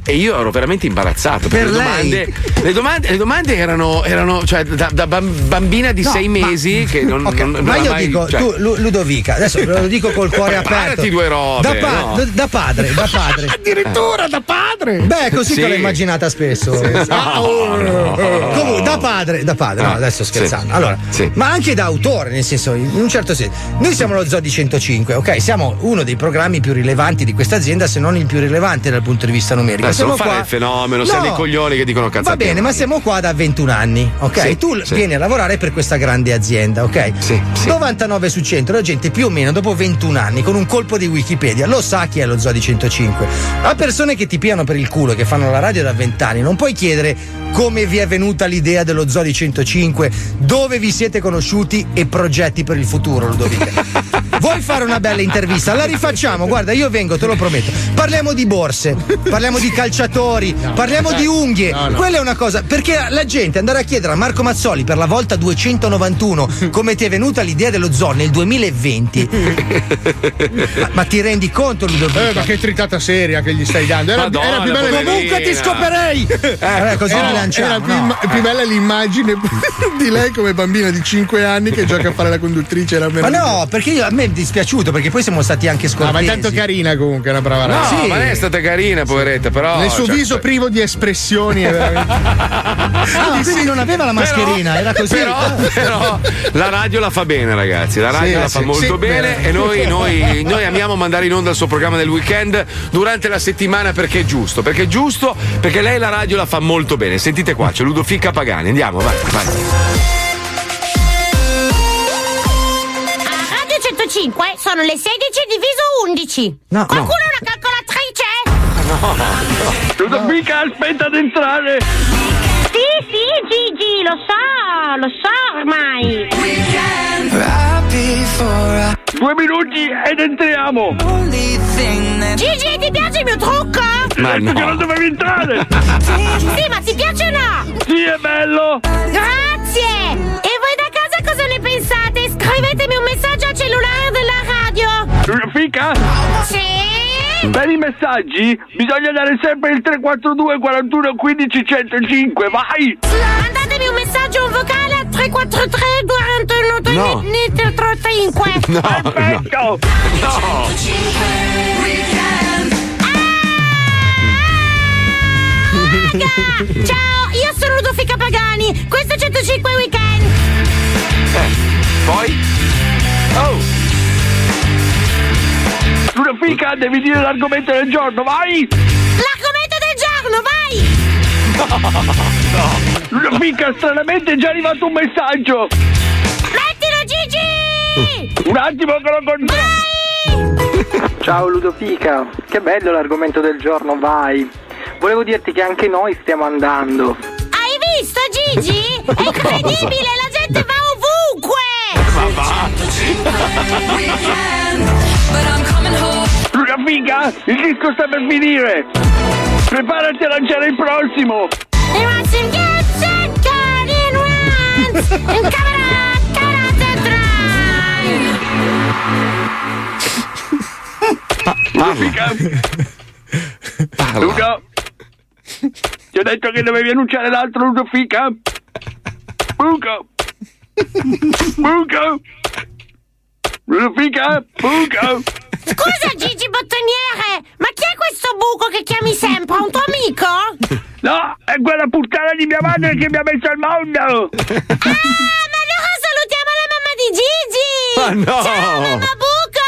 Speaker 1: e io ero veramente imbarazzato.
Speaker 6: Per
Speaker 1: le domande, le domande, le domande erano, erano cioè, da, da bambina di
Speaker 6: No,
Speaker 1: sei
Speaker 6: ma-
Speaker 1: mesi che non,
Speaker 6: Ok,
Speaker 1: non, non
Speaker 6: ma
Speaker 1: ha
Speaker 6: io
Speaker 1: mai,
Speaker 6: dico,
Speaker 1: cioè-
Speaker 6: tu Lu- Ludovica, adesso ve lo dico col cuore aperto.
Speaker 1: Preparati due robe,
Speaker 6: Da, pa-
Speaker 1: no.
Speaker 6: da padre, da padre.
Speaker 7: Addirittura da padre.
Speaker 6: Beh, così
Speaker 1: Sì.
Speaker 6: che l'ho immaginata spesso.
Speaker 7: Ah, oh, oh.
Speaker 6: Comunque, da padre, da padre, no,
Speaker 1: Ah,
Speaker 6: adesso scherzando.
Speaker 1: sì.
Speaker 6: Allora,
Speaker 1: Sì.
Speaker 6: ma anche da autore, nel senso, in un certo senso. Noi siamo lo Zoo di centocinque, ok? Siamo uno dei programmi più rilevanti di questa azienda, se non il più rilevante dal punto di vista numerico.
Speaker 1: Adesso
Speaker 6: Siamo
Speaker 1: non fare
Speaker 6: qua-
Speaker 1: il fenomeno,
Speaker 6: No.
Speaker 1: siamo dei coglioni che dicono cazzate.
Speaker 6: Va bene, ma siamo qua da ventuno anni, ok?
Speaker 1: Sì,
Speaker 6: tu
Speaker 1: sì.
Speaker 6: vieni a lavorare per questa grande azienda, ok?
Speaker 1: Sì, sì.
Speaker 6: novantanove su cento la gente più o meno dopo ventuno anni con un colpo di Wikipedia lo sa chi è lo Zoo di centocinque. A persone che ti piano per il culo, che fanno la radio da vent'anni, non puoi chiedere come vi è venuta l'idea dello Zoo di centocinque, dove vi siete conosciuti e progetti per il futuro, Ludovica. Vuoi fare una bella intervista? La rifacciamo, guarda, io vengo, te lo prometto. Parliamo di borse, parliamo di calciatori, parliamo di unghie.
Speaker 7: no, no.
Speaker 6: Quella è una cosa, perché la gente andare a chiedere a Marco Mazzoli per la volta duecentonovantuno come ti è venuta l'idea dello zoo nel duemilaventi. ma, ma ti rendi conto, Ludovica?
Speaker 7: Eh, ma che tritata seria che gli stai dando. Era,
Speaker 1: Madonna,
Speaker 7: era più bella
Speaker 6: Comunque ti scoperei! Eh, così
Speaker 7: era,
Speaker 6: mi lanciamo.
Speaker 7: era più,
Speaker 6: no.
Speaker 7: imma- più bella l'immagine di lei come bambina di cinque anni che gioca a fare la conduttrice. Era
Speaker 6: Ma
Speaker 7: meraviglioso.
Speaker 6: no, perché io, a me è dispiaciuto, perché poi siamo stati anche
Speaker 7: No,
Speaker 6: scortesi.
Speaker 7: ma è tanto carina comunque, è una brava
Speaker 1: No,
Speaker 7: ragazza.
Speaker 6: Sì.
Speaker 1: ma lei è stata carina, poveretta, però.
Speaker 7: Nel suo
Speaker 1: cioè,
Speaker 7: viso
Speaker 1: cioè-
Speaker 7: privo di espressioni è veramente.
Speaker 6: Ah, quindi non aveva la mascherina,
Speaker 1: Però-
Speaker 6: era così.
Speaker 1: Però, però la radio la fa bene, ragazzi. La radio
Speaker 7: Sì,
Speaker 1: la
Speaker 7: sì,
Speaker 1: fa molto
Speaker 7: sì,
Speaker 1: bene
Speaker 7: beh.
Speaker 1: e noi, noi, noi amiamo mandare in onda il suo programma del weekend durante la settimana perché è giusto. Perché è giusto, perché lei la radio la fa molto bene. Sentite qua, c'è Ludovica Pagani. Andiamo, vai, vai.
Speaker 22: A Radio centocinque sono le sedici diviso undici.
Speaker 6: No,
Speaker 22: Qualcuno
Speaker 6: no.
Speaker 22: ha una calcolatrice?
Speaker 9: Ludovica, aspetta ad entrare.
Speaker 22: Sì, sì, Gigi, lo so, lo so ormai.
Speaker 9: Due minuti ed entriamo.
Speaker 22: Gigi, ti piace il mio trucco?
Speaker 1: Ma
Speaker 9: Hai detto che
Speaker 1: no.
Speaker 9: non dovevi entrare.
Speaker 22: Sì, ma ti piace o no?
Speaker 9: Sì, è bello.
Speaker 22: Grazie! E voi da casa cosa ne pensate? Scrivetemi un messaggio al cellulare della radio.
Speaker 9: Ludovica,
Speaker 22: Sì?
Speaker 9: per i messaggi bisogna dare sempre il tre quattro due quarantuno quindici centocinque. Vai.
Speaker 22: Mandatemi un messaggio, un vocale al tre quattro tre quarantuno
Speaker 1: No.
Speaker 22: trentacinque.
Speaker 1: No, no.
Speaker 9: Perfetto.
Speaker 1: No.
Speaker 22: Ciao, io sono Ludovica Pagani. Questo è centocinque Weekend.
Speaker 1: Eh, poi? Oh,
Speaker 9: Ludovica, devi dire l'argomento del giorno. Vai.
Speaker 22: L'argomento del giorno, vai!
Speaker 9: Ludovica, stranamente è già arrivato un messaggio.
Speaker 22: Mettilo, Gigi!
Speaker 9: Un attimo che lo controllo.
Speaker 5: Ciao Ludovica, che bello l'argomento del giorno, vai. Volevo dirti che anche noi stiamo andando.
Speaker 22: Hai visto, Gigi? È incredibile, la gente va ovunque!
Speaker 1: ma va.
Speaker 9: Ludovica, il disco sta per finire. Preparati a lanciare il prossimo.
Speaker 22: It was in gets and garden runs and camera, karate drive.
Speaker 9: Ludovica. Ludo. Ti ho detto che dovevi annunciare l'altro, Ludovica. Buco. Buco. Ludovica. Buco.
Speaker 22: Scusa, Gigi Bottoniere, ma chi è questo buco che chiami sempre? Un tuo amico?
Speaker 9: No, è quella puttana di mia madre che mi ha messo al mondo.
Speaker 22: Ah, ma allora salutiamo la mamma di Gigi!
Speaker 1: Ma no!
Speaker 22: Ciao, mamma buco!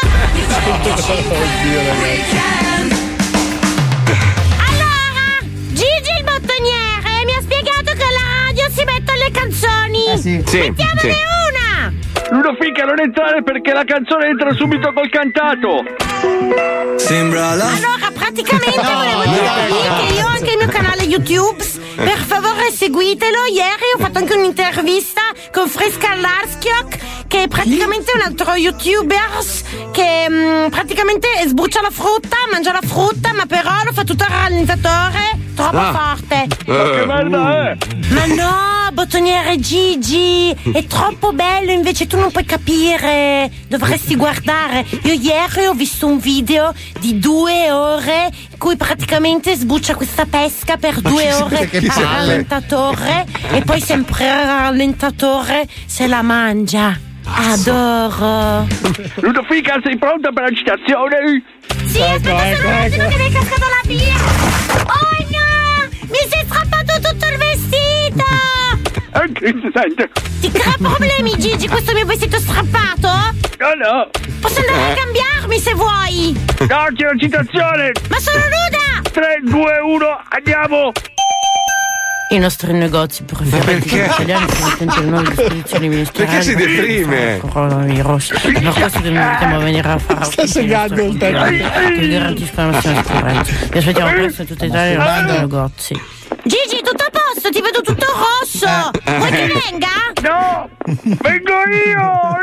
Speaker 22: Allora, Gigi il bottoniere mi ha spiegato che alla radio si mettono le canzoni.
Speaker 6: Eh sì.
Speaker 1: Sì,
Speaker 22: Mettiamone
Speaker 1: sì.
Speaker 22: una!
Speaker 9: Ludovica, non entrare perché la canzone entra subito col cantato.
Speaker 4: Sembra la...
Speaker 22: Allora, praticamente volevo dirvi che io ho anche il mio canale YouTube. Per favore seguitelo. Ieri ho fatto anche un'intervista con Fresca Larskiok, che è praticamente un altro youtuber che mh, praticamente sbuccia la frutta, mangia la frutta, ma però lo fa tutto il realizzatore. troppo
Speaker 1: Ah.
Speaker 22: forte.
Speaker 1: Ma che merda è?
Speaker 22: Ma no, bottoniere Gigi, è troppo bello, invece tu non puoi capire. Dovresti guardare. Io ieri ho visto un video di due ore in cui praticamente sbuccia questa pesca per due ore
Speaker 21: che
Speaker 22: al
Speaker 21: serve?
Speaker 22: rallentatore e poi sempre al rallentatore se la mangia. Adoro.
Speaker 9: Ludovica, sei pronta per la citazione?
Speaker 22: Sì, aspetta solo un attimo che mi è cascato la birra. Oh no! Mi si è strappato tutto il vestito!
Speaker 9: Anche si sente.
Speaker 22: Ti crea problemi, Gigi, questo mio vestito strappato?
Speaker 9: No, no.
Speaker 22: Posso andare a cambiarmi se vuoi?
Speaker 9: No, c'è la citazione.
Speaker 22: Ma sono nuda!
Speaker 9: tre, due, uno, andiamo.
Speaker 22: I nostri negozi preferiti
Speaker 1: perché?
Speaker 22: italiani sono attenti alle nuove disposizioni ministeriali.
Speaker 1: Perché si deprime?
Speaker 22: Coronavirus. Per questo dobbiamo venire a fare.
Speaker 7: Sta segando il tempo.
Speaker 22: Che garantiscono la massima sicurezza. Vi aspettiamo presto in tutta Italia nei nostri negozi. Gigi, tutto a posto? Ti vedo tutto rosso. Vuoi che venga?
Speaker 9: No! Vengo io!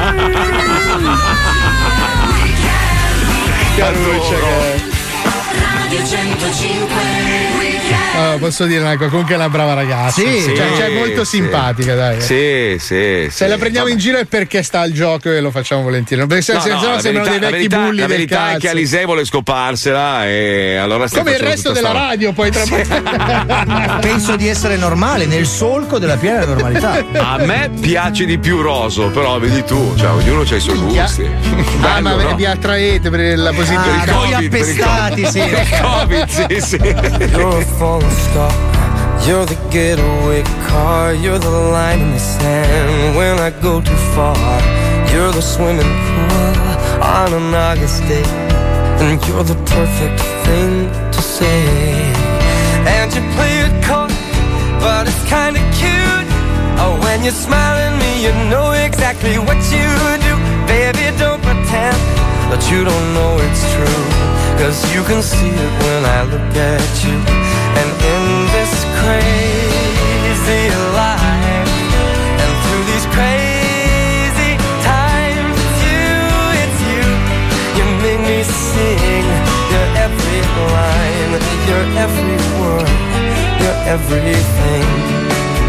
Speaker 7: Che adoro.
Speaker 18: Radio centocinque.
Speaker 7: Oh, posso dire una cosa, comunque è una brava ragazza.
Speaker 1: Sì,
Speaker 7: cioè,
Speaker 1: sì,
Speaker 7: cioè, è molto
Speaker 1: sì.
Speaker 7: simpatica, dai.
Speaker 1: Sì, sì.
Speaker 7: Se la prendiamo in giro è perché sta al gioco e lo facciamo volentieri. Perché se,
Speaker 1: No,
Speaker 7: se
Speaker 1: no,
Speaker 7: no
Speaker 1: la
Speaker 7: sembrano
Speaker 1: verità-
Speaker 7: dei
Speaker 1: la
Speaker 7: vecchi
Speaker 1: verità-
Speaker 7: bulli
Speaker 1: La
Speaker 7: del
Speaker 1: verità è che
Speaker 7: cazzo.
Speaker 1: Alisei vuole scoparsela e allora stiamo
Speaker 7: Come il
Speaker 1: facendo
Speaker 7: resto
Speaker 1: tutta
Speaker 7: della
Speaker 1: sta-
Speaker 7: radio, poi tra
Speaker 6: Penso di essere normale, nel solco della piena normalità.
Speaker 1: A me piace di più Roso, però vedi tu, cioè ognuno ha i suoi gusti.
Speaker 7: Ah, ma
Speaker 1: Bello, no?
Speaker 7: vi attraete per la posizione
Speaker 6: Ah,
Speaker 7: di
Speaker 6: voi
Speaker 7: Covid, per il
Speaker 6: appestati,
Speaker 7: Covid.
Speaker 6: sì.
Speaker 1: Per il Covid, sì, sì.
Speaker 4: You're a falling star. You're the getaway car. You're the line in the sand when I go too far. You're the swimming pool on an August day, and you're the perfect thing to say. And you play it coy, but it's kinda cute. Oh, when you smile at me, you know exactly what you do. Baby, don't pretend that you don't know it's true, 'cause you can see it when I look at you. And in this crazy life, and through these crazy times, it's you, it's you. You make me sing your every line, your every word, your everything.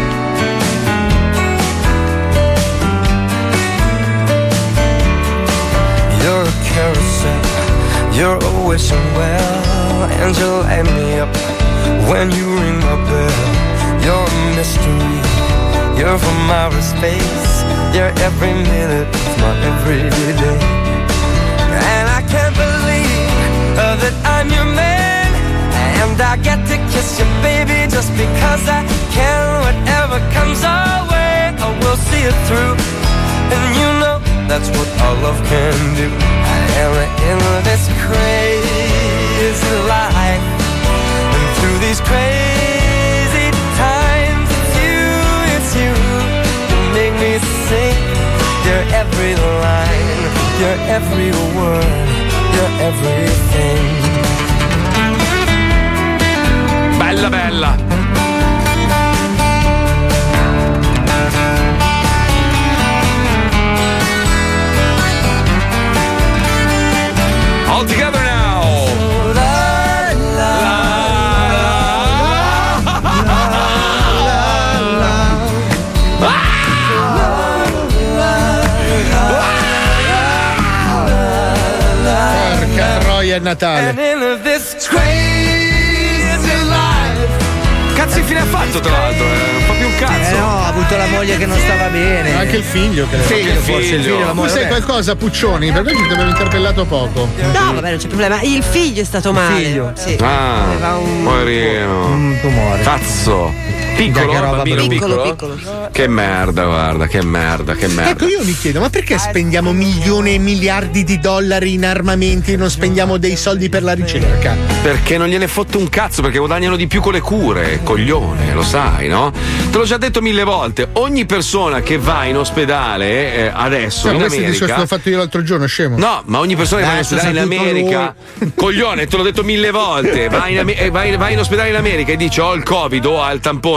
Speaker 4: You're a carousel, you're a wishing well, and you light me up when you ring my bell. You're a mystery, you're from outer space, you're every minute of my everyday. And I can't believe uh, that I'm your man, and I get to kiss you, baby, just because I can. Whatever comes our way, I will see it through, and you know that's what our love can do. And in this crazy life, and through these crazy times, it's you, it's you. You make me sing your every line, your every word, your everything.
Speaker 1: Bella bella. All together now.
Speaker 7: Porca troia, è Natale.
Speaker 4: And in this crazy life.
Speaker 1: Cazzo fine ha fatto tra l'altro? Eh? Un po' più un cazzo.
Speaker 6: Eh no, ha avuto la moglie che non stava bene.
Speaker 7: Anche il figlio, credo.
Speaker 6: Figlio,
Speaker 1: Anche il
Speaker 6: forse, il
Speaker 1: figlio.
Speaker 6: figlio, la
Speaker 7: Tu
Speaker 6: moglie.
Speaker 7: sai
Speaker 6: vabbè.
Speaker 7: qualcosa, Puccioni? Per questo ti abbiamo interpellato poco.
Speaker 8: No, vabbè, non c'è problema. Il figlio è stato male.
Speaker 6: figlio.
Speaker 8: Sì.
Speaker 1: Ah,
Speaker 8: Aveva un
Speaker 1: poverino.
Speaker 6: Un tumore.
Speaker 1: Cazzo. Piccolo,
Speaker 6: Che roba
Speaker 1: bambino
Speaker 8: piccolo,
Speaker 1: piccolo?
Speaker 8: piccolo.
Speaker 1: Che merda, guarda, che merda, che merda.
Speaker 7: Ecco, io mi chiedo, ma perché spendiamo milioni e miliardi di dollari in armamenti e non spendiamo dei soldi per la ricerca?
Speaker 1: Perché non gliene fotte un cazzo, perché guadagnano di più con le cure, coglione, lo sai, no? Te l'ho già detto mille volte, ogni persona che va in ospedale eh, adesso
Speaker 7: No,
Speaker 1: in
Speaker 7: questo è il discorso che
Speaker 1: America.
Speaker 7: ho fatto io l'altro giorno, scemo.
Speaker 1: No, ma ogni persona che va in
Speaker 6: Eh,
Speaker 1: ospedale in
Speaker 6: sa tutto
Speaker 1: America, coglione, te l'ho detto mille volte, vai in, Am- eh, vai- vai in ospedale in America e dice ho il Covid o ha il tampone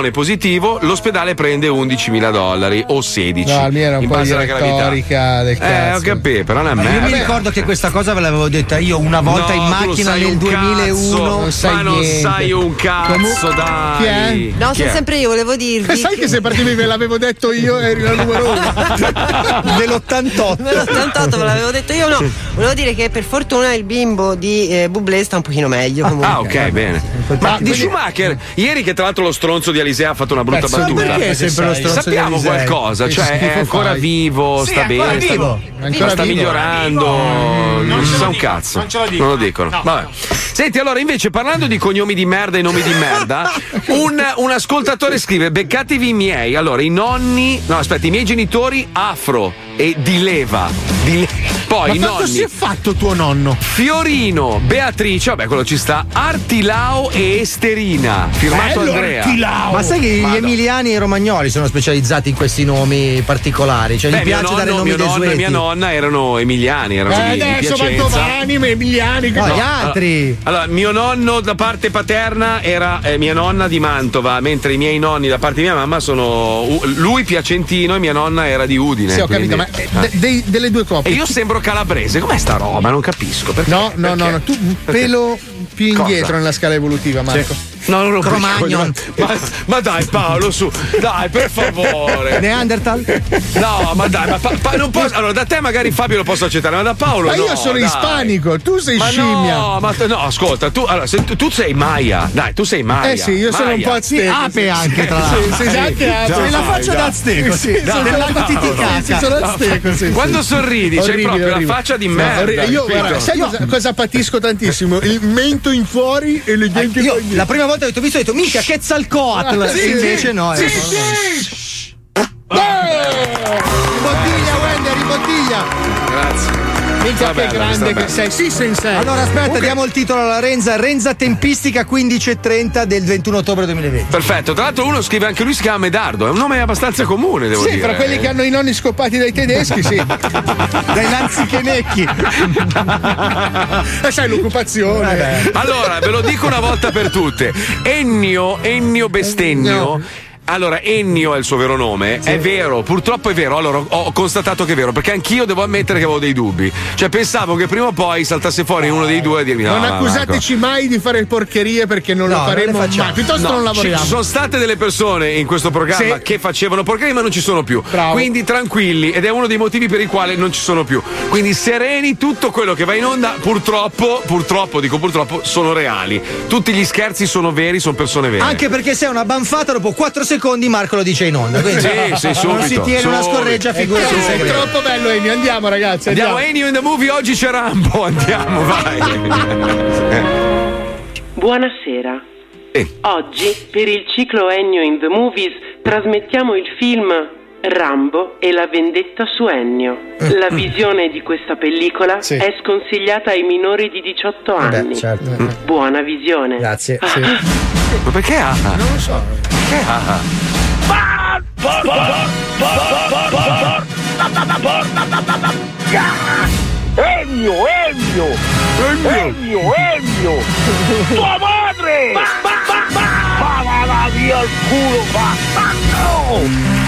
Speaker 1: tampone positivo, l'ospedale prende undicimila dollari o sedici.
Speaker 7: No, almeno era un
Speaker 1: in
Speaker 7: po'
Speaker 1: base
Speaker 7: di
Speaker 1: alla gravità.
Speaker 7: retorica del
Speaker 1: Eh,
Speaker 7: cazzo.
Speaker 1: ho capito, però non è
Speaker 6: Ma io
Speaker 1: merda.
Speaker 6: mi ricordo che questa cosa ve l'avevo detta io una volta
Speaker 1: No,
Speaker 6: in
Speaker 1: tu lo
Speaker 6: macchina
Speaker 1: sai
Speaker 6: nel
Speaker 1: un
Speaker 6: duemilauno.
Speaker 1: cazzo, ma non sai un cazzo, dai.
Speaker 7: Chi è?
Speaker 8: No,
Speaker 1: Chi
Speaker 8: sono
Speaker 1: è?
Speaker 8: sempre io, volevo dirvi.
Speaker 7: Sai
Speaker 8: che-
Speaker 7: che se partivi ve l'avevo detto io eri la numero uno
Speaker 6: dell'ottantotto.
Speaker 8: Nell'ottantotto ve l'avevo detto io, no. Volevo dire che per fortuna il bimbo di eh, Bublé sta un pochino meglio. Comunque.
Speaker 1: Ah, ok, bene. Ma di Schumacher, ieri che tra l'altro lo stronzo di Alisea ha fatto una brutta
Speaker 6: Cazzo,
Speaker 1: battuta.
Speaker 6: perché è sempre lo stronzo di
Speaker 1: Sappiamo
Speaker 6: Alisei?
Speaker 1: qualcosa,
Speaker 6: Che
Speaker 1: cioè
Speaker 6: schifo
Speaker 1: è ancora
Speaker 6: fai.
Speaker 1: vivo,
Speaker 6: Sì,
Speaker 1: sta
Speaker 6: è ancora
Speaker 1: bene,
Speaker 6: vivo.
Speaker 1: sta,
Speaker 6: Ancora
Speaker 1: sta
Speaker 6: vivo.
Speaker 1: migliorando,
Speaker 6: Non
Speaker 1: non
Speaker 6: ce
Speaker 1: si
Speaker 6: lo
Speaker 1: sa un
Speaker 6: dico,
Speaker 1: cazzo.
Speaker 6: non ce lo
Speaker 1: Non
Speaker 6: dico.
Speaker 1: lo dicono. Vabbè. Senti, allora invece parlando di cognomi di merda e nomi di merda, un, un ascoltatore scrive: beccatevi i miei. Allora, i nonni, no, aspetta, i miei genitori afro e di leva. Di le- Poi i
Speaker 7: Ma quanto
Speaker 1: nonni.
Speaker 7: si è fatto tuo nonno?
Speaker 1: Fiorino, Beatrice, vabbè, quello ci sta. Artilao e Esterina. Firmato
Speaker 6: Bello,
Speaker 1: Andrea.
Speaker 6: Artilao. Ma sai che gli
Speaker 1: Madonna.
Speaker 6: emiliani e i romagnoli sono specializzati in questi nomi particolari? Cioè,
Speaker 1: Beh,
Speaker 6: gli
Speaker 1: mio
Speaker 6: piace
Speaker 1: nonno,
Speaker 6: dare nomi
Speaker 1: mio nonno e
Speaker 6: desueti.
Speaker 1: mia nonna erano emiliani, erano
Speaker 7: Eh,
Speaker 1: di, di
Speaker 7: adesso
Speaker 1: Piacenza.
Speaker 7: Mantovani, Emiliani. che-
Speaker 6: No, gli
Speaker 7: No.
Speaker 6: altri.
Speaker 1: Allora, allora, mio nonno da parte paterna era eh, mia nonna di Mantova, mentre i miei nonni da parte di mia mamma sono u- lui piacentino e mia nonna era di Udine.
Speaker 7: Sì, ho
Speaker 1: quindi-
Speaker 7: capito, ma eh,
Speaker 1: Ah.
Speaker 7: de- dei- delle due coppie.
Speaker 1: E io sembro calabrese, com'è sta roba? Non capisco. Perché?
Speaker 7: No, no, no,
Speaker 1: Perché?
Speaker 7: no, tu un pelo più
Speaker 1: Cosa?
Speaker 7: indietro nella scala evolutiva, Marco.
Speaker 1: No, non lo
Speaker 6: Cro-Magnon.
Speaker 1: ma, ma dai Paolo, su, dai, per favore.
Speaker 6: Neanderthal?
Speaker 1: No, ma dai, ma pa- pa- non posso. Allora, da te magari Fabio lo posso accettare, ma da Paolo
Speaker 7: Ma
Speaker 1: no.
Speaker 7: io sono
Speaker 1: dai.
Speaker 7: ispanico, tu sei
Speaker 1: Ma
Speaker 7: scimmia.
Speaker 1: no, ma no, ascolta, tu, allora, se tu, tu sei Maya, dai, tu sei Maya.
Speaker 7: Eh sì, io sono un
Speaker 1: Maya.
Speaker 7: po' azteco.
Speaker 6: Sì, ape anche, tra
Speaker 7: Sì,
Speaker 6: l'altro.
Speaker 7: sì, sì, anche ape.
Speaker 1: Dai,
Speaker 6: la faccia
Speaker 1: dai.
Speaker 6: da azteco,
Speaker 7: Sì,
Speaker 6: sì.
Speaker 7: sì,
Speaker 6: Del
Speaker 7: sono-
Speaker 6: lago Titicaca.
Speaker 7: Sì, sono azteco, sì, sì.
Speaker 1: Quando sorridi, c'hai
Speaker 7: Orribile,
Speaker 1: proprio
Speaker 7: orribile.
Speaker 1: la faccia di
Speaker 7: No,
Speaker 1: merda.
Speaker 7: orribile. Io,
Speaker 1: capito?
Speaker 7: guarda, sai cosa, cosa patisco tantissimo? Il mento in fuori e le denti
Speaker 6: Io
Speaker 7: in
Speaker 6: la prima volta che ti ho visto ho detto minchia che Zalcoatl
Speaker 7: Ah, sì,
Speaker 6: e invece
Speaker 7: sì.
Speaker 6: no.
Speaker 7: Sì,
Speaker 6: eh.
Speaker 7: sì. Ribottiglia, Wender, ribottiglia.
Speaker 1: Grazie.
Speaker 7: Minchia
Speaker 1: Vabbè,
Speaker 7: che
Speaker 1: allora,
Speaker 7: grande
Speaker 1: sta
Speaker 7: che sei. Sì, sensei.
Speaker 6: Allora aspetta,
Speaker 7: Comunque-
Speaker 6: diamo il titolo alla Renza. Renza tempistica quindici e trenta del ventuno ottobre duemilaventi.
Speaker 1: Perfetto, tra l'altro uno scrive anche lui, si chiama Medardo, è un nome abbastanza comune, devo
Speaker 7: Sì,
Speaker 1: dire.
Speaker 7: fra quelli che hanno i nonni scopati dai tedeschi, sì.
Speaker 6: Dai Nanzichenecchi.
Speaker 7: E sai l'occupazione.
Speaker 1: Allora, ve lo dico una volta per tutte. Ennio, Ennio Bestennio. Allora, Ennio è il suo vero nome, è vero, purtroppo è vero. Allora, ho constatato che è vero, perché anch'io devo ammettere che avevo dei dubbi. Cioè, pensavo che prima o poi saltasse fuori uno dei due e dirmi:
Speaker 7: Non
Speaker 1: no,
Speaker 7: accusateci mai di fare porcherie perché non
Speaker 6: No,
Speaker 7: lo faremo
Speaker 6: non le facciamo.
Speaker 7: mai. Piuttosto
Speaker 1: No,
Speaker 7: non
Speaker 1: ci
Speaker 7: lavoriamo.
Speaker 1: sono state delle persone in questo programma
Speaker 7: Sì.
Speaker 1: che facevano porcherie, ma non ci sono più.
Speaker 7: Bravo.
Speaker 1: Quindi tranquilli, ed è uno dei motivi per i quali non ci sono più. Quindi sereni, tutto quello che va in onda, purtroppo, purtroppo, dico purtroppo, sono reali. Tutti gli scherzi sono veri, sono persone vere.
Speaker 6: Anche perché se è una banfata dopo quattro secondi Marco lo dice in onda. Quindi
Speaker 1: Sì, sì,
Speaker 6: non
Speaker 1: subito,
Speaker 6: si tiene una
Speaker 1: subito.
Speaker 6: scorreggia, figurati
Speaker 7: È
Speaker 6: in segreto.
Speaker 7: troppo bello, Ennio. Andiamo, ragazzi.
Speaker 1: Andiamo,
Speaker 7: Andiamo.
Speaker 1: Ennio in the Movie, oggi c'è Rambo, andiamo, vai.
Speaker 10: Buonasera.
Speaker 1: Eh.
Speaker 10: Oggi, per il ciclo Ennio in the Movies, trasmettiamo il film Rambo e la vendetta su Ennio. La visione di questa pellicola
Speaker 6: Sì.
Speaker 10: è sconsigliata ai minori di diciotto anni.
Speaker 6: Beh, certo.
Speaker 10: Buona visione.
Speaker 6: Grazie.
Speaker 1: Ma perché ha?
Speaker 7: Non lo so.
Speaker 1: Perché ha?
Speaker 21: Ennio, Ennio! Ennio, Ennio! Tua madre! Ma va via il culo, bastardo!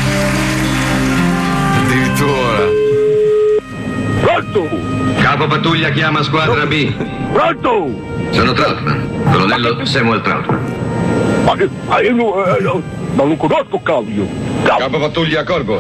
Speaker 1: Addirittura.
Speaker 21: Pronto?
Speaker 13: Capo pattuglia chiama squadra B.
Speaker 21: Pronto?
Speaker 13: Sono Troutman, colonnello Samuel Troutman.
Speaker 21: Ma, che- ma io non, eh, no, non lo conosco, cavio.
Speaker 13: Capo pattuglia Corvo.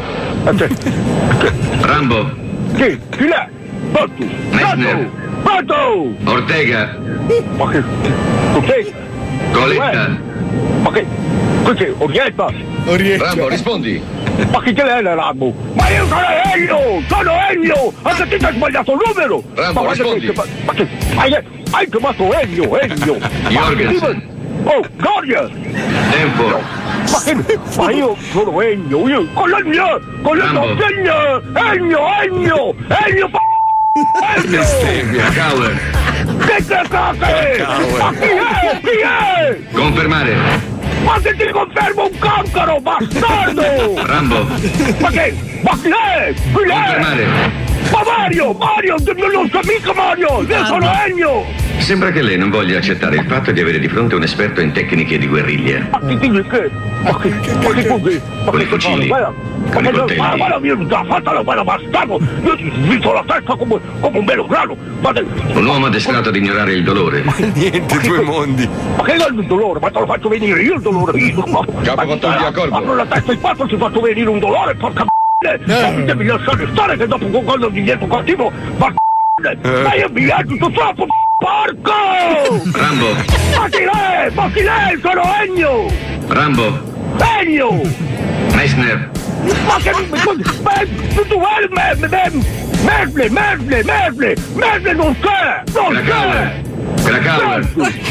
Speaker 13: Rambo,
Speaker 21: Chi? Chi è? Pronto?
Speaker 13: Messner,
Speaker 21: Pronto?
Speaker 13: Ortega,
Speaker 21: Ma che... Cos'è?
Speaker 13: Coletta.
Speaker 21: Ma che... Cos'è? Orietta?
Speaker 13: Rambo, rispondi.
Speaker 21: Ma che te l'è, Rambo? Ma io sono Ennio! Sono Ennio! Anche te ti hai sbagliato il numero!
Speaker 13: Rambo,
Speaker 21: ma guarda
Speaker 13: rispondi.
Speaker 21: che- Ma, ma che... Hai, hai chiamato Ennio, Ennio! Ma
Speaker 13: Jorgensen.
Speaker 21: che- Oh, Gloria!
Speaker 13: Tempo.
Speaker 21: Ma che... Ma io sono Ennio, io... Con la mia... Con la
Speaker 13: Rambo.
Speaker 21: mia... Ennio! Ennio! Ennio! p***o! Ennio!
Speaker 13: Bestemmia. Cowler.
Speaker 21: Che che cacche? Ma chi è? Chi è?
Speaker 13: Confermare.
Speaker 21: Ma che ti confermo un cancro, bastardo!
Speaker 13: Rambo.
Speaker 21: Ma che? Ma chi è? Chi è?
Speaker 13: Confermare.
Speaker 21: Ma Mario, Mario, non so mica Mario, io sono Ennio!
Speaker 13: Sembra che lei non voglia accettare il fatto di avere di fronte un esperto in tecniche di guerriglia.
Speaker 21: Ma ti dici che? Ma che, ma che così? Ma
Speaker 13: Con
Speaker 21: che
Speaker 13: i fucili,
Speaker 21: guarda,
Speaker 13: con i
Speaker 21: ma
Speaker 13: coltelli.
Speaker 21: ma guarda, io già fatto, guarda, bastardo, io ti svito la testa come, come un melograno. Guarda,
Speaker 13: Un uomo addestrato ad ignorare il dolore.
Speaker 1: Niente, due mondi.
Speaker 21: ma che è il dolore? Ma te lo faccio venire io il dolore, io.
Speaker 13: Capo Battaglia, Corvo.
Speaker 21: Apro la testa in quattro, ti faccio venire un dolore, porca m***a. Ma mi devi lasciare stare che dopo quando mi dietro cattivo, ma
Speaker 13: Eh.
Speaker 21: ma io mi agito troppo, porco!
Speaker 13: Rambo,
Speaker 21: Ma chi lei? Ma chi lei? Sono Ennio!
Speaker 13: Rambo,
Speaker 21: Ennio!
Speaker 13: Meissner,
Speaker 21: Ma che mi... Ma tu vuoi me... me... Merle, Merle, Merle! Merle non c'è! Non c'è!
Speaker 13: Krakauer,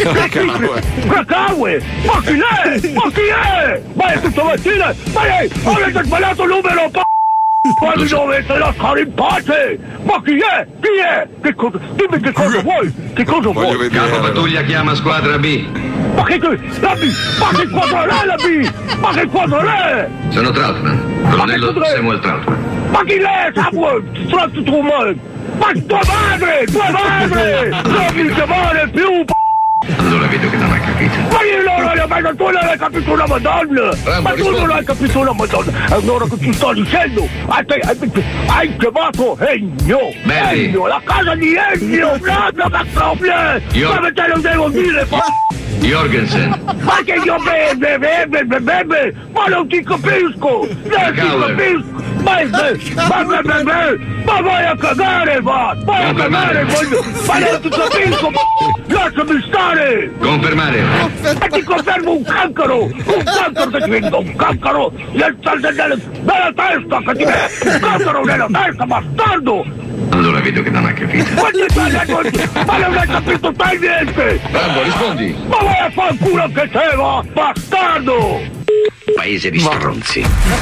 Speaker 21: Krakauer! Ma chi è? Ma chi è? Ma è tutto mattina! Ma lei... Avete sbagliato il numero, p***! Ma mi dovete lasciare in pace! Ma chi è? Chi è? Che cosa? Dimmi che cosa vuoi? Che cosa vuoi?
Speaker 13: Capo Pattuglia chiama squadra B.
Speaker 21: Ma che... La B? Ma che quadro è la B? Ma che quadro è?
Speaker 13: Sono Trautmann, colonnello Samuel Trautmann.
Speaker 21: Ma chi lei, Samuel? Tratto tu me! Ma tua madre! Tua madre! Non mi chiamare più, p***!
Speaker 13: Allora vedo che non hai capito.
Speaker 21: Ma io non l'ho mai, tu non hai capito una madonna! Ma tu non hai capito una madonna! È un'ora che ti sto dicendo! Hai, hai, hai chiamato Ennio!
Speaker 13: Berti.
Speaker 21: Ennio, la casa di Ennio! Proprio che proprio!
Speaker 13: Io-
Speaker 21: Come te lo devo dire, p***?
Speaker 13: Jorgensen,
Speaker 21: Ma che io beve, beve, beve, beve! Ma non ti capisco! Non ti
Speaker 13: Krakauer.
Speaker 21: capisco! Ma, ma, ma, ma, ma, ma vai a cagare, va! Vai a cagare, voglio! Ma non ti capisco! Lasciami stare!
Speaker 13: confermare.
Speaker 21: E ti confermo un cancro! Un cancro che ti venga un cancro nel, nel, nel, nella testa! Che ti venga un cancro nella testa, bastardo!
Speaker 13: Allora vedo che non hai capito.
Speaker 21: Ma, ti, ma non hai capito te niente!
Speaker 13: Rambo, rispondi.
Speaker 21: Ma vai a far culo anche te, va! Bastardo!
Speaker 13: Paese di stronzi.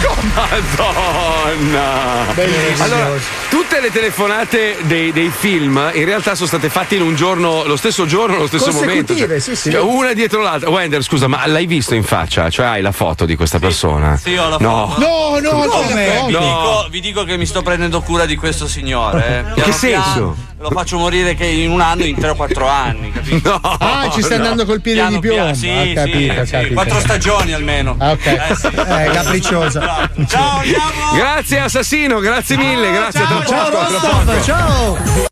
Speaker 1: Madonna!
Speaker 21: Bellissimo.
Speaker 1: Allora, tutte le telefonate dei, dei film in realtà sono state fatte in un giorno, lo stesso giorno, lo stesso momento.
Speaker 3: Consecutive, sì, sì.
Speaker 1: Cioè, una dietro l'altra. Wender, scusa, ma l'hai visto in faccia? Cioè, hai la foto di questa persona?
Speaker 16: Sì, ho la
Speaker 1: No.
Speaker 16: foto.
Speaker 7: No, no,
Speaker 16: Come?
Speaker 7: no.
Speaker 16: Vi,
Speaker 1: No.
Speaker 16: dico, vi dico che mi sto prendendo cura di questo signore. Eh.
Speaker 1: In che
Speaker 16: Piano
Speaker 1: senso?
Speaker 16: piano Lo faccio morire che in un anno, in tre o quattro anni, capito?
Speaker 1: No,
Speaker 7: Ah, ci sta
Speaker 1: no.
Speaker 7: andando col piede
Speaker 16: Piano
Speaker 7: di piombo.
Speaker 16: piano, sì,
Speaker 7: Ah, capito,
Speaker 16: sì,
Speaker 7: capito.
Speaker 16: sì. Quattro stagioni almeno.
Speaker 7: Ah, ok.
Speaker 16: Eh, sì.
Speaker 3: Eh, capricciosa.
Speaker 16: Ciao, andiamo!
Speaker 1: Grazie assassino, grazie mille, grazie a tra poco,
Speaker 3: Ciao
Speaker 1: a tra
Speaker 3: Rostov,
Speaker 1: poco.
Speaker 3: ciao!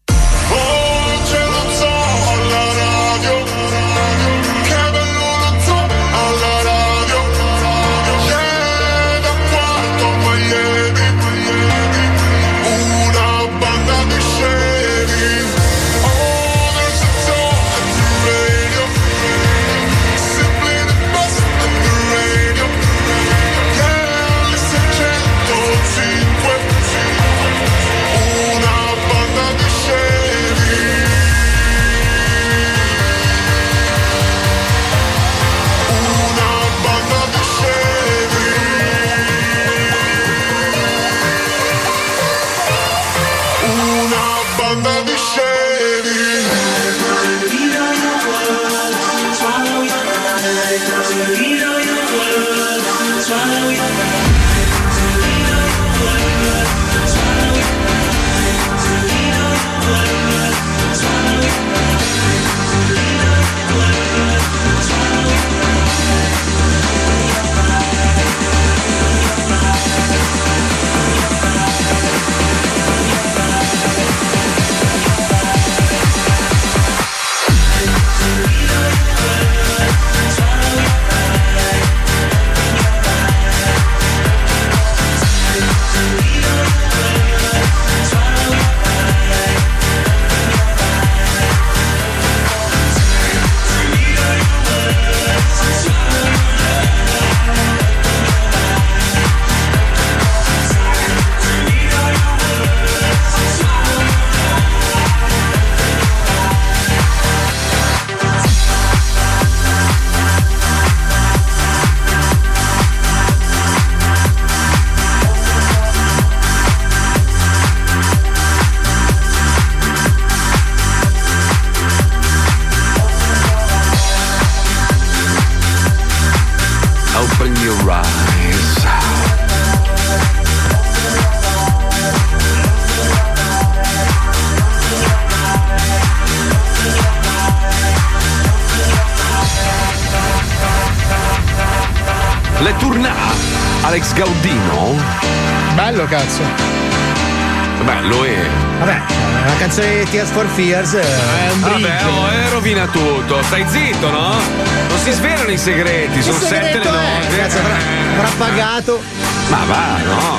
Speaker 1: Alex Gaudino.
Speaker 7: Bello cazzo.
Speaker 1: Vabbè, lui è.
Speaker 6: Vabbè, una canzone di Tears for Fears. È un
Speaker 1: Vabbè, oh, eh, rovina tutto. Stai zitto, no? Non si svelano i segreti,
Speaker 6: Che
Speaker 1: sono sette le
Speaker 6: segreto è?
Speaker 1: note.
Speaker 6: Cazzo, avrà, avrà pagato.
Speaker 1: Ma va, no.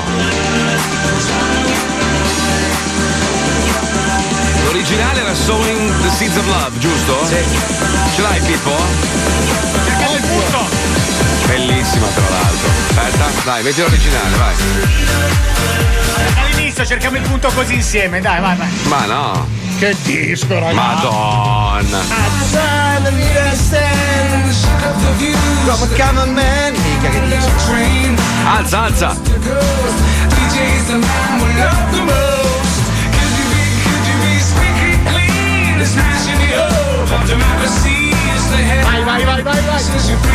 Speaker 1: L'originale era Sowing the Seeds of Love, giusto?
Speaker 6: Sì.
Speaker 1: Ce l'hai, Pippo?
Speaker 12: Cercate il punto.
Speaker 1: Bellissima, tra l'altro. Aspetta, dai, metti l'originale, vai.
Speaker 12: All'inizio cerchiamo il punto così insieme, dai, vai, vai.
Speaker 1: Ma no.
Speaker 7: Che disco, ragazzi.
Speaker 1: Madonna.
Speaker 6: Come come on man. Mica che dici.
Speaker 1: Alza, alza.
Speaker 7: Vai, vai, vai, vai, vai.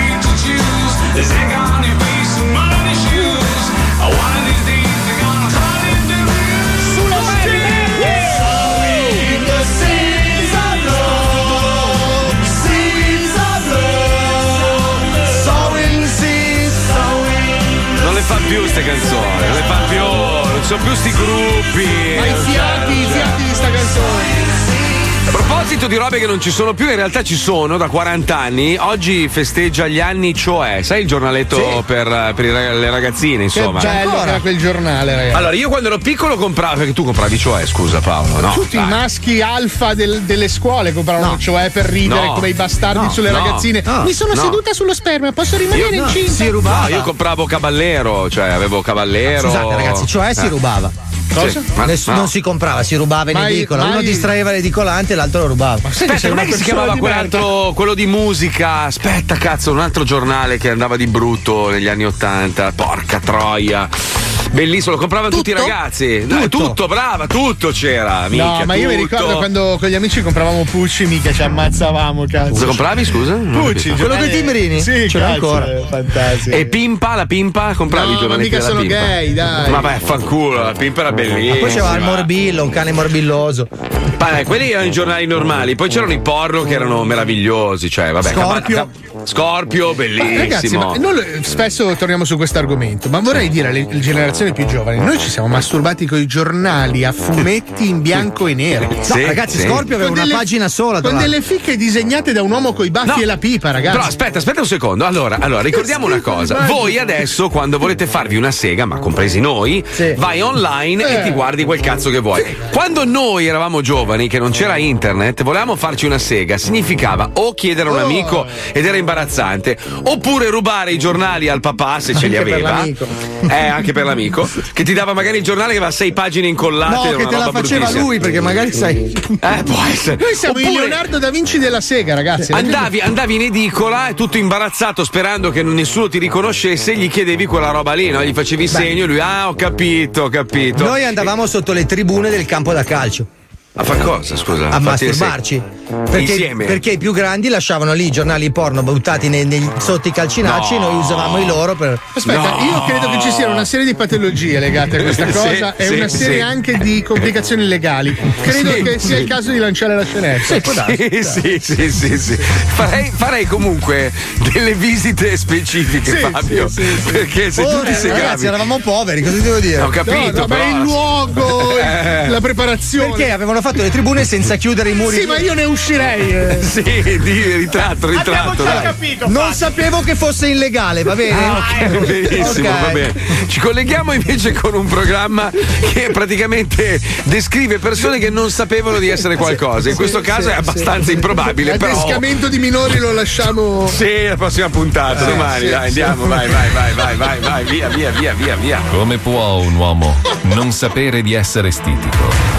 Speaker 1: Non le fa più ste canzoni, non le fa più, non sono più sti gruppi.
Speaker 7: Ma i fiati, i fiati di sta canzone.
Speaker 1: A proposito di robe che non ci sono più, in realtà ci sono da quaranta anni. Oggi festeggia gli anni, cioè, sai il giornaletto
Speaker 7: Sì.
Speaker 1: per, per i rag- le ragazzine, insomma.
Speaker 7: Che bello che era quel giornale, ragazzi.
Speaker 1: Allora, io quando ero piccolo compravo, perché tu compravi cioè, scusa Paolo, no?
Speaker 7: Tutti
Speaker 1: dai.
Speaker 7: i maschi alfa del- delle scuole compravano
Speaker 1: No.
Speaker 7: cioè per ridere
Speaker 1: No.
Speaker 7: come i bastardi
Speaker 1: No.
Speaker 7: sulle
Speaker 1: No.
Speaker 7: ragazzine.
Speaker 1: No.
Speaker 7: Mi sono
Speaker 1: No.
Speaker 7: seduta sullo sperma, posso rimanere
Speaker 1: Io-
Speaker 7: incinta?
Speaker 6: Si rubava.
Speaker 1: No, io compravo Caballero, cioè avevo Caballero.
Speaker 6: Scusate ragazzi, cioè si
Speaker 1: Eh.
Speaker 6: rubava.
Speaker 1: Cosa? Ma-
Speaker 6: Ness-
Speaker 1: no.
Speaker 6: Non si comprava, si rubava in
Speaker 7: Mai-
Speaker 6: edicola. Uno
Speaker 7: mai-
Speaker 6: distraeva l'edicolante e l'altro lo rubava.
Speaker 1: Aspetta, com'è che si chiamava quell'altro, quello di musica? Aspetta, cazzo, un altro giornale che andava di brutto negli anni Ottanta. Porca troia. Bellissimo, lo compravano tutti i ragazzi. No,
Speaker 6: Tutto?
Speaker 1: tutto, brava, tutto c'era.
Speaker 7: No,
Speaker 1: minchia,
Speaker 7: ma io mi
Speaker 1: tutto.
Speaker 7: ricordo quando con gli amici compravamo Pucci, mica ci ammazzavamo, cazzo.
Speaker 1: Cosa compravi, scusa? Non ho
Speaker 7: Pucci,
Speaker 1: capito.
Speaker 6: Quello coi
Speaker 7: giornale-
Speaker 6: timbrini?
Speaker 7: Sì,
Speaker 6: Ce l'ho
Speaker 7: cazzo,
Speaker 6: ancora.
Speaker 7: eh, fantastico.
Speaker 1: E Pimpa, la Pimpa? Compravi
Speaker 7: No,
Speaker 1: i
Speaker 7: ma
Speaker 1: giornaletti
Speaker 7: mica
Speaker 1: della
Speaker 7: sono
Speaker 1: Pimpa?
Speaker 7: gay, dai.
Speaker 1: Ma vai, fanculo, la Pimpa era bellissima.
Speaker 6: Poi c'era il morbillo, un cane morbilloso.
Speaker 1: Ma, eh, quelli erano i giornali normali, poi c'erano i porno che erano meravigliosi, cioè vabbè.
Speaker 6: Scorpio.
Speaker 1: Cab- Scorpio,
Speaker 7: Ma
Speaker 1: bellissimo.
Speaker 7: ragazzi, ma noi spesso torniamo su questo argomento, ma vorrei dire alle generazioni più giovani: noi ci siamo masturbati con i giornali a fumetti in bianco e nero.
Speaker 6: No,
Speaker 1: Sì,
Speaker 6: ragazzi,
Speaker 1: sì.
Speaker 6: Scorpio aveva
Speaker 7: Con
Speaker 6: una
Speaker 7: delle-
Speaker 6: pagina sola. tra
Speaker 7: Con
Speaker 6: l'altro.
Speaker 7: delle ficche disegnate da un uomo coi baffi
Speaker 1: No.
Speaker 7: e la pipa, ragazzi.
Speaker 1: Però aspetta, aspetta un secondo. Allora, allora ricordiamo una cosa. Voi adesso, quando volete farvi una sega, ma compresi noi,
Speaker 6: Sì.
Speaker 1: vai online
Speaker 7: Eh.
Speaker 1: e ti guardi quel cazzo che vuoi. Quando noi eravamo giovani, che non c'era internet, volevamo farci una sega, significava o chiedere a un
Speaker 7: Oh.
Speaker 1: amico ed era imbarazzante, oppure rubare i giornali al papà se ce li
Speaker 6: Anche per
Speaker 1: aveva.
Speaker 6: l'amico.
Speaker 1: Eh, anche per l'amico. Che ti dava magari il giornale che aveva sei pagine incollate.
Speaker 6: No,
Speaker 1: era
Speaker 6: che
Speaker 1: una
Speaker 6: te la
Speaker 1: roba
Speaker 6: faceva
Speaker 1: bruttissima.
Speaker 6: lui, perché magari sai.
Speaker 1: Eh, può essere.
Speaker 7: Noi siamo
Speaker 1: Oppure-
Speaker 7: il Leonardo da Vinci della sega, ragazzi.
Speaker 1: Andavi, andavi in edicola e tutto imbarazzato sperando che nessuno ti riconoscesse, gli chiedevi quella roba lì, no? Gli facevi il segno e lui, ah, ho capito, ho capito.
Speaker 6: Noi andavamo sotto le tribune del campo da calcio.
Speaker 1: A far cosa, scusa?
Speaker 6: A
Speaker 1: Fatti il
Speaker 6: masturbarci.
Speaker 1: segno.
Speaker 6: Perché,
Speaker 1: Insieme.
Speaker 6: perché i più grandi lasciavano lì i giornali porno buttati nei- nei- sotto i calcinacci e
Speaker 1: No.
Speaker 6: noi usavamo i loro per.
Speaker 7: Aspetta,
Speaker 1: No.
Speaker 7: io credo che ci siano una serie di patologie legate a questa
Speaker 1: Sì,
Speaker 7: cosa e
Speaker 1: sì,
Speaker 7: una serie
Speaker 1: sì.
Speaker 7: anche di complicazioni legali. Credo
Speaker 1: Sì,
Speaker 7: che sia
Speaker 1: sì.
Speaker 7: il caso di lanciare la scenetta.
Speaker 1: Sì, sì, sì, sì, sì. Farei, farei comunque delle visite specifiche,
Speaker 7: Sì,
Speaker 1: Fabio.
Speaker 7: sì, sì, sì.
Speaker 1: Perché se
Speaker 6: Oh,
Speaker 1: tu ti segavi.
Speaker 6: ragazzi, eravamo poveri, cosa ti devo dire?
Speaker 1: Ho capito,
Speaker 7: No, no, ma
Speaker 1: però.
Speaker 7: è il luogo,
Speaker 1: Eh.
Speaker 7: la preparazione.
Speaker 6: Perché avevano fatto le tribune senza chiudere i muri.
Speaker 7: Sì, ma io ne uscirei. eh.
Speaker 1: Sì, di ritratto, ritratto.
Speaker 12: Abbiamo già
Speaker 1: dai.
Speaker 12: capito.
Speaker 6: Non
Speaker 12: Fabio.
Speaker 6: sapevo che fosse illegale, va bene?
Speaker 1: Ah, ok, benissimo,
Speaker 6: Ok.
Speaker 1: va bene. Ci colleghiamo invece con un programma che praticamente descrive persone che non sapevano di essere qualcosa. In questo caso è abbastanza improbabile, però.
Speaker 7: L'adescamento di minori lo lasciamo.
Speaker 1: Sì, la prossima puntata,
Speaker 7: Eh,
Speaker 1: domani,
Speaker 7: sì,
Speaker 1: dai,
Speaker 7: sì.
Speaker 1: andiamo, vai, vai, vai, vai, vai, vai, via, via, via, via, via.
Speaker 2: Come può un uomo non sapere di essere estetico?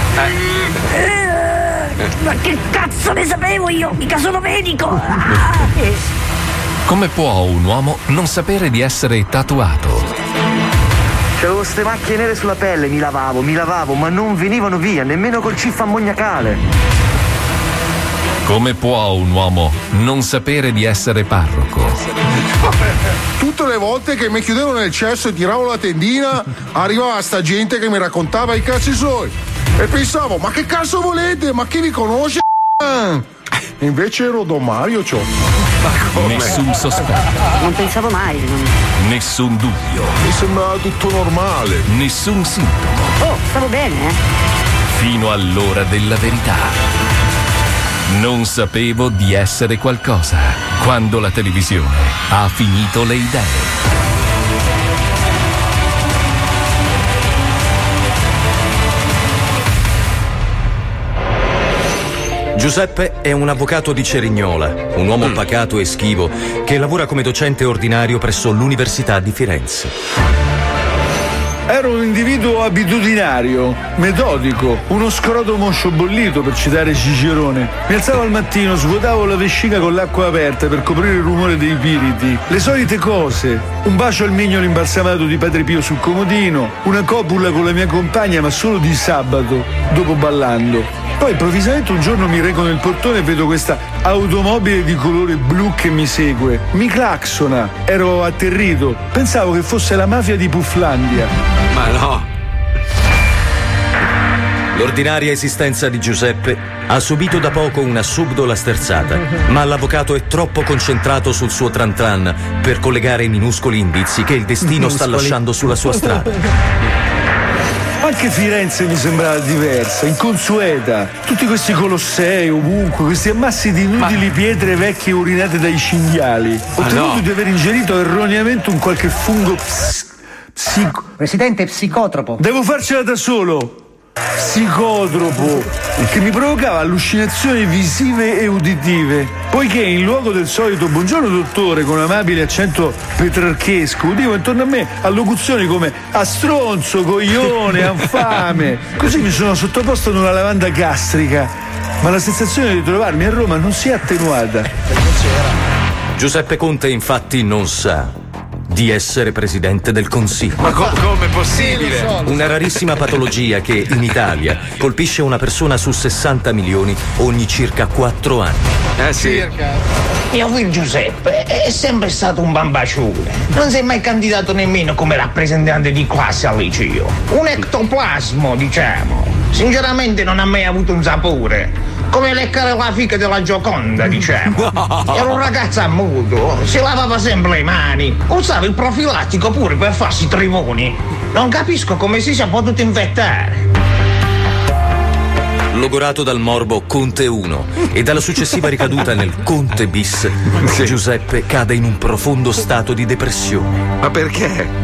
Speaker 22: Ma che cazzo ne sapevo io? Mica sono medico! Ah!
Speaker 2: Come può un uomo non sapere di essere tatuato?
Speaker 17: C'avevo ste macchie nere sulla pelle, mi lavavo, mi lavavo, ma non venivano via, nemmeno col ciffo ammoniacale.
Speaker 2: Come può un uomo non sapere di essere parroco?
Speaker 21: Tutte le volte che mi chiudevano nel cesso e tiravo la tendina, arrivava sta gente che mi raccontava i cazzi suoi. E pensavo, ma che cazzo volete? Ma chi vi conosce? E invece ero Don Mario, ciò.
Speaker 2: Nessun sospetto.
Speaker 22: Non pensavo mai.
Speaker 2: Nessun dubbio.
Speaker 21: Mi sembrava tutto normale.
Speaker 2: Nessun sintomo.
Speaker 22: Oh, stavo bene, eh?
Speaker 2: Fino all'ora della verità. Non sapevo di essere qualcosa quando la televisione ha finito le idee.
Speaker 14: Giuseppe è un avvocato di Cerignola, un uomo pacato e schivo che lavora come docente ordinario presso l'Università di Firenze.
Speaker 19: Ero un individuo abitudinario, metodico, uno scrotomo sciabollito, per citare Cicerone. Mi alzavo al mattino, svuotavo la vescica con l'acqua aperta per coprire il rumore dei piriti. Le solite cose. Un bacio al mignolo imbalsamato di Padre Pio sul comodino, una copula con la mia compagna, ma solo di sabato, dopo ballando. Poi improvvisamente un giorno mi reco nel portone e vedo questa automobile di colore blu che mi segue. Mi claxona. Ero atterrito. Pensavo che fosse la mafia di Pufflandia.
Speaker 1: Ma no.
Speaker 14: L'ordinaria esistenza di Giuseppe ha subito da poco una subdola sterzata, ma l'avvocato è troppo concentrato sul suo tran tran per collegare i minuscoli indizi che il destino sta lasciando sulla sua strada.
Speaker 19: Anche Firenze mi sembrava diversa, inconsueta. Tutti questi colossei ovunque, questi ammassi di inutili Ma... pietre vecchie urinate dai cinghiali. Ho temuto no. di aver ingerito erroneamente un qualche fungo ps- psico...
Speaker 11: Presidente, psicotropo.
Speaker 19: Devo farcela da solo. Psicotropo, che mi provocava allucinazioni visive e uditive, poiché in luogo del solito buongiorno dottore con amabile accento petrarchesco udivo intorno a me allocuzioni come a stronzo, coglione, infame. Così mi sono sottoposto ad una lavanda gastrica, ma la sensazione di trovarmi a Roma non si è attenuata.
Speaker 14: Giuseppe Conte infatti non sa di essere presidente del Consiglio.
Speaker 1: Ma co- come è possibile?
Speaker 14: Una rarissima patologia che in Italia colpisce una persona su sessanta milioni ogni circa quattro anni.
Speaker 1: Eh sì.
Speaker 23: Mio figlio Giuseppe è sempre stato un bambacione. Non si è mai candidato nemmeno come rappresentante di classe al liceo. Un ectoplasmo, diciamo. Sinceramente non ha mai avuto un sapore. Come leccare la fica della Gioconda, diciamo. Era un ragazzo muto, si lavava sempre le mani, usava il profilattico pure per farsi trivoni. Non capisco come si sia potuto infettare.
Speaker 14: Logorato dal morbo Conte uno e dalla successiva ricaduta nel Conte bis, Giuseppe cade in un profondo stato di depressione.
Speaker 1: Ma perché?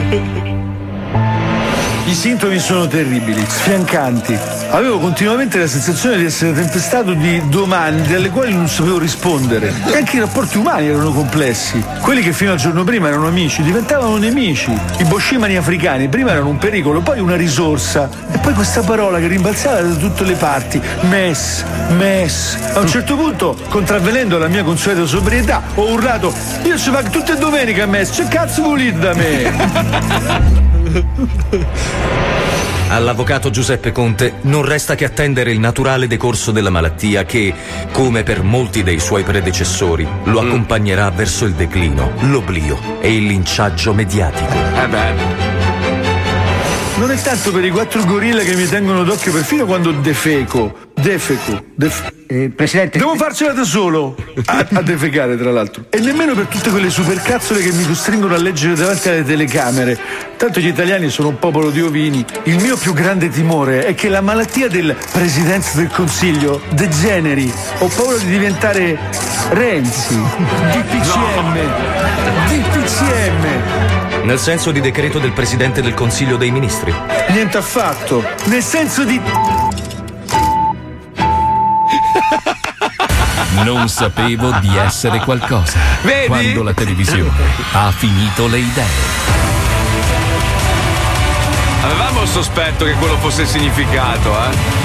Speaker 19: I sintomi sono terribili, sfiancanti. Avevo continuamente la sensazione di essere tempestato di domande alle quali non sapevo rispondere. E anche i rapporti umani erano complessi. Quelli che fino al giorno prima erano amici diventavano nemici. I boscimani africani prima erano un pericolo, poi una risorsa. E poi questa parola che rimbalzava da tutte le parti. Mess, mess. A un certo punto, contravvenendo la mia consueta sobrietà, ho urlato: io ci vado tutte le domeniche a mess, che cazzo volete da me?
Speaker 14: All'avvocato Giuseppe Conte non resta che attendere il naturale decorso della malattia che, come per molti dei suoi predecessori, lo accompagnerà verso il declino, l'oblio e il linciaggio mediatico.
Speaker 1: Eh beh.
Speaker 19: Non è tanto per i quattro gorilla che mi tengono d'occhio perfino quando defeco. Defeco. Def...
Speaker 11: Eh, Presidente.
Speaker 19: Devo farcela da solo. A, a defecare, tra l'altro. E nemmeno per tutte quelle supercazzole che mi costringono a leggere davanti alle telecamere. Tanto gli italiani sono un popolo di ovini. Il mio più grande timore è che la malattia del Presidente del Consiglio degeneri. Ho paura di diventare Renzi. D P C M. D P C M.
Speaker 14: Nel senso di decreto del Presidente del Consiglio dei Ministri?
Speaker 19: Niente affatto. Nel senso di...
Speaker 2: Non sapevo di essere qualcosa.
Speaker 1: Vedi?
Speaker 2: Quando la televisione ha finito le idee.
Speaker 1: Avevamo il sospetto che quello fosse il significato, eh?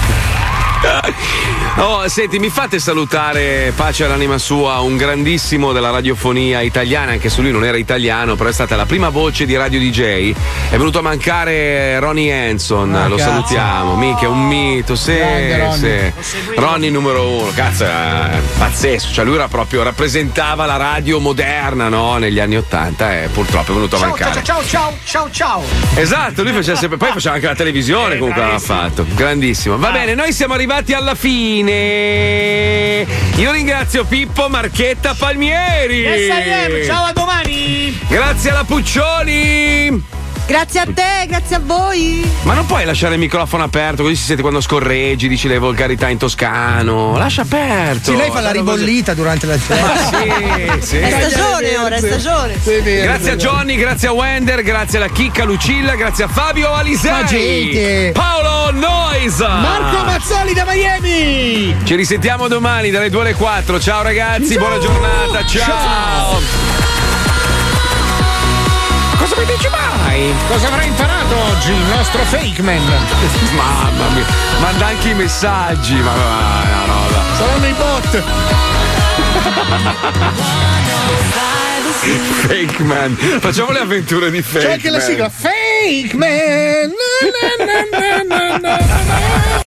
Speaker 1: Oh, senti, mi fate salutare, pace all'anima sua, un grandissimo della radiofonia italiana, anche se lui non era italiano, però è stata la prima voce di Radio D J. È venuto a mancare Ronnie Hanson, ah, lo cazzo. salutiamo, mica è un mito, sì, sì. Ronnie numero uno, cazzo, è pazzesco, cioè lui era proprio, rappresentava la radio moderna, no, negli anni ottanta e purtroppo è venuto a
Speaker 12: ciao,
Speaker 1: mancare.
Speaker 12: Ciao, ciao, ciao, ciao, ciao.
Speaker 1: Esatto, lui faceva sempre, poi faceva anche la televisione, eh, comunque aveva fatto, grandissimo. Va ah. bene, noi siamo arrivati arrivati alla fine. Io ringrazio Pippo Marchetta Palmieri.
Speaker 12: E Salem, ciao, a domani.
Speaker 1: Grazie alla Puccioni.
Speaker 8: Grazie a te, grazie a voi.
Speaker 1: Ma non puoi lasciare il microfono aperto, così si sente quando scorreggi, dici le volgarità in toscano. Lascia aperto.
Speaker 6: Sì, lei fa la ribollita durante la cena.
Speaker 1: Ma sì, sì.
Speaker 8: È stagione ora, è stagione.
Speaker 1: Grazie a Johnny, grazie a Wender, grazie alla Chicca Lucilla, grazie a Fabio Alisei, Paolo Noisa,
Speaker 7: Marco Mazzoli da Miami.
Speaker 1: Ci risentiamo domani dalle due alle quattro. Ciao ragazzi,
Speaker 7: Ciao.
Speaker 1: buona giornata. Ciao.
Speaker 7: Ciao.
Speaker 1: Cosa mi dici mai?
Speaker 7: Cosa avrà imparato oggi il nostro fake man?
Speaker 1: Mamma mia, manda anche i messaggi, ma ma- no, no,
Speaker 7: Saranno i bot.
Speaker 1: Fake man. Facciamo le avventure di fake
Speaker 7: C'è anche la
Speaker 1: man.
Speaker 7: sigla Fake man. Na, na, na, na, na, na.